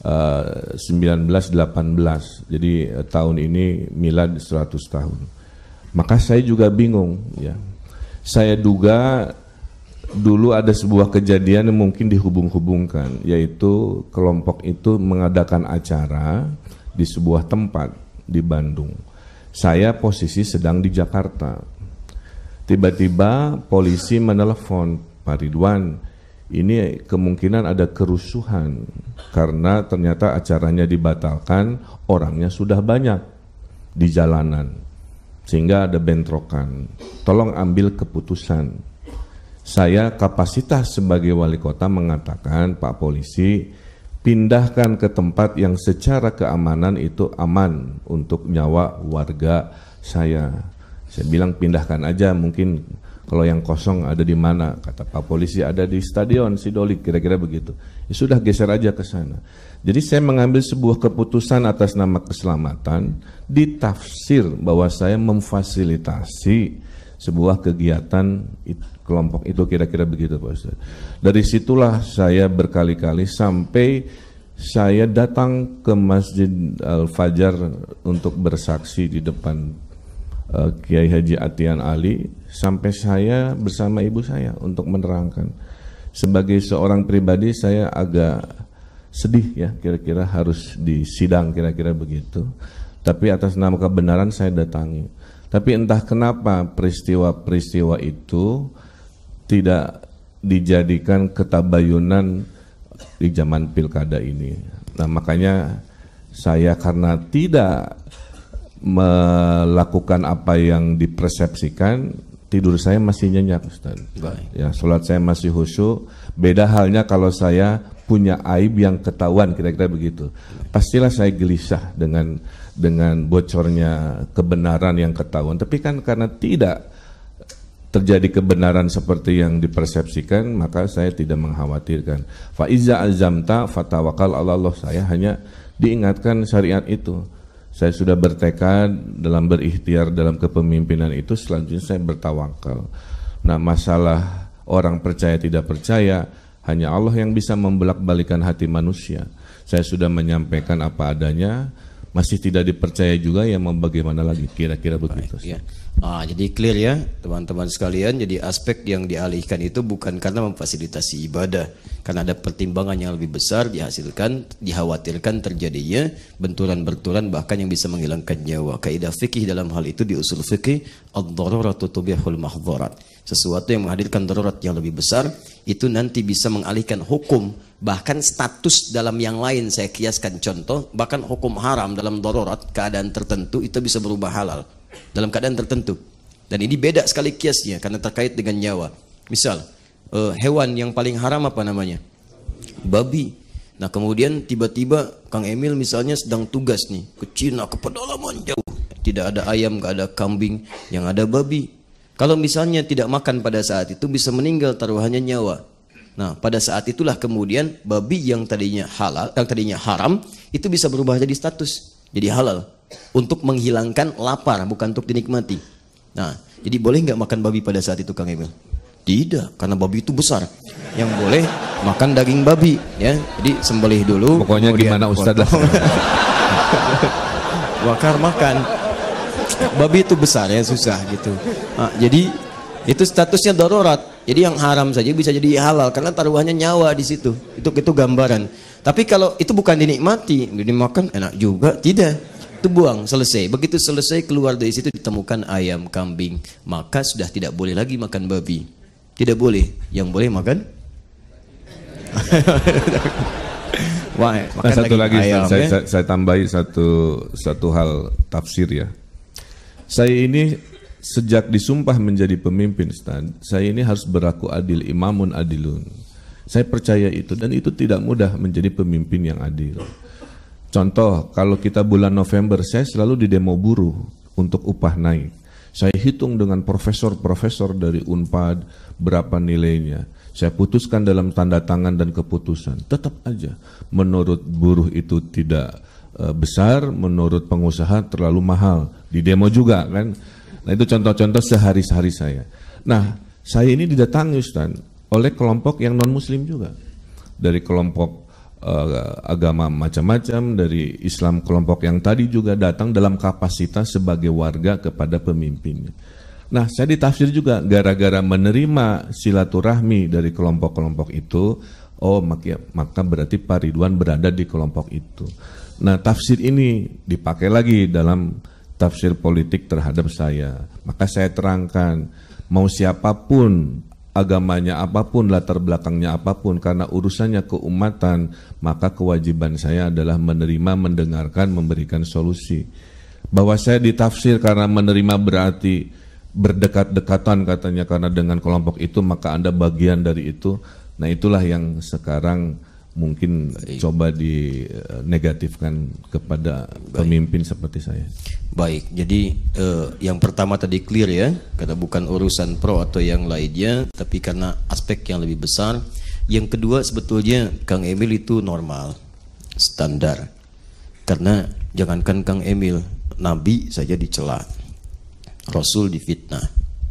1918, jadi tahun ini milad 100 tahun. Maka saya juga bingung, ya. Saya duga dulu ada sebuah kejadian yang mungkin dihubung-hubungkan, yaitu kelompok itu mengadakan acara di sebuah tempat di Bandung. Saya posisi sedang di Jakarta. Tiba-tiba polisi menelepon, Pak Ridwan, ini kemungkinan ada kerusuhan karena ternyata acaranya dibatalkan, orangnya sudah banyak di jalanan sehingga ada bentrokan. Tolong ambil keputusan. Saya kapasitas sebagai wali kota mengatakan, Pak Polisi, pindahkan ke tempat yang secara keamanan itu aman untuk nyawa warga saya. Saya bilang pindahkan aja, mungkin kalau yang kosong ada di mana? Kata Pak Polisi ada di Stadion Sidolik, kira-kira begitu. Ya sudah, geser aja ke sana. Jadi saya mengambil sebuah keputusan atas nama keselamatan, ditafsir bahwa saya memfasilitasi sebuah kegiatan kelompok itu, kira-kira begitu Pak Ustaz. Dari situlah saya berkali-kali sampai saya datang ke Masjid Al-Fajar untuk bersaksi di depan Kiai Haji Atian Ali, sampai saya bersama ibu saya untuk menerangkan. Sebagai seorang pribadi saya agak sedih ya, kira-kira harus disidang, kira-kira begitu. Tapi atas nama kebenaran saya datangi. Tapi entah kenapa peristiwa-peristiwa itu tidak dijadikan ketabayunan di zaman pilkada ini. Nah makanya saya karena tidak melakukan apa yang dipersepsikan, tidur saya masih nyenyak Ustaz. Ya, sholat saya masih khusyuk. Beda halnya kalau saya punya aib yang ketahuan, kira-kira begitu. Pastilah saya gelisah dengan bocornya kebenaran yang ketahuan. Tapi kan karena tidak terjadi kebenaran seperti yang dipersepsikan, maka saya tidak mengkhawatirkan. Fa iza azamta fatawakal 'ala Allah. Saya hanya diingatkan syariat itu. Saya sudah bertekad dalam berikhtiar dalam kepemimpinan itu, selanjutnya saya bertawakal. Nah masalah orang percaya tidak percaya, hanya Allah yang bisa membelak-balikan hati manusia. Saya sudah menyampaikan apa adanya, masih tidak dipercaya juga, ya mau bagaimana lagi, kira-kira begitu. Ya. Jadi clear ya teman-teman sekalian. Jadi aspek yang dialihkan itu bukan karena memfasilitasi ibadah, karena ada pertimbangan yang lebih besar dikhawatirkan terjadinya benturan-benturan bahkan yang bisa menghilangkan nyawa. Kaidah fikih dalam hal itu di usul fikih, ad-daruratu tubihul mahdharat. Sesuatu yang menghadirkan darurat yang lebih besar itu nanti bisa mengalihkan hukum, bahkan status dalam yang lain. Saya kiaskan contoh, bahkan hukum haram dalam darurat keadaan tertentu itu bisa berubah halal dalam keadaan tertentu. Dan ini beda sekali kiasnya karena terkait dengan nyawa. Misal hewan yang paling haram apa namanya? Babi. Nah kemudian tiba-tiba Kang Emil misalnya sedang tugas nih ke Cina, ke pedalaman jauh, tidak ada ayam, nggak ada kambing, yang ada babi. Kalau misalnya tidak makan pada saat itu bisa meninggal, taruhannya nyawa. Nah pada saat itulah kemudian babi yang tadinya halal, yang tadinya haram itu bisa berubah jadi status, jadi halal, untuk menghilangkan lapar, bukan untuk dinikmati. Nah jadi boleh nggak makan babi pada saat itu Kang Emil? Tidak, karena babi itu besar. Yang boleh makan daging babi, ya. Jadi sembelih dulu. Pokoknya gimana Ustaz lah. Bakar makan. Babi itu besar ya, susah gitu. Nah, jadi itu statusnya darurat. Jadi yang haram saja bisa jadi halal karena taruhannya nyawa di situ. Itu gambaran. Tapi kalau itu bukan dinikmati, dimakan enak juga, tidak. Itu buang, selesai. Begitu selesai keluar dari situ ditemukan ayam, kambing, maka sudah tidak boleh lagi makan babi. Tidak boleh. Yang boleh makan wah, nah, satu lagi ayam, saya tambahi satu hal tafsir ya. Saya ini sejak disumpah menjadi pemimpin, Ustaz, saya ini harus berlaku adil, imamun adilun. Saya percaya itu, dan itu tidak mudah menjadi pemimpin yang adil. Contoh, kalau kita bulan November, saya selalu di demo buruh untuk upah naik. Saya hitung dengan profesor-profesor dari Unpad berapa nilainya. Saya putuskan dalam tanda tangan dan keputusan. Tetap aja menurut buruh itu tidak besar, menurut pengusaha terlalu mahal. Di demo juga kan. Nah itu contoh-contoh sehari-hari saya. Nah saya ini didatangi Ustaz oleh kelompok yang non-muslim juga. Dari kelompok agama macam-macam, dari Islam kelompok yang tadi juga datang dalam kapasitas sebagai warga kepada pemimpinnya. Nah saya ditafsir juga gara-gara menerima silaturahmi dari kelompok-kelompok itu, oh maka berarti Pak Ridwan berada di kelompok itu. Nah tafsir ini dipakai lagi dalam tafsir politik terhadap saya. Maka saya terangkan, mau siapapun, agamanya apapun, latar belakangnya apapun, karena urusannya keumatan, maka kewajiban saya adalah menerima, mendengarkan, memberikan solusi. Bahwa saya ditafsir karena menerima berarti berdekat-dekatan katanya, karena dengan kelompok itu maka Anda bagian dari itu. Nah itulah yang sekarang mungkin coba dinegatifkan kepada pemimpin seperti saya. Baik, jadi yang pertama tadi clear ya, karena bukan urusan pro atau yang lainnya, tapi karena aspek yang lebih besar. Yang kedua sebetulnya Kang Emil itu normal, standar. Karena jangankan Kang Emil, Nabi saja dicela, Rasul difitnah,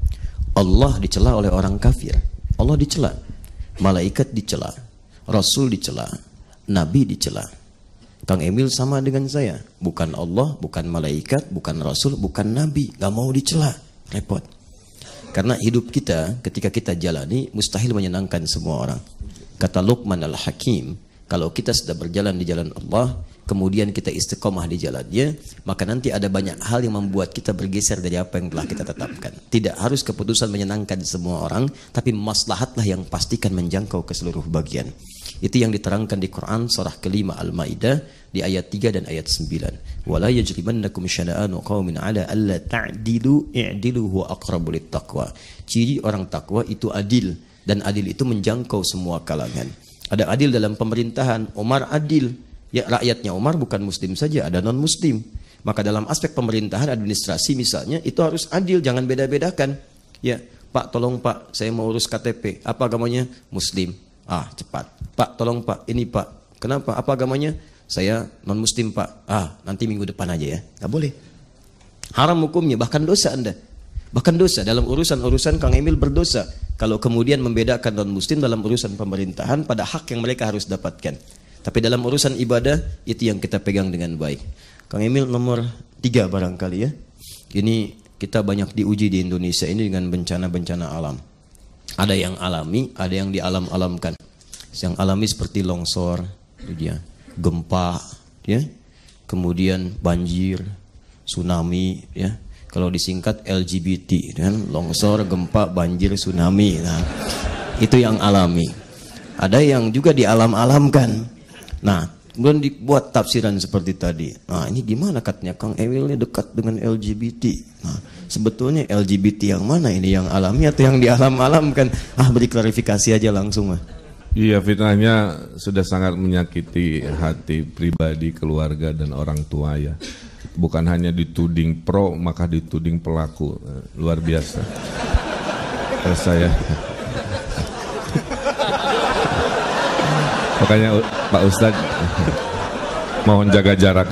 Allah dicela oleh orang kafir, Allah dicela, malaikat dicela, Rasul dicela, Nabi dicela. Kang Emil sama dengan saya, bukan Allah, bukan malaikat, bukan Rasul, bukan Nabi, gak mau dicela, repot. Karena hidup kita ketika kita jalani mustahil menyenangkan semua orang. Kata Luqman Al-Hakim, kalau kita sudah berjalan di jalan Allah, kemudian kita istiqomah di jalannya, maka nanti ada banyak hal yang membuat kita bergeser dari apa yang telah kita tetapkan. Tidak harus keputusan menyenangkan semua orang, tapi maslahatlah yang pastikan menjangkau ke seluruh bagian. Itu yang diterangkan di Quran surah kelima Al-Maidah di ayat 3 dan ayat 9. Wala yajrimannakum syana'anu qaumin 'ala alla ta'dilu i'dilu huwa aqrabu littaqwa. Ciri orang takwa itu adil, dan adil itu menjangkau semua kalangan. Ada adil dalam pemerintahan, Umar adil. Ya, rakyatnya Umar bukan muslim saja, ada non muslim. Maka dalam aspek pemerintahan, administrasi misalnya, itu harus adil, jangan beda-bedakan. Ya, Pak tolong Pak, saya mau urus KTP. Apa agamanya? Muslim. Ah, cepat. Pak tolong Pak, ini Pak. Kenapa? Apa agamanya? Saya non muslim Pak. Ah, nanti minggu depan aja ya. Gak boleh. Haram hukumnya, bahkan dosa Anda. Bahkan dosa dalam urusan-urusan Kang Emil berdosa kalau kemudian membedakan non muslim dalam urusan pemerintahan pada hak yang mereka harus dapatkan. Tapi dalam urusan ibadah itu yang kita pegang dengan baik. Kang Emil nomor 3 barangkali ya. Ini kita banyak diuji di Indonesia ini dengan bencana-bencana alam. Ada yang alami, ada yang dialam-alamkan. Yang alami seperti longsor, itu dia, gempa, ya. Kemudian banjir, tsunami, ya. Kalau disingkat LGBT, kan? Longsor, gempa, banjir, tsunami. Nah, itu yang alami. Ada yang juga dialam-alamkan. Nah, kemudian dibuat tafsiran seperti tadi. Nah, ini gimana katanya Kang Emil ini dekat dengan LGBT. Nah, sebetulnya LGBT yang mana ini, yang alami atau yang dialam-alamkan? Ah, beri klarifikasi aja langsung mah. Iya, fitnahnya sudah sangat menyakiti hati pribadi, keluarga dan orang tua ya. Bukan hanya dituding pro, maka dituding pelaku. Luar biasa. Terus saya makanya Pak Ustadz mohon jaga jarak.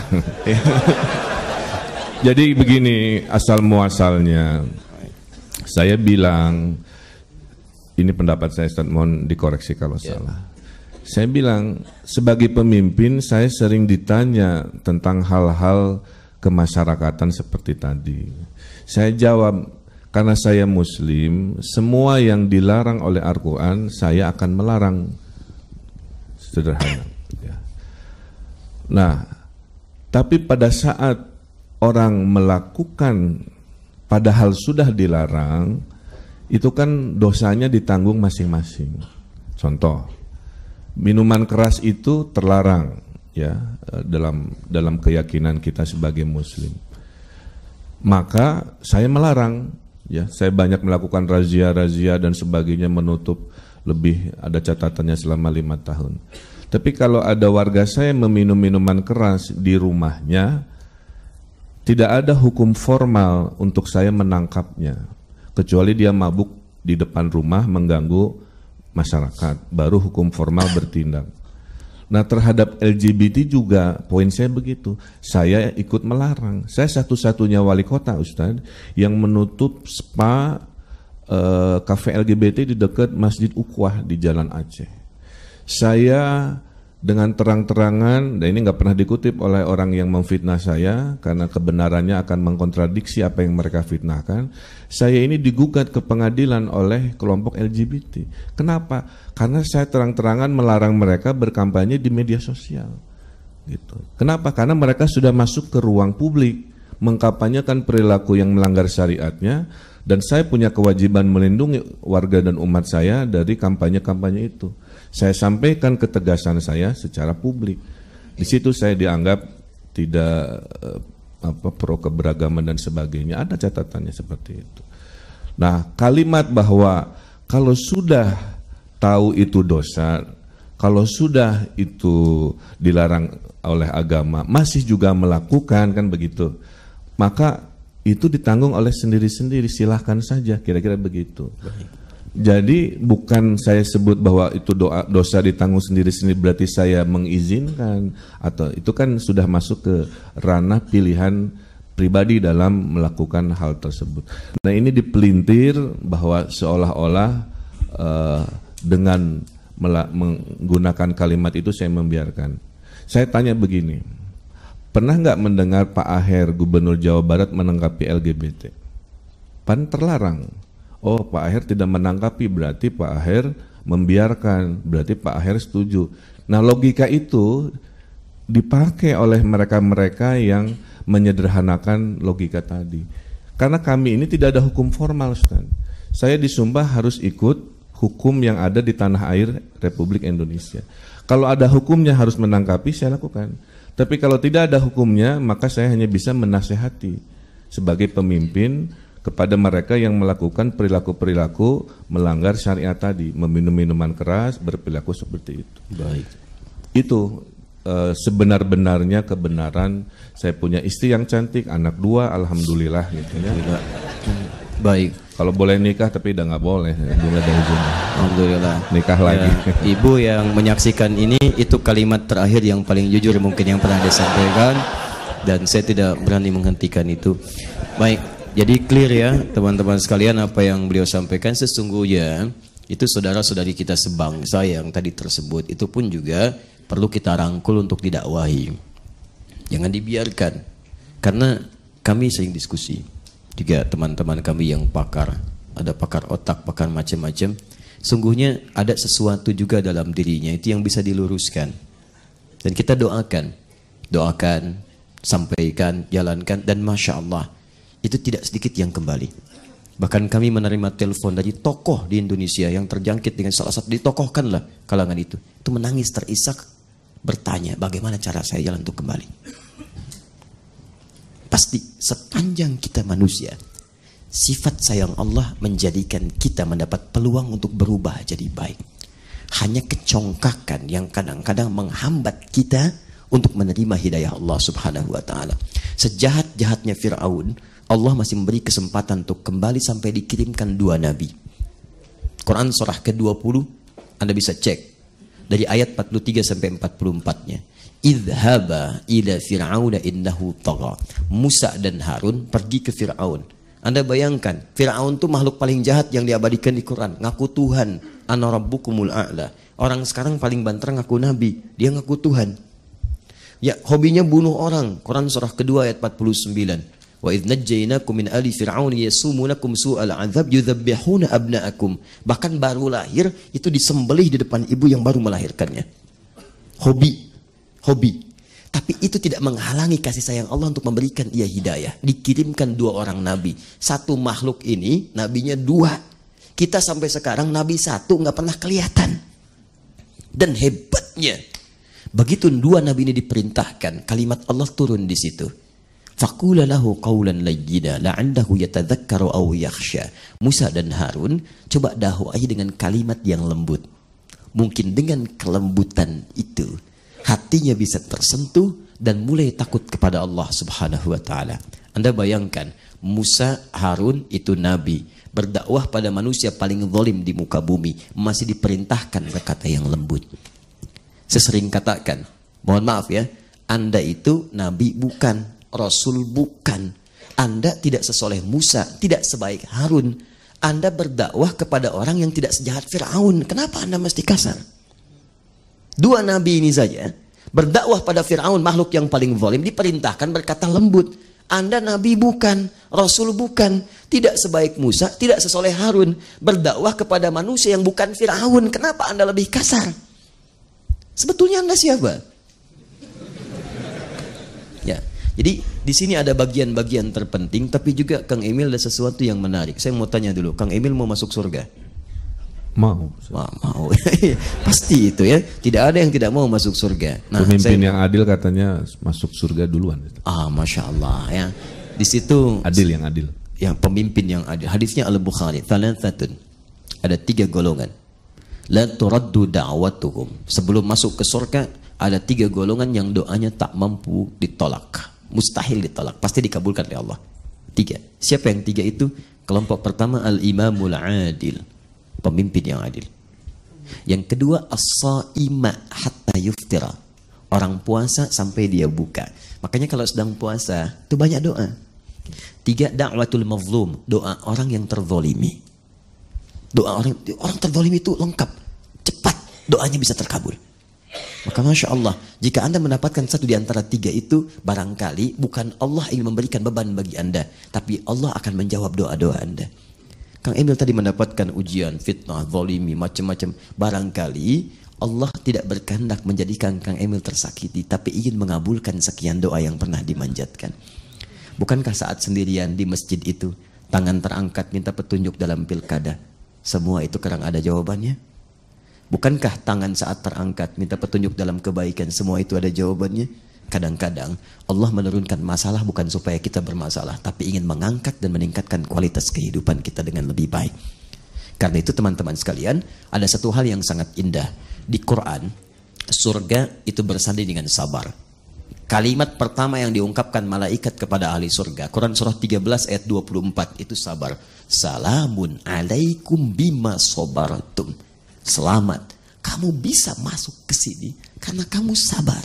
Jadi begini asal muasalnya. Saya bilang, ini pendapat saya Ustadz, mohon dikoreksi kalau salah. Saya bilang sebagai pemimpin saya sering ditanya tentang hal-hal kemasyarakatan seperti tadi. Saya jawab, karena saya Muslim, semua yang dilarang oleh Al-Quran saya akan melarang. Sederhana. Ya. Nah, tapi pada saat orang melakukan padahal sudah dilarang, itu kan dosanya ditanggung masing-masing. Contoh, minuman keras itu terlarang ya dalam keyakinan kita sebagai Muslim. Maka saya melarang, ya saya banyak melakukan razia-razia dan sebagainya, menutup lebih, ada catatannya selama 5 tahun. Tapi kalau ada warga saya meminum minuman keras di rumahnya, tidak ada hukum formal untuk saya menangkapnya, kecuali dia mabuk di depan rumah mengganggu masyarakat, baru hukum formal bertindak. Nah, terhadap LGBT juga poin saya begitu, saya ikut melarang. Saya satu-satunya wali kota, Ustadz, yang menutup spa kafe LGBT di dekat Masjid Ukwah di Jalan Aceh. Saya dengan terang-terangan, dan ini nggak pernah dikutip oleh orang yang memfitnah saya, karena kebenarannya akan mengkontradiksi apa yang mereka fitnahkan. Saya ini digugat ke pengadilan oleh kelompok LGBT. Kenapa? Karena saya terang-terangan melarang mereka berkampanye di media sosial. Gitu. Kenapa? Karena mereka sudah masuk ke ruang publik, mengkampanyekan perilaku yang melanggar syariatnya, dan saya punya kewajiban melindungi warga dan umat saya dari kampanye-kampanye itu. Saya sampaikan ketegasan saya secara publik. Di situ saya dianggap tidak pro keberagaman dan sebagainya. Ada catatannya seperti itu. Nah, kalimat bahwa kalau sudah tahu itu dosa, kalau sudah itu dilarang oleh agama, masih juga melakukan, kan begitu, maka itu ditanggung oleh sendiri-sendiri, silahkan saja, kira-kira begitu. Jadi bukan saya sebut bahwa itu dosa ditanggung sendiri-sendiri berarti saya mengizinkan, atau itu kan sudah masuk ke ranah pilihan pribadi dalam melakukan hal tersebut. Nah, ini dipelintir bahwa seolah-olah dengan menggunakan kalimat itu saya membiarkan. Saya tanya begini, pernah nggak mendengar Pak Aher, Gubernur Jawa Barat, menanggapi LGBT? Pan terlarang. Oh, Pak Aher tidak menanggapi, berarti Pak Aher membiarkan, berarti Pak Aher setuju. Nah, logika itu dipakai oleh mereka-mereka yang menyederhanakan logika tadi. Karena kami ini tidak ada hukum formal, Ustaz. Saya disumpah harus ikut hukum yang ada di tanah air Republik Indonesia. Kalau ada hukumnya harus menanggapi, saya lakukan. Tapi kalau tidak ada hukumnya, maka saya hanya bisa menasehati sebagai pemimpin kepada mereka yang melakukan perilaku-perilaku melanggar syariat tadi, meminum minuman keras, berperilaku seperti itu. Baik. Itu sebenar-benarnya kebenaran. Saya punya istri yang cantik, anak 2, alhamdulillah gitu ya. Baik. Kalau boleh nikah tapi udah nggak boleh, belum ada izin. Alhamdulillah. Nikah lagi. Ibu yang menyaksikan ini, itu kalimat terakhir yang paling jujur mungkin yang pernah disampaikan, dan saya tidak berani menghentikan itu. Baik. Jadi clear ya teman-teman sekalian apa yang beliau sampaikan. Sesungguhnya itu saudara-saudari kita sebangsa yang tadi tersebut, itu pun juga perlu kita rangkul untuk didakwahi. Jangan dibiarkan. Karena kami sering diskusi juga teman-teman kami yang pakar, ada pakar otak, pakar macam-macam. Sungguhnya ada sesuatu juga dalam dirinya itu yang bisa diluruskan. Dan kita doakan, sampaikan, jalankan, dan Masya Allah itu tidak sedikit yang kembali. Bahkan kami menerima telepon dari tokoh di Indonesia yang terjangkit dengan salah satu, ditokohkanlah kalangan itu menangis terisak, bertanya bagaimana cara saya jalan untuk kembali. Pasti sepanjang kita manusia, sifat sayang Allah menjadikan kita mendapat peluang untuk berubah jadi baik. Hanya kecongkakan yang kadang-kadang menghambat kita untuk menerima hidayah Allah Subhanahu wa taala. Sejahat-jahatnya Firaun, Allah masih memberi kesempatan untuk kembali sampai dikirimkan 2 nabi. Quran surah ke-20, Anda bisa cek dari ayat 43 sampai 44-nya. Idhaba ila fir'auna innahu tagha. Musa dan Harun pergi ke Firaun. Anda bayangkan, Firaun itu makhluk paling jahat yang diabadikan di Quran, ngaku Tuhan, ana rabbukumul a'la. Orang sekarang paling banter ngaku nabi, dia ngaku Tuhan. Ya, hobinya bunuh orang. Quran surah kedua ayat 49. Wa idh najjaynakum min ali fir'aun yasumunakum su'al 'adzab yudzabbihuna abna'akum. Bahkan baru lahir itu disembelih di depan ibu yang baru melahirkannya. Hobi. Tapi itu tidak menghalangi kasih sayang Allah untuk memberikan ia hidayah. Dikirimkan 2 orang nabi. Satu makhluk ini nabinya 2. Kita sampai sekarang nabi 1 nggak pernah kelihatan. Dan hebatnya, begitu 2 nabi ini diperintahkan, kalimat Allah turun di situ. Faqula lahu qawlan layyina la'allahu yatadzakkaru aw yakhsha. Musa dan Harun coba dakwai dengan kalimat yang lembut. Mungkin dengan kelembutan itu hatinya bisa tersentuh dan mulai takut kepada Allah Subhanahu wa taala. Anda bayangkan, Musa, Harun itu nabi, berdakwah pada manusia paling zalim di muka bumi, masih diperintahkan berkata yang lembut. Sesering katakan, mohon maaf ya, Anda itu nabi bukan, Rasul bukan. Anda tidak sesoleh Musa, tidak sebaik Harun. Anda berdakwah kepada orang yang tidak sejahat Fir'aun. Kenapa Anda mesti kasar? 2 nabi ini saja berdakwah pada Fir'aun, makhluk yang paling zalim, diperintahkan berkata lembut. Anda nabi bukan, Rasul bukan, tidak sebaik Musa, tidak sesoleh Harun. Berdakwah kepada manusia yang bukan Fir'aun. Kenapa Anda lebih kasar? Sebetulnya Anda siapa? Ya. Jadi di sini ada bagian-bagian terpenting, tapi juga Kang Emil ada sesuatu yang menarik. Saya mau tanya dulu, Kang Emil mau masuk surga? Mau. Mau. Pasti itu ya. Tidak ada yang tidak mau masuk surga. Nah, pemimpin yang adil katanya masuk surga duluan. Masya Allah ya. Di situ adil yang adil. Yang pemimpin yang adil. Hadisnya Al-Bukhari. Thalathatun. Ada 3 golongan. La turaddu da'watuhum. Sebelum masuk ke surga ada 3 golongan yang doanya tak mampu ditolak. Mustahil ditolak, pasti dikabulkan oleh Allah. 3. Siapa yang 3 itu? Kelompok pertama al-imamul adil, pemimpin yang adil. Yang kedua as-saima hatta yuftira, orang puasa sampai dia buka. Makanya kalau sedang puasa itu banyak doa. 3. Da'watul mazlum, doa orang yang terzalimi. Doa orang terzalimi itu lengkap, cepat doanya bisa terkabul. Maka Masya Allah, jika Anda mendapatkan satu di antara 3 itu, barangkali bukan Allah ingin memberikan beban bagi Anda, tapi Allah akan menjawab doa-doa Anda. Kang Emil tadi mendapatkan ujian, fitnah, zalimi, macam-macam. Barangkali Allah tidak berkehendak menjadikan Kang Emil tersakiti, tapi ingin mengabulkan sekian doa yang pernah dimanjatkan. Bukankah saat sendirian di masjid itu, tangan terangkat minta petunjuk dalam pilkada, semua itu kadang ada jawabannya? Bukankah tangan saat terangkat minta petunjuk dalam kebaikan, semua itu ada jawabannya? Kadang-kadang Allah menurunkan masalah bukan supaya kita bermasalah, tapi ingin mengangkat dan meningkatkan kualitas kehidupan kita dengan lebih baik. Karena itu teman-teman sekalian, ada satu hal yang sangat indah. Di Quran, surga itu bersanding dengan sabar. Kalimat pertama yang diungkapkan malaikat kepada ahli surga, Quran surah 13 ayat 24, itu sabar. Salamun alaikum bima sabartum. Selamat, kamu bisa masuk ke sini karena kamu sabar.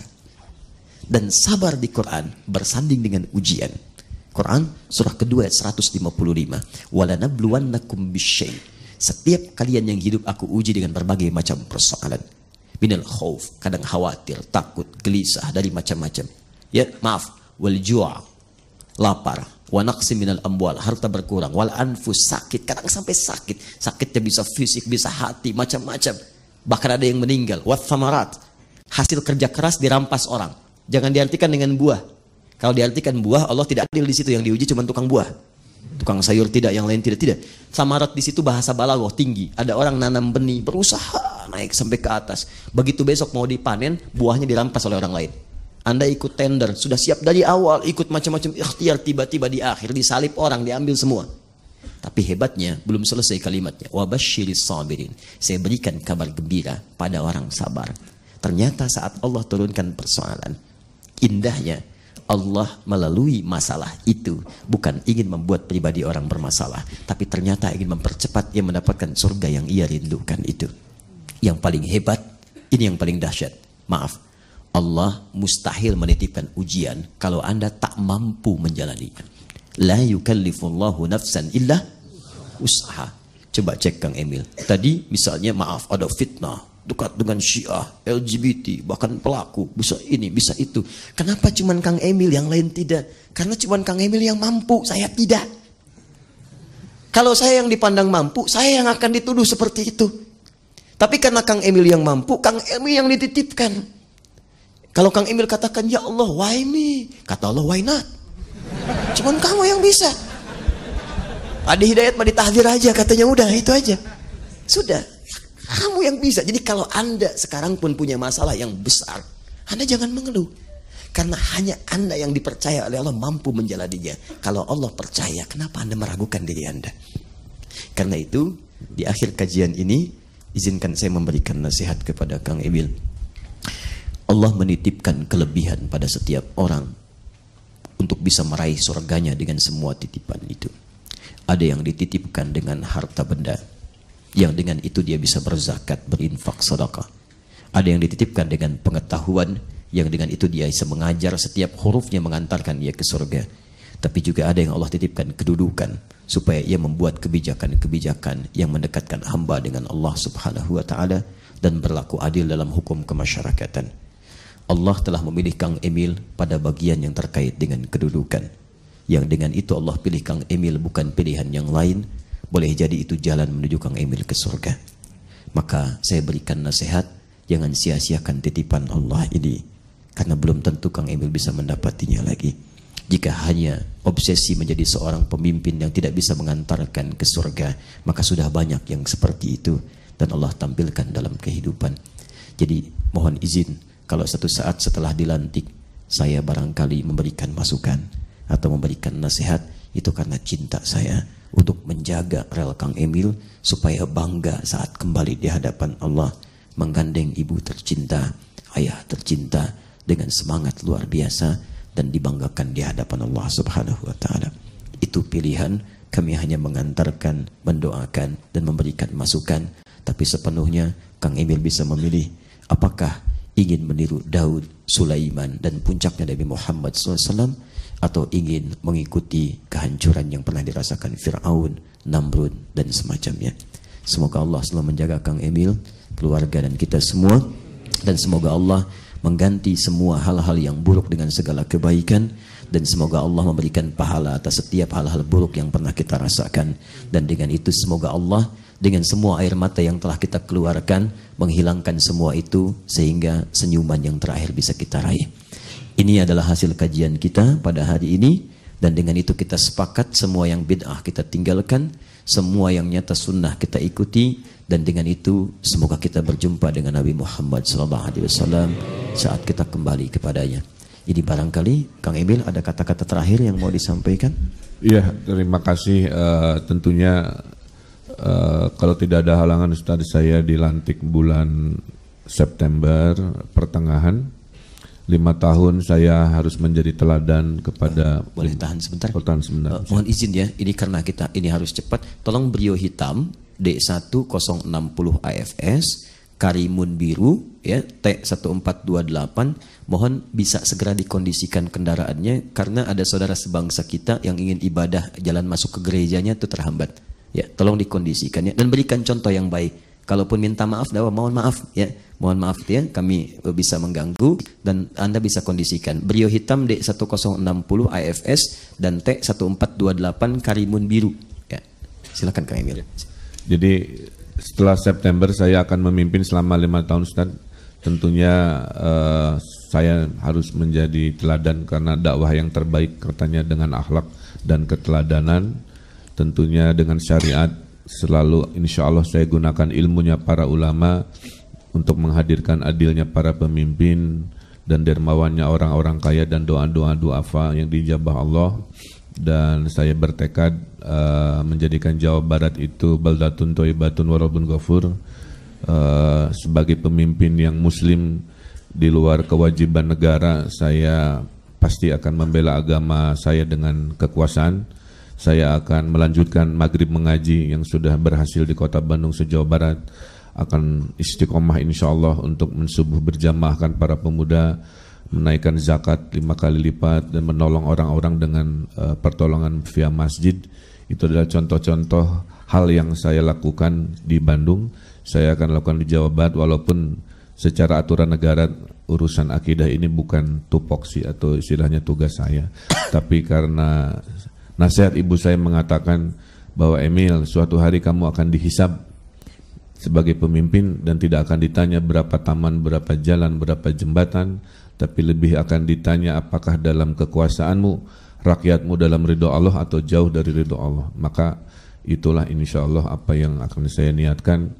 Dan sabar di Quran bersanding dengan ujian. Quran surah kedua ayat 155. Walanabluwannakum bisyai. Setiap kalian yang hidup aku uji dengan berbagai macam persoalan. Minal khauf, kadang khawatir, takut, gelisah dari macam-macam. Ya, maaf, wal ju'a, lapar. Wa naqsi minal amwal, harta berkurang. Wal anfus, sakit, kadang sampai sakit. Sakitnya bisa fisik, bisa hati, macam-macam. Bahkan ada yang meninggal. Wat thamarat, hasil kerja keras dirampas orang. Jangan diartikan dengan buah. Kalau diartikan buah, Allah tidak adil di situ. Yang diuji cuma tukang buah. Tukang sayur tidak, yang lain tidak. Thamarat di situ bahasa balaghah tinggi. Ada orang nanam benih, berusaha naik sampai ke atas. Begitu besok mau dipanen, buahnya dirampas oleh orang lain. Anda ikut tender, sudah siap dari awal, ikut macam-macam ikhtiar, tiba-tiba di akhir disalip orang, diambil semua. Tapi hebatnya, belum selesai kalimatnya. Wabasyiris sabirin. Saya berikan kabar gembira pada orang sabar. Ternyata saat Allah turunkan persoalan, indahnya Allah melalui masalah itu bukan ingin membuat pribadi orang bermasalah, tapi ternyata ingin mempercepat ia mendapatkan surga yang ia rindukan itu. Yang paling hebat, ini yang paling dahsyat. Maaf. Allah mustahil menitipkan ujian kalau Anda tak mampu menjalaninya. La yukallifullahu nafsan illa usaha. Coba cek Kang Emil. Tadi misalnya maaf ada fitnah, dekat dengan Syiah, LGBT, bahkan pelaku, bisa ini, bisa itu. Kenapa cuman Kang Emil yang lain tidak? Karena cuman Kang Emil yang mampu, saya tidak. Kalau saya yang dipandang mampu, saya yang akan dituduh seperti itu. Tapi karena Kang Emil yang mampu, Kang Emil yang dititipkan. Kalau Kang Emil katakan, ya Allah, why me? Kata Allah, why not? Cuman kamu yang bisa. Adi Hidayat mah ditahdir aja, katanya udah itu aja. Sudah, kamu yang bisa. Jadi kalau Anda sekarang pun punya masalah yang besar, Anda jangan mengeluh. Karena hanya Anda yang dipercaya oleh Allah mampu menjalaninya. Kalau Allah percaya, kenapa Anda meragukan diri Anda? Karena itu, di akhir kajian ini, izinkan saya memberikan nasihat kepada Kang Emil. Allah menitipkan kelebihan pada setiap orang untuk bisa meraih surganya dengan semua titipan itu. Ada yang dititipkan dengan harta benda, yang dengan itu dia bisa berzakat, berinfak, sedekah. Ada yang dititipkan dengan pengetahuan, yang dengan itu dia bisa mengajar, setiap hurufnya mengantarkan dia ke surga. Tapi juga ada yang Allah titipkan kedudukan, supaya ia membuat kebijakan-kebijakan yang mendekatkan hamba dengan Allah Subhanahu wa Ta'ala dan berlaku adil dalam hukum kemasyarakatan. Allah telah memilih Kang Emil pada bagian yang terkait dengan kedudukan. Yang dengan itu Allah pilih Kang Emil, bukan pilihan yang lain. Boleh jadi itu jalan menuju Kang Emil ke surga. Maka saya berikan nasihat, jangan sia-siakan titipan Allah ini. Karena belum tentu Kang Emil bisa mendapatinya lagi. Jika hanya obsesi menjadi seorang pemimpin yang tidak bisa mengantarkan ke surga, maka sudah banyak yang seperti itu. Dan Allah tampilkan dalam kehidupan. Jadi mohon izin, kalau satu saat setelah dilantik, saya barangkali memberikan masukan atau memberikan nasihat, itu karena cinta saya untuk menjaga rel Kang Emil supaya bangga saat kembali di hadapan Allah, menggandeng ibu tercinta, ayah tercinta dengan semangat luar biasa dan dibanggakan di hadapan Allah Subhanahu wa Ta'ala. Itu pilihan, kami hanya mengantarkan, mendoakan dan memberikan masukan, tapi sepenuhnya Kang Emil bisa memilih apakah ingin meniru Daud, Sulaiman dan puncaknya Nabi Muhammad SAW, atau ingin mengikuti kehancuran yang pernah dirasakan Fir'aun, Namrud dan semacamnya. Semoga Allah selalu menjaga Kang Emil, keluarga dan kita semua, dan semoga Allah mengganti semua hal-hal yang buruk dengan segala kebaikan, dan semoga Allah memberikan pahala atas setiap hal-hal buruk yang pernah kita rasakan. Dan dengan itu semoga Allah dengan semua air mata yang telah kita keluarkan menghilangkan semua itu, sehingga senyuman yang terakhir bisa kita raih. Ini adalah hasil kajian kita pada hari ini, dan dengan itu kita sepakat semua yang bid'ah kita tinggalkan, semua yang nyata sunnah kita ikuti, dan dengan itu semoga kita berjumpa dengan Nabi Muhammad SAW saat kita kembali kepadanya. Jadi barangkali Kang Emil ada kata-kata terakhir yang mau disampaikan? Iya, terima kasih. Tentunya kalau tidak ada halangan Ustaz, saya dilantik bulan September pertengahan. 5 tahun saya harus menjadi teladan kepada. Boleh tahan sebentar? Tahan sebentar. Mohon izin ya, ini karena kita ini harus cepat. Tolong brio hitam D1060 AFS, Karimun biru ya T1428. Mohon bisa segera dikondisikan kendaraannya, karena ada saudara sebangsa kita yang ingin ibadah, jalan masuk ke gerejanya itu terhambat. Ya, tolong dikondisikan ya, dan berikan contoh yang baik. Kalaupun minta maaf, mohon maaf ya, mohon maaf ya, kami bisa mengganggu, dan Anda bisa kondisikan brio hitam D1060 AFS dan T1428 Karimun biru ya. Silakan Kang Emil. Jadi setelah September saya akan memimpin selama 5 tahun Ustaz. Tentunya saya harus menjadi teladan, karena dakwah yang terbaik katanya dengan akhlak dan keteladanan, tentunya dengan syariat. Selalu insya Allah saya gunakan ilmunya para ulama untuk menghadirkan adilnya para pemimpin dan dermawannya orang-orang kaya, dan doa-doa duafa yang dijabah Allah. Dan saya bertekad menjadikan Jawa Barat itu baldatun thayyibatun wa rabbun ghafur, sebagai pemimpin yang muslim di luar kewajiban negara. Saya pasti akan membela agama saya dengan kekuasaan. Saya akan melanjutkan maghrib mengaji yang sudah berhasil di kota Bandung se-Jawa Barat. Akan istiqomah insya Allah untuk mensubuh berjamaahkan para pemuda, menaikkan zakat 5 kali lipat, dan menolong orang-orang dengan pertolongan via masjid. Itu adalah contoh-contoh hal yang saya lakukan di Bandung, saya akan lakukan di Jawa Barat, walaupun secara aturan negara urusan akidah ini bukan tupoksi atau istilahnya tugas saya. Tapi karena nasihat ibu saya mengatakan bahwa Emil, suatu hari kamu akan dihisab sebagai pemimpin dan tidak akan ditanya berapa taman, berapa jalan, berapa jembatan, tapi lebih akan ditanya apakah dalam kekuasaanmu, rakyatmu dalam ridho Allah atau jauh dari ridho Allah. Maka itulah insya Allah apa yang akan saya niatkan.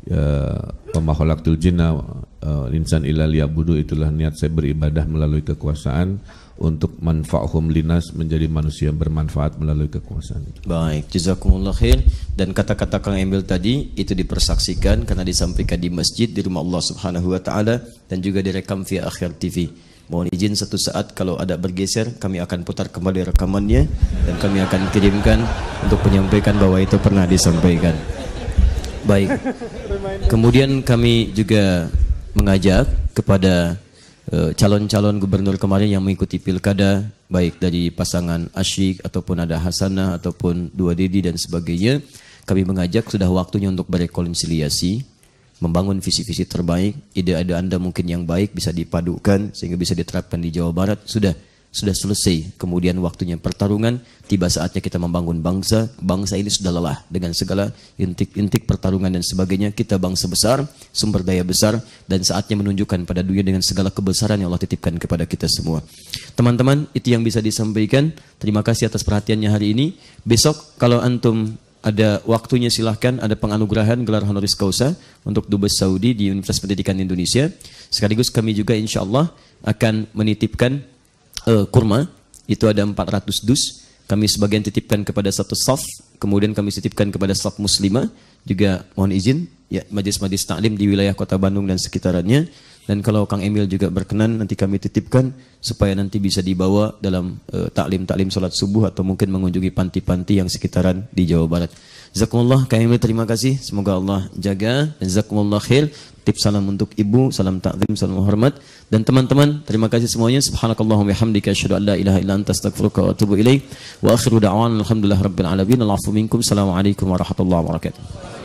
Wa khalaqtul jinna insan illa liya'budu, itulah niat saya beribadah melalui kekuasaan untuk manfa'hum linas, menjadi manusia bermanfaat melalui kekuasaan itu. Baik, jazakumullah khair. Dan kata-kata Kang Emil tadi itu dipersaksikan karena disampaikan di masjid di rumah Allah Subhanahu wa taala dan juga direkam via Akhir TV. Mohon izin satu saat kalau ada bergeser kami akan putar kembali rekamannya dan kami akan kirimkan untuk menyampaikan bahwa itu pernah disampaikan. Baik. Kemudian kami juga mengajak kepada calon-calon gubernur kemarin yang mengikuti pilkada, baik dari pasangan Asyik ataupun ada Hasanah ataupun Dua Dedi dan sebagainya, kami mengajak sudah waktunya untuk berrekonsiliasi, membangun visi-visi terbaik, ide-ide Anda mungkin yang baik bisa dipadukan sehingga bisa diterapkan di Jawa Barat. Sudah selesai, kemudian waktunya pertarungan, tiba saatnya kita membangun bangsa. Bangsa ini sudah lelah dengan segala intik-intik pertarungan dan sebagainya. Kita bangsa besar, sumber daya besar, dan saatnya menunjukkan pada dunia dengan segala kebesaran yang Allah titipkan kepada kita semua. Teman-teman, itu yang bisa disampaikan. Terima kasih atas perhatiannya hari ini. Besok kalau antum ada waktunya silahkan, ada penganugerahan gelar honoris causa untuk Dubes Saudi di Universitas Pendidikan Indonesia. Sekaligus kami juga insya Allah akan menitipkan kurma, itu ada 400 dus. Kami sebagian titipkan kepada satu saf, kemudian kami titipkan kepada saf muslimah. Juga mohon izin ya majlis-majlis taklim di wilayah Kota Bandung dan sekitarnya. Dan kalau Kang Emil juga berkenan, nanti kami titipkan supaya nanti bisa dibawa dalam taklim-taklim sholat subuh atau mungkin mengunjungi panti-panti yang sekitaran di Jawa Barat. Jazakumullah, Kang Emil terima kasih. Semoga Allah jaga. Jazakumullah khair. Tip salam untuk ibu, salam takzim, salam hormat. Dan teman-teman, terima kasih semuanya. Subhanakallahumma bihamdika asyhadu an la ilaha illa anta astaghfiruka wa atubu ilaik. Wa akhiru da'wana alhamdulillahi rabbil alamin. Al'afu minkum. Assalamualaikum warahmatullahi wabarakatuh.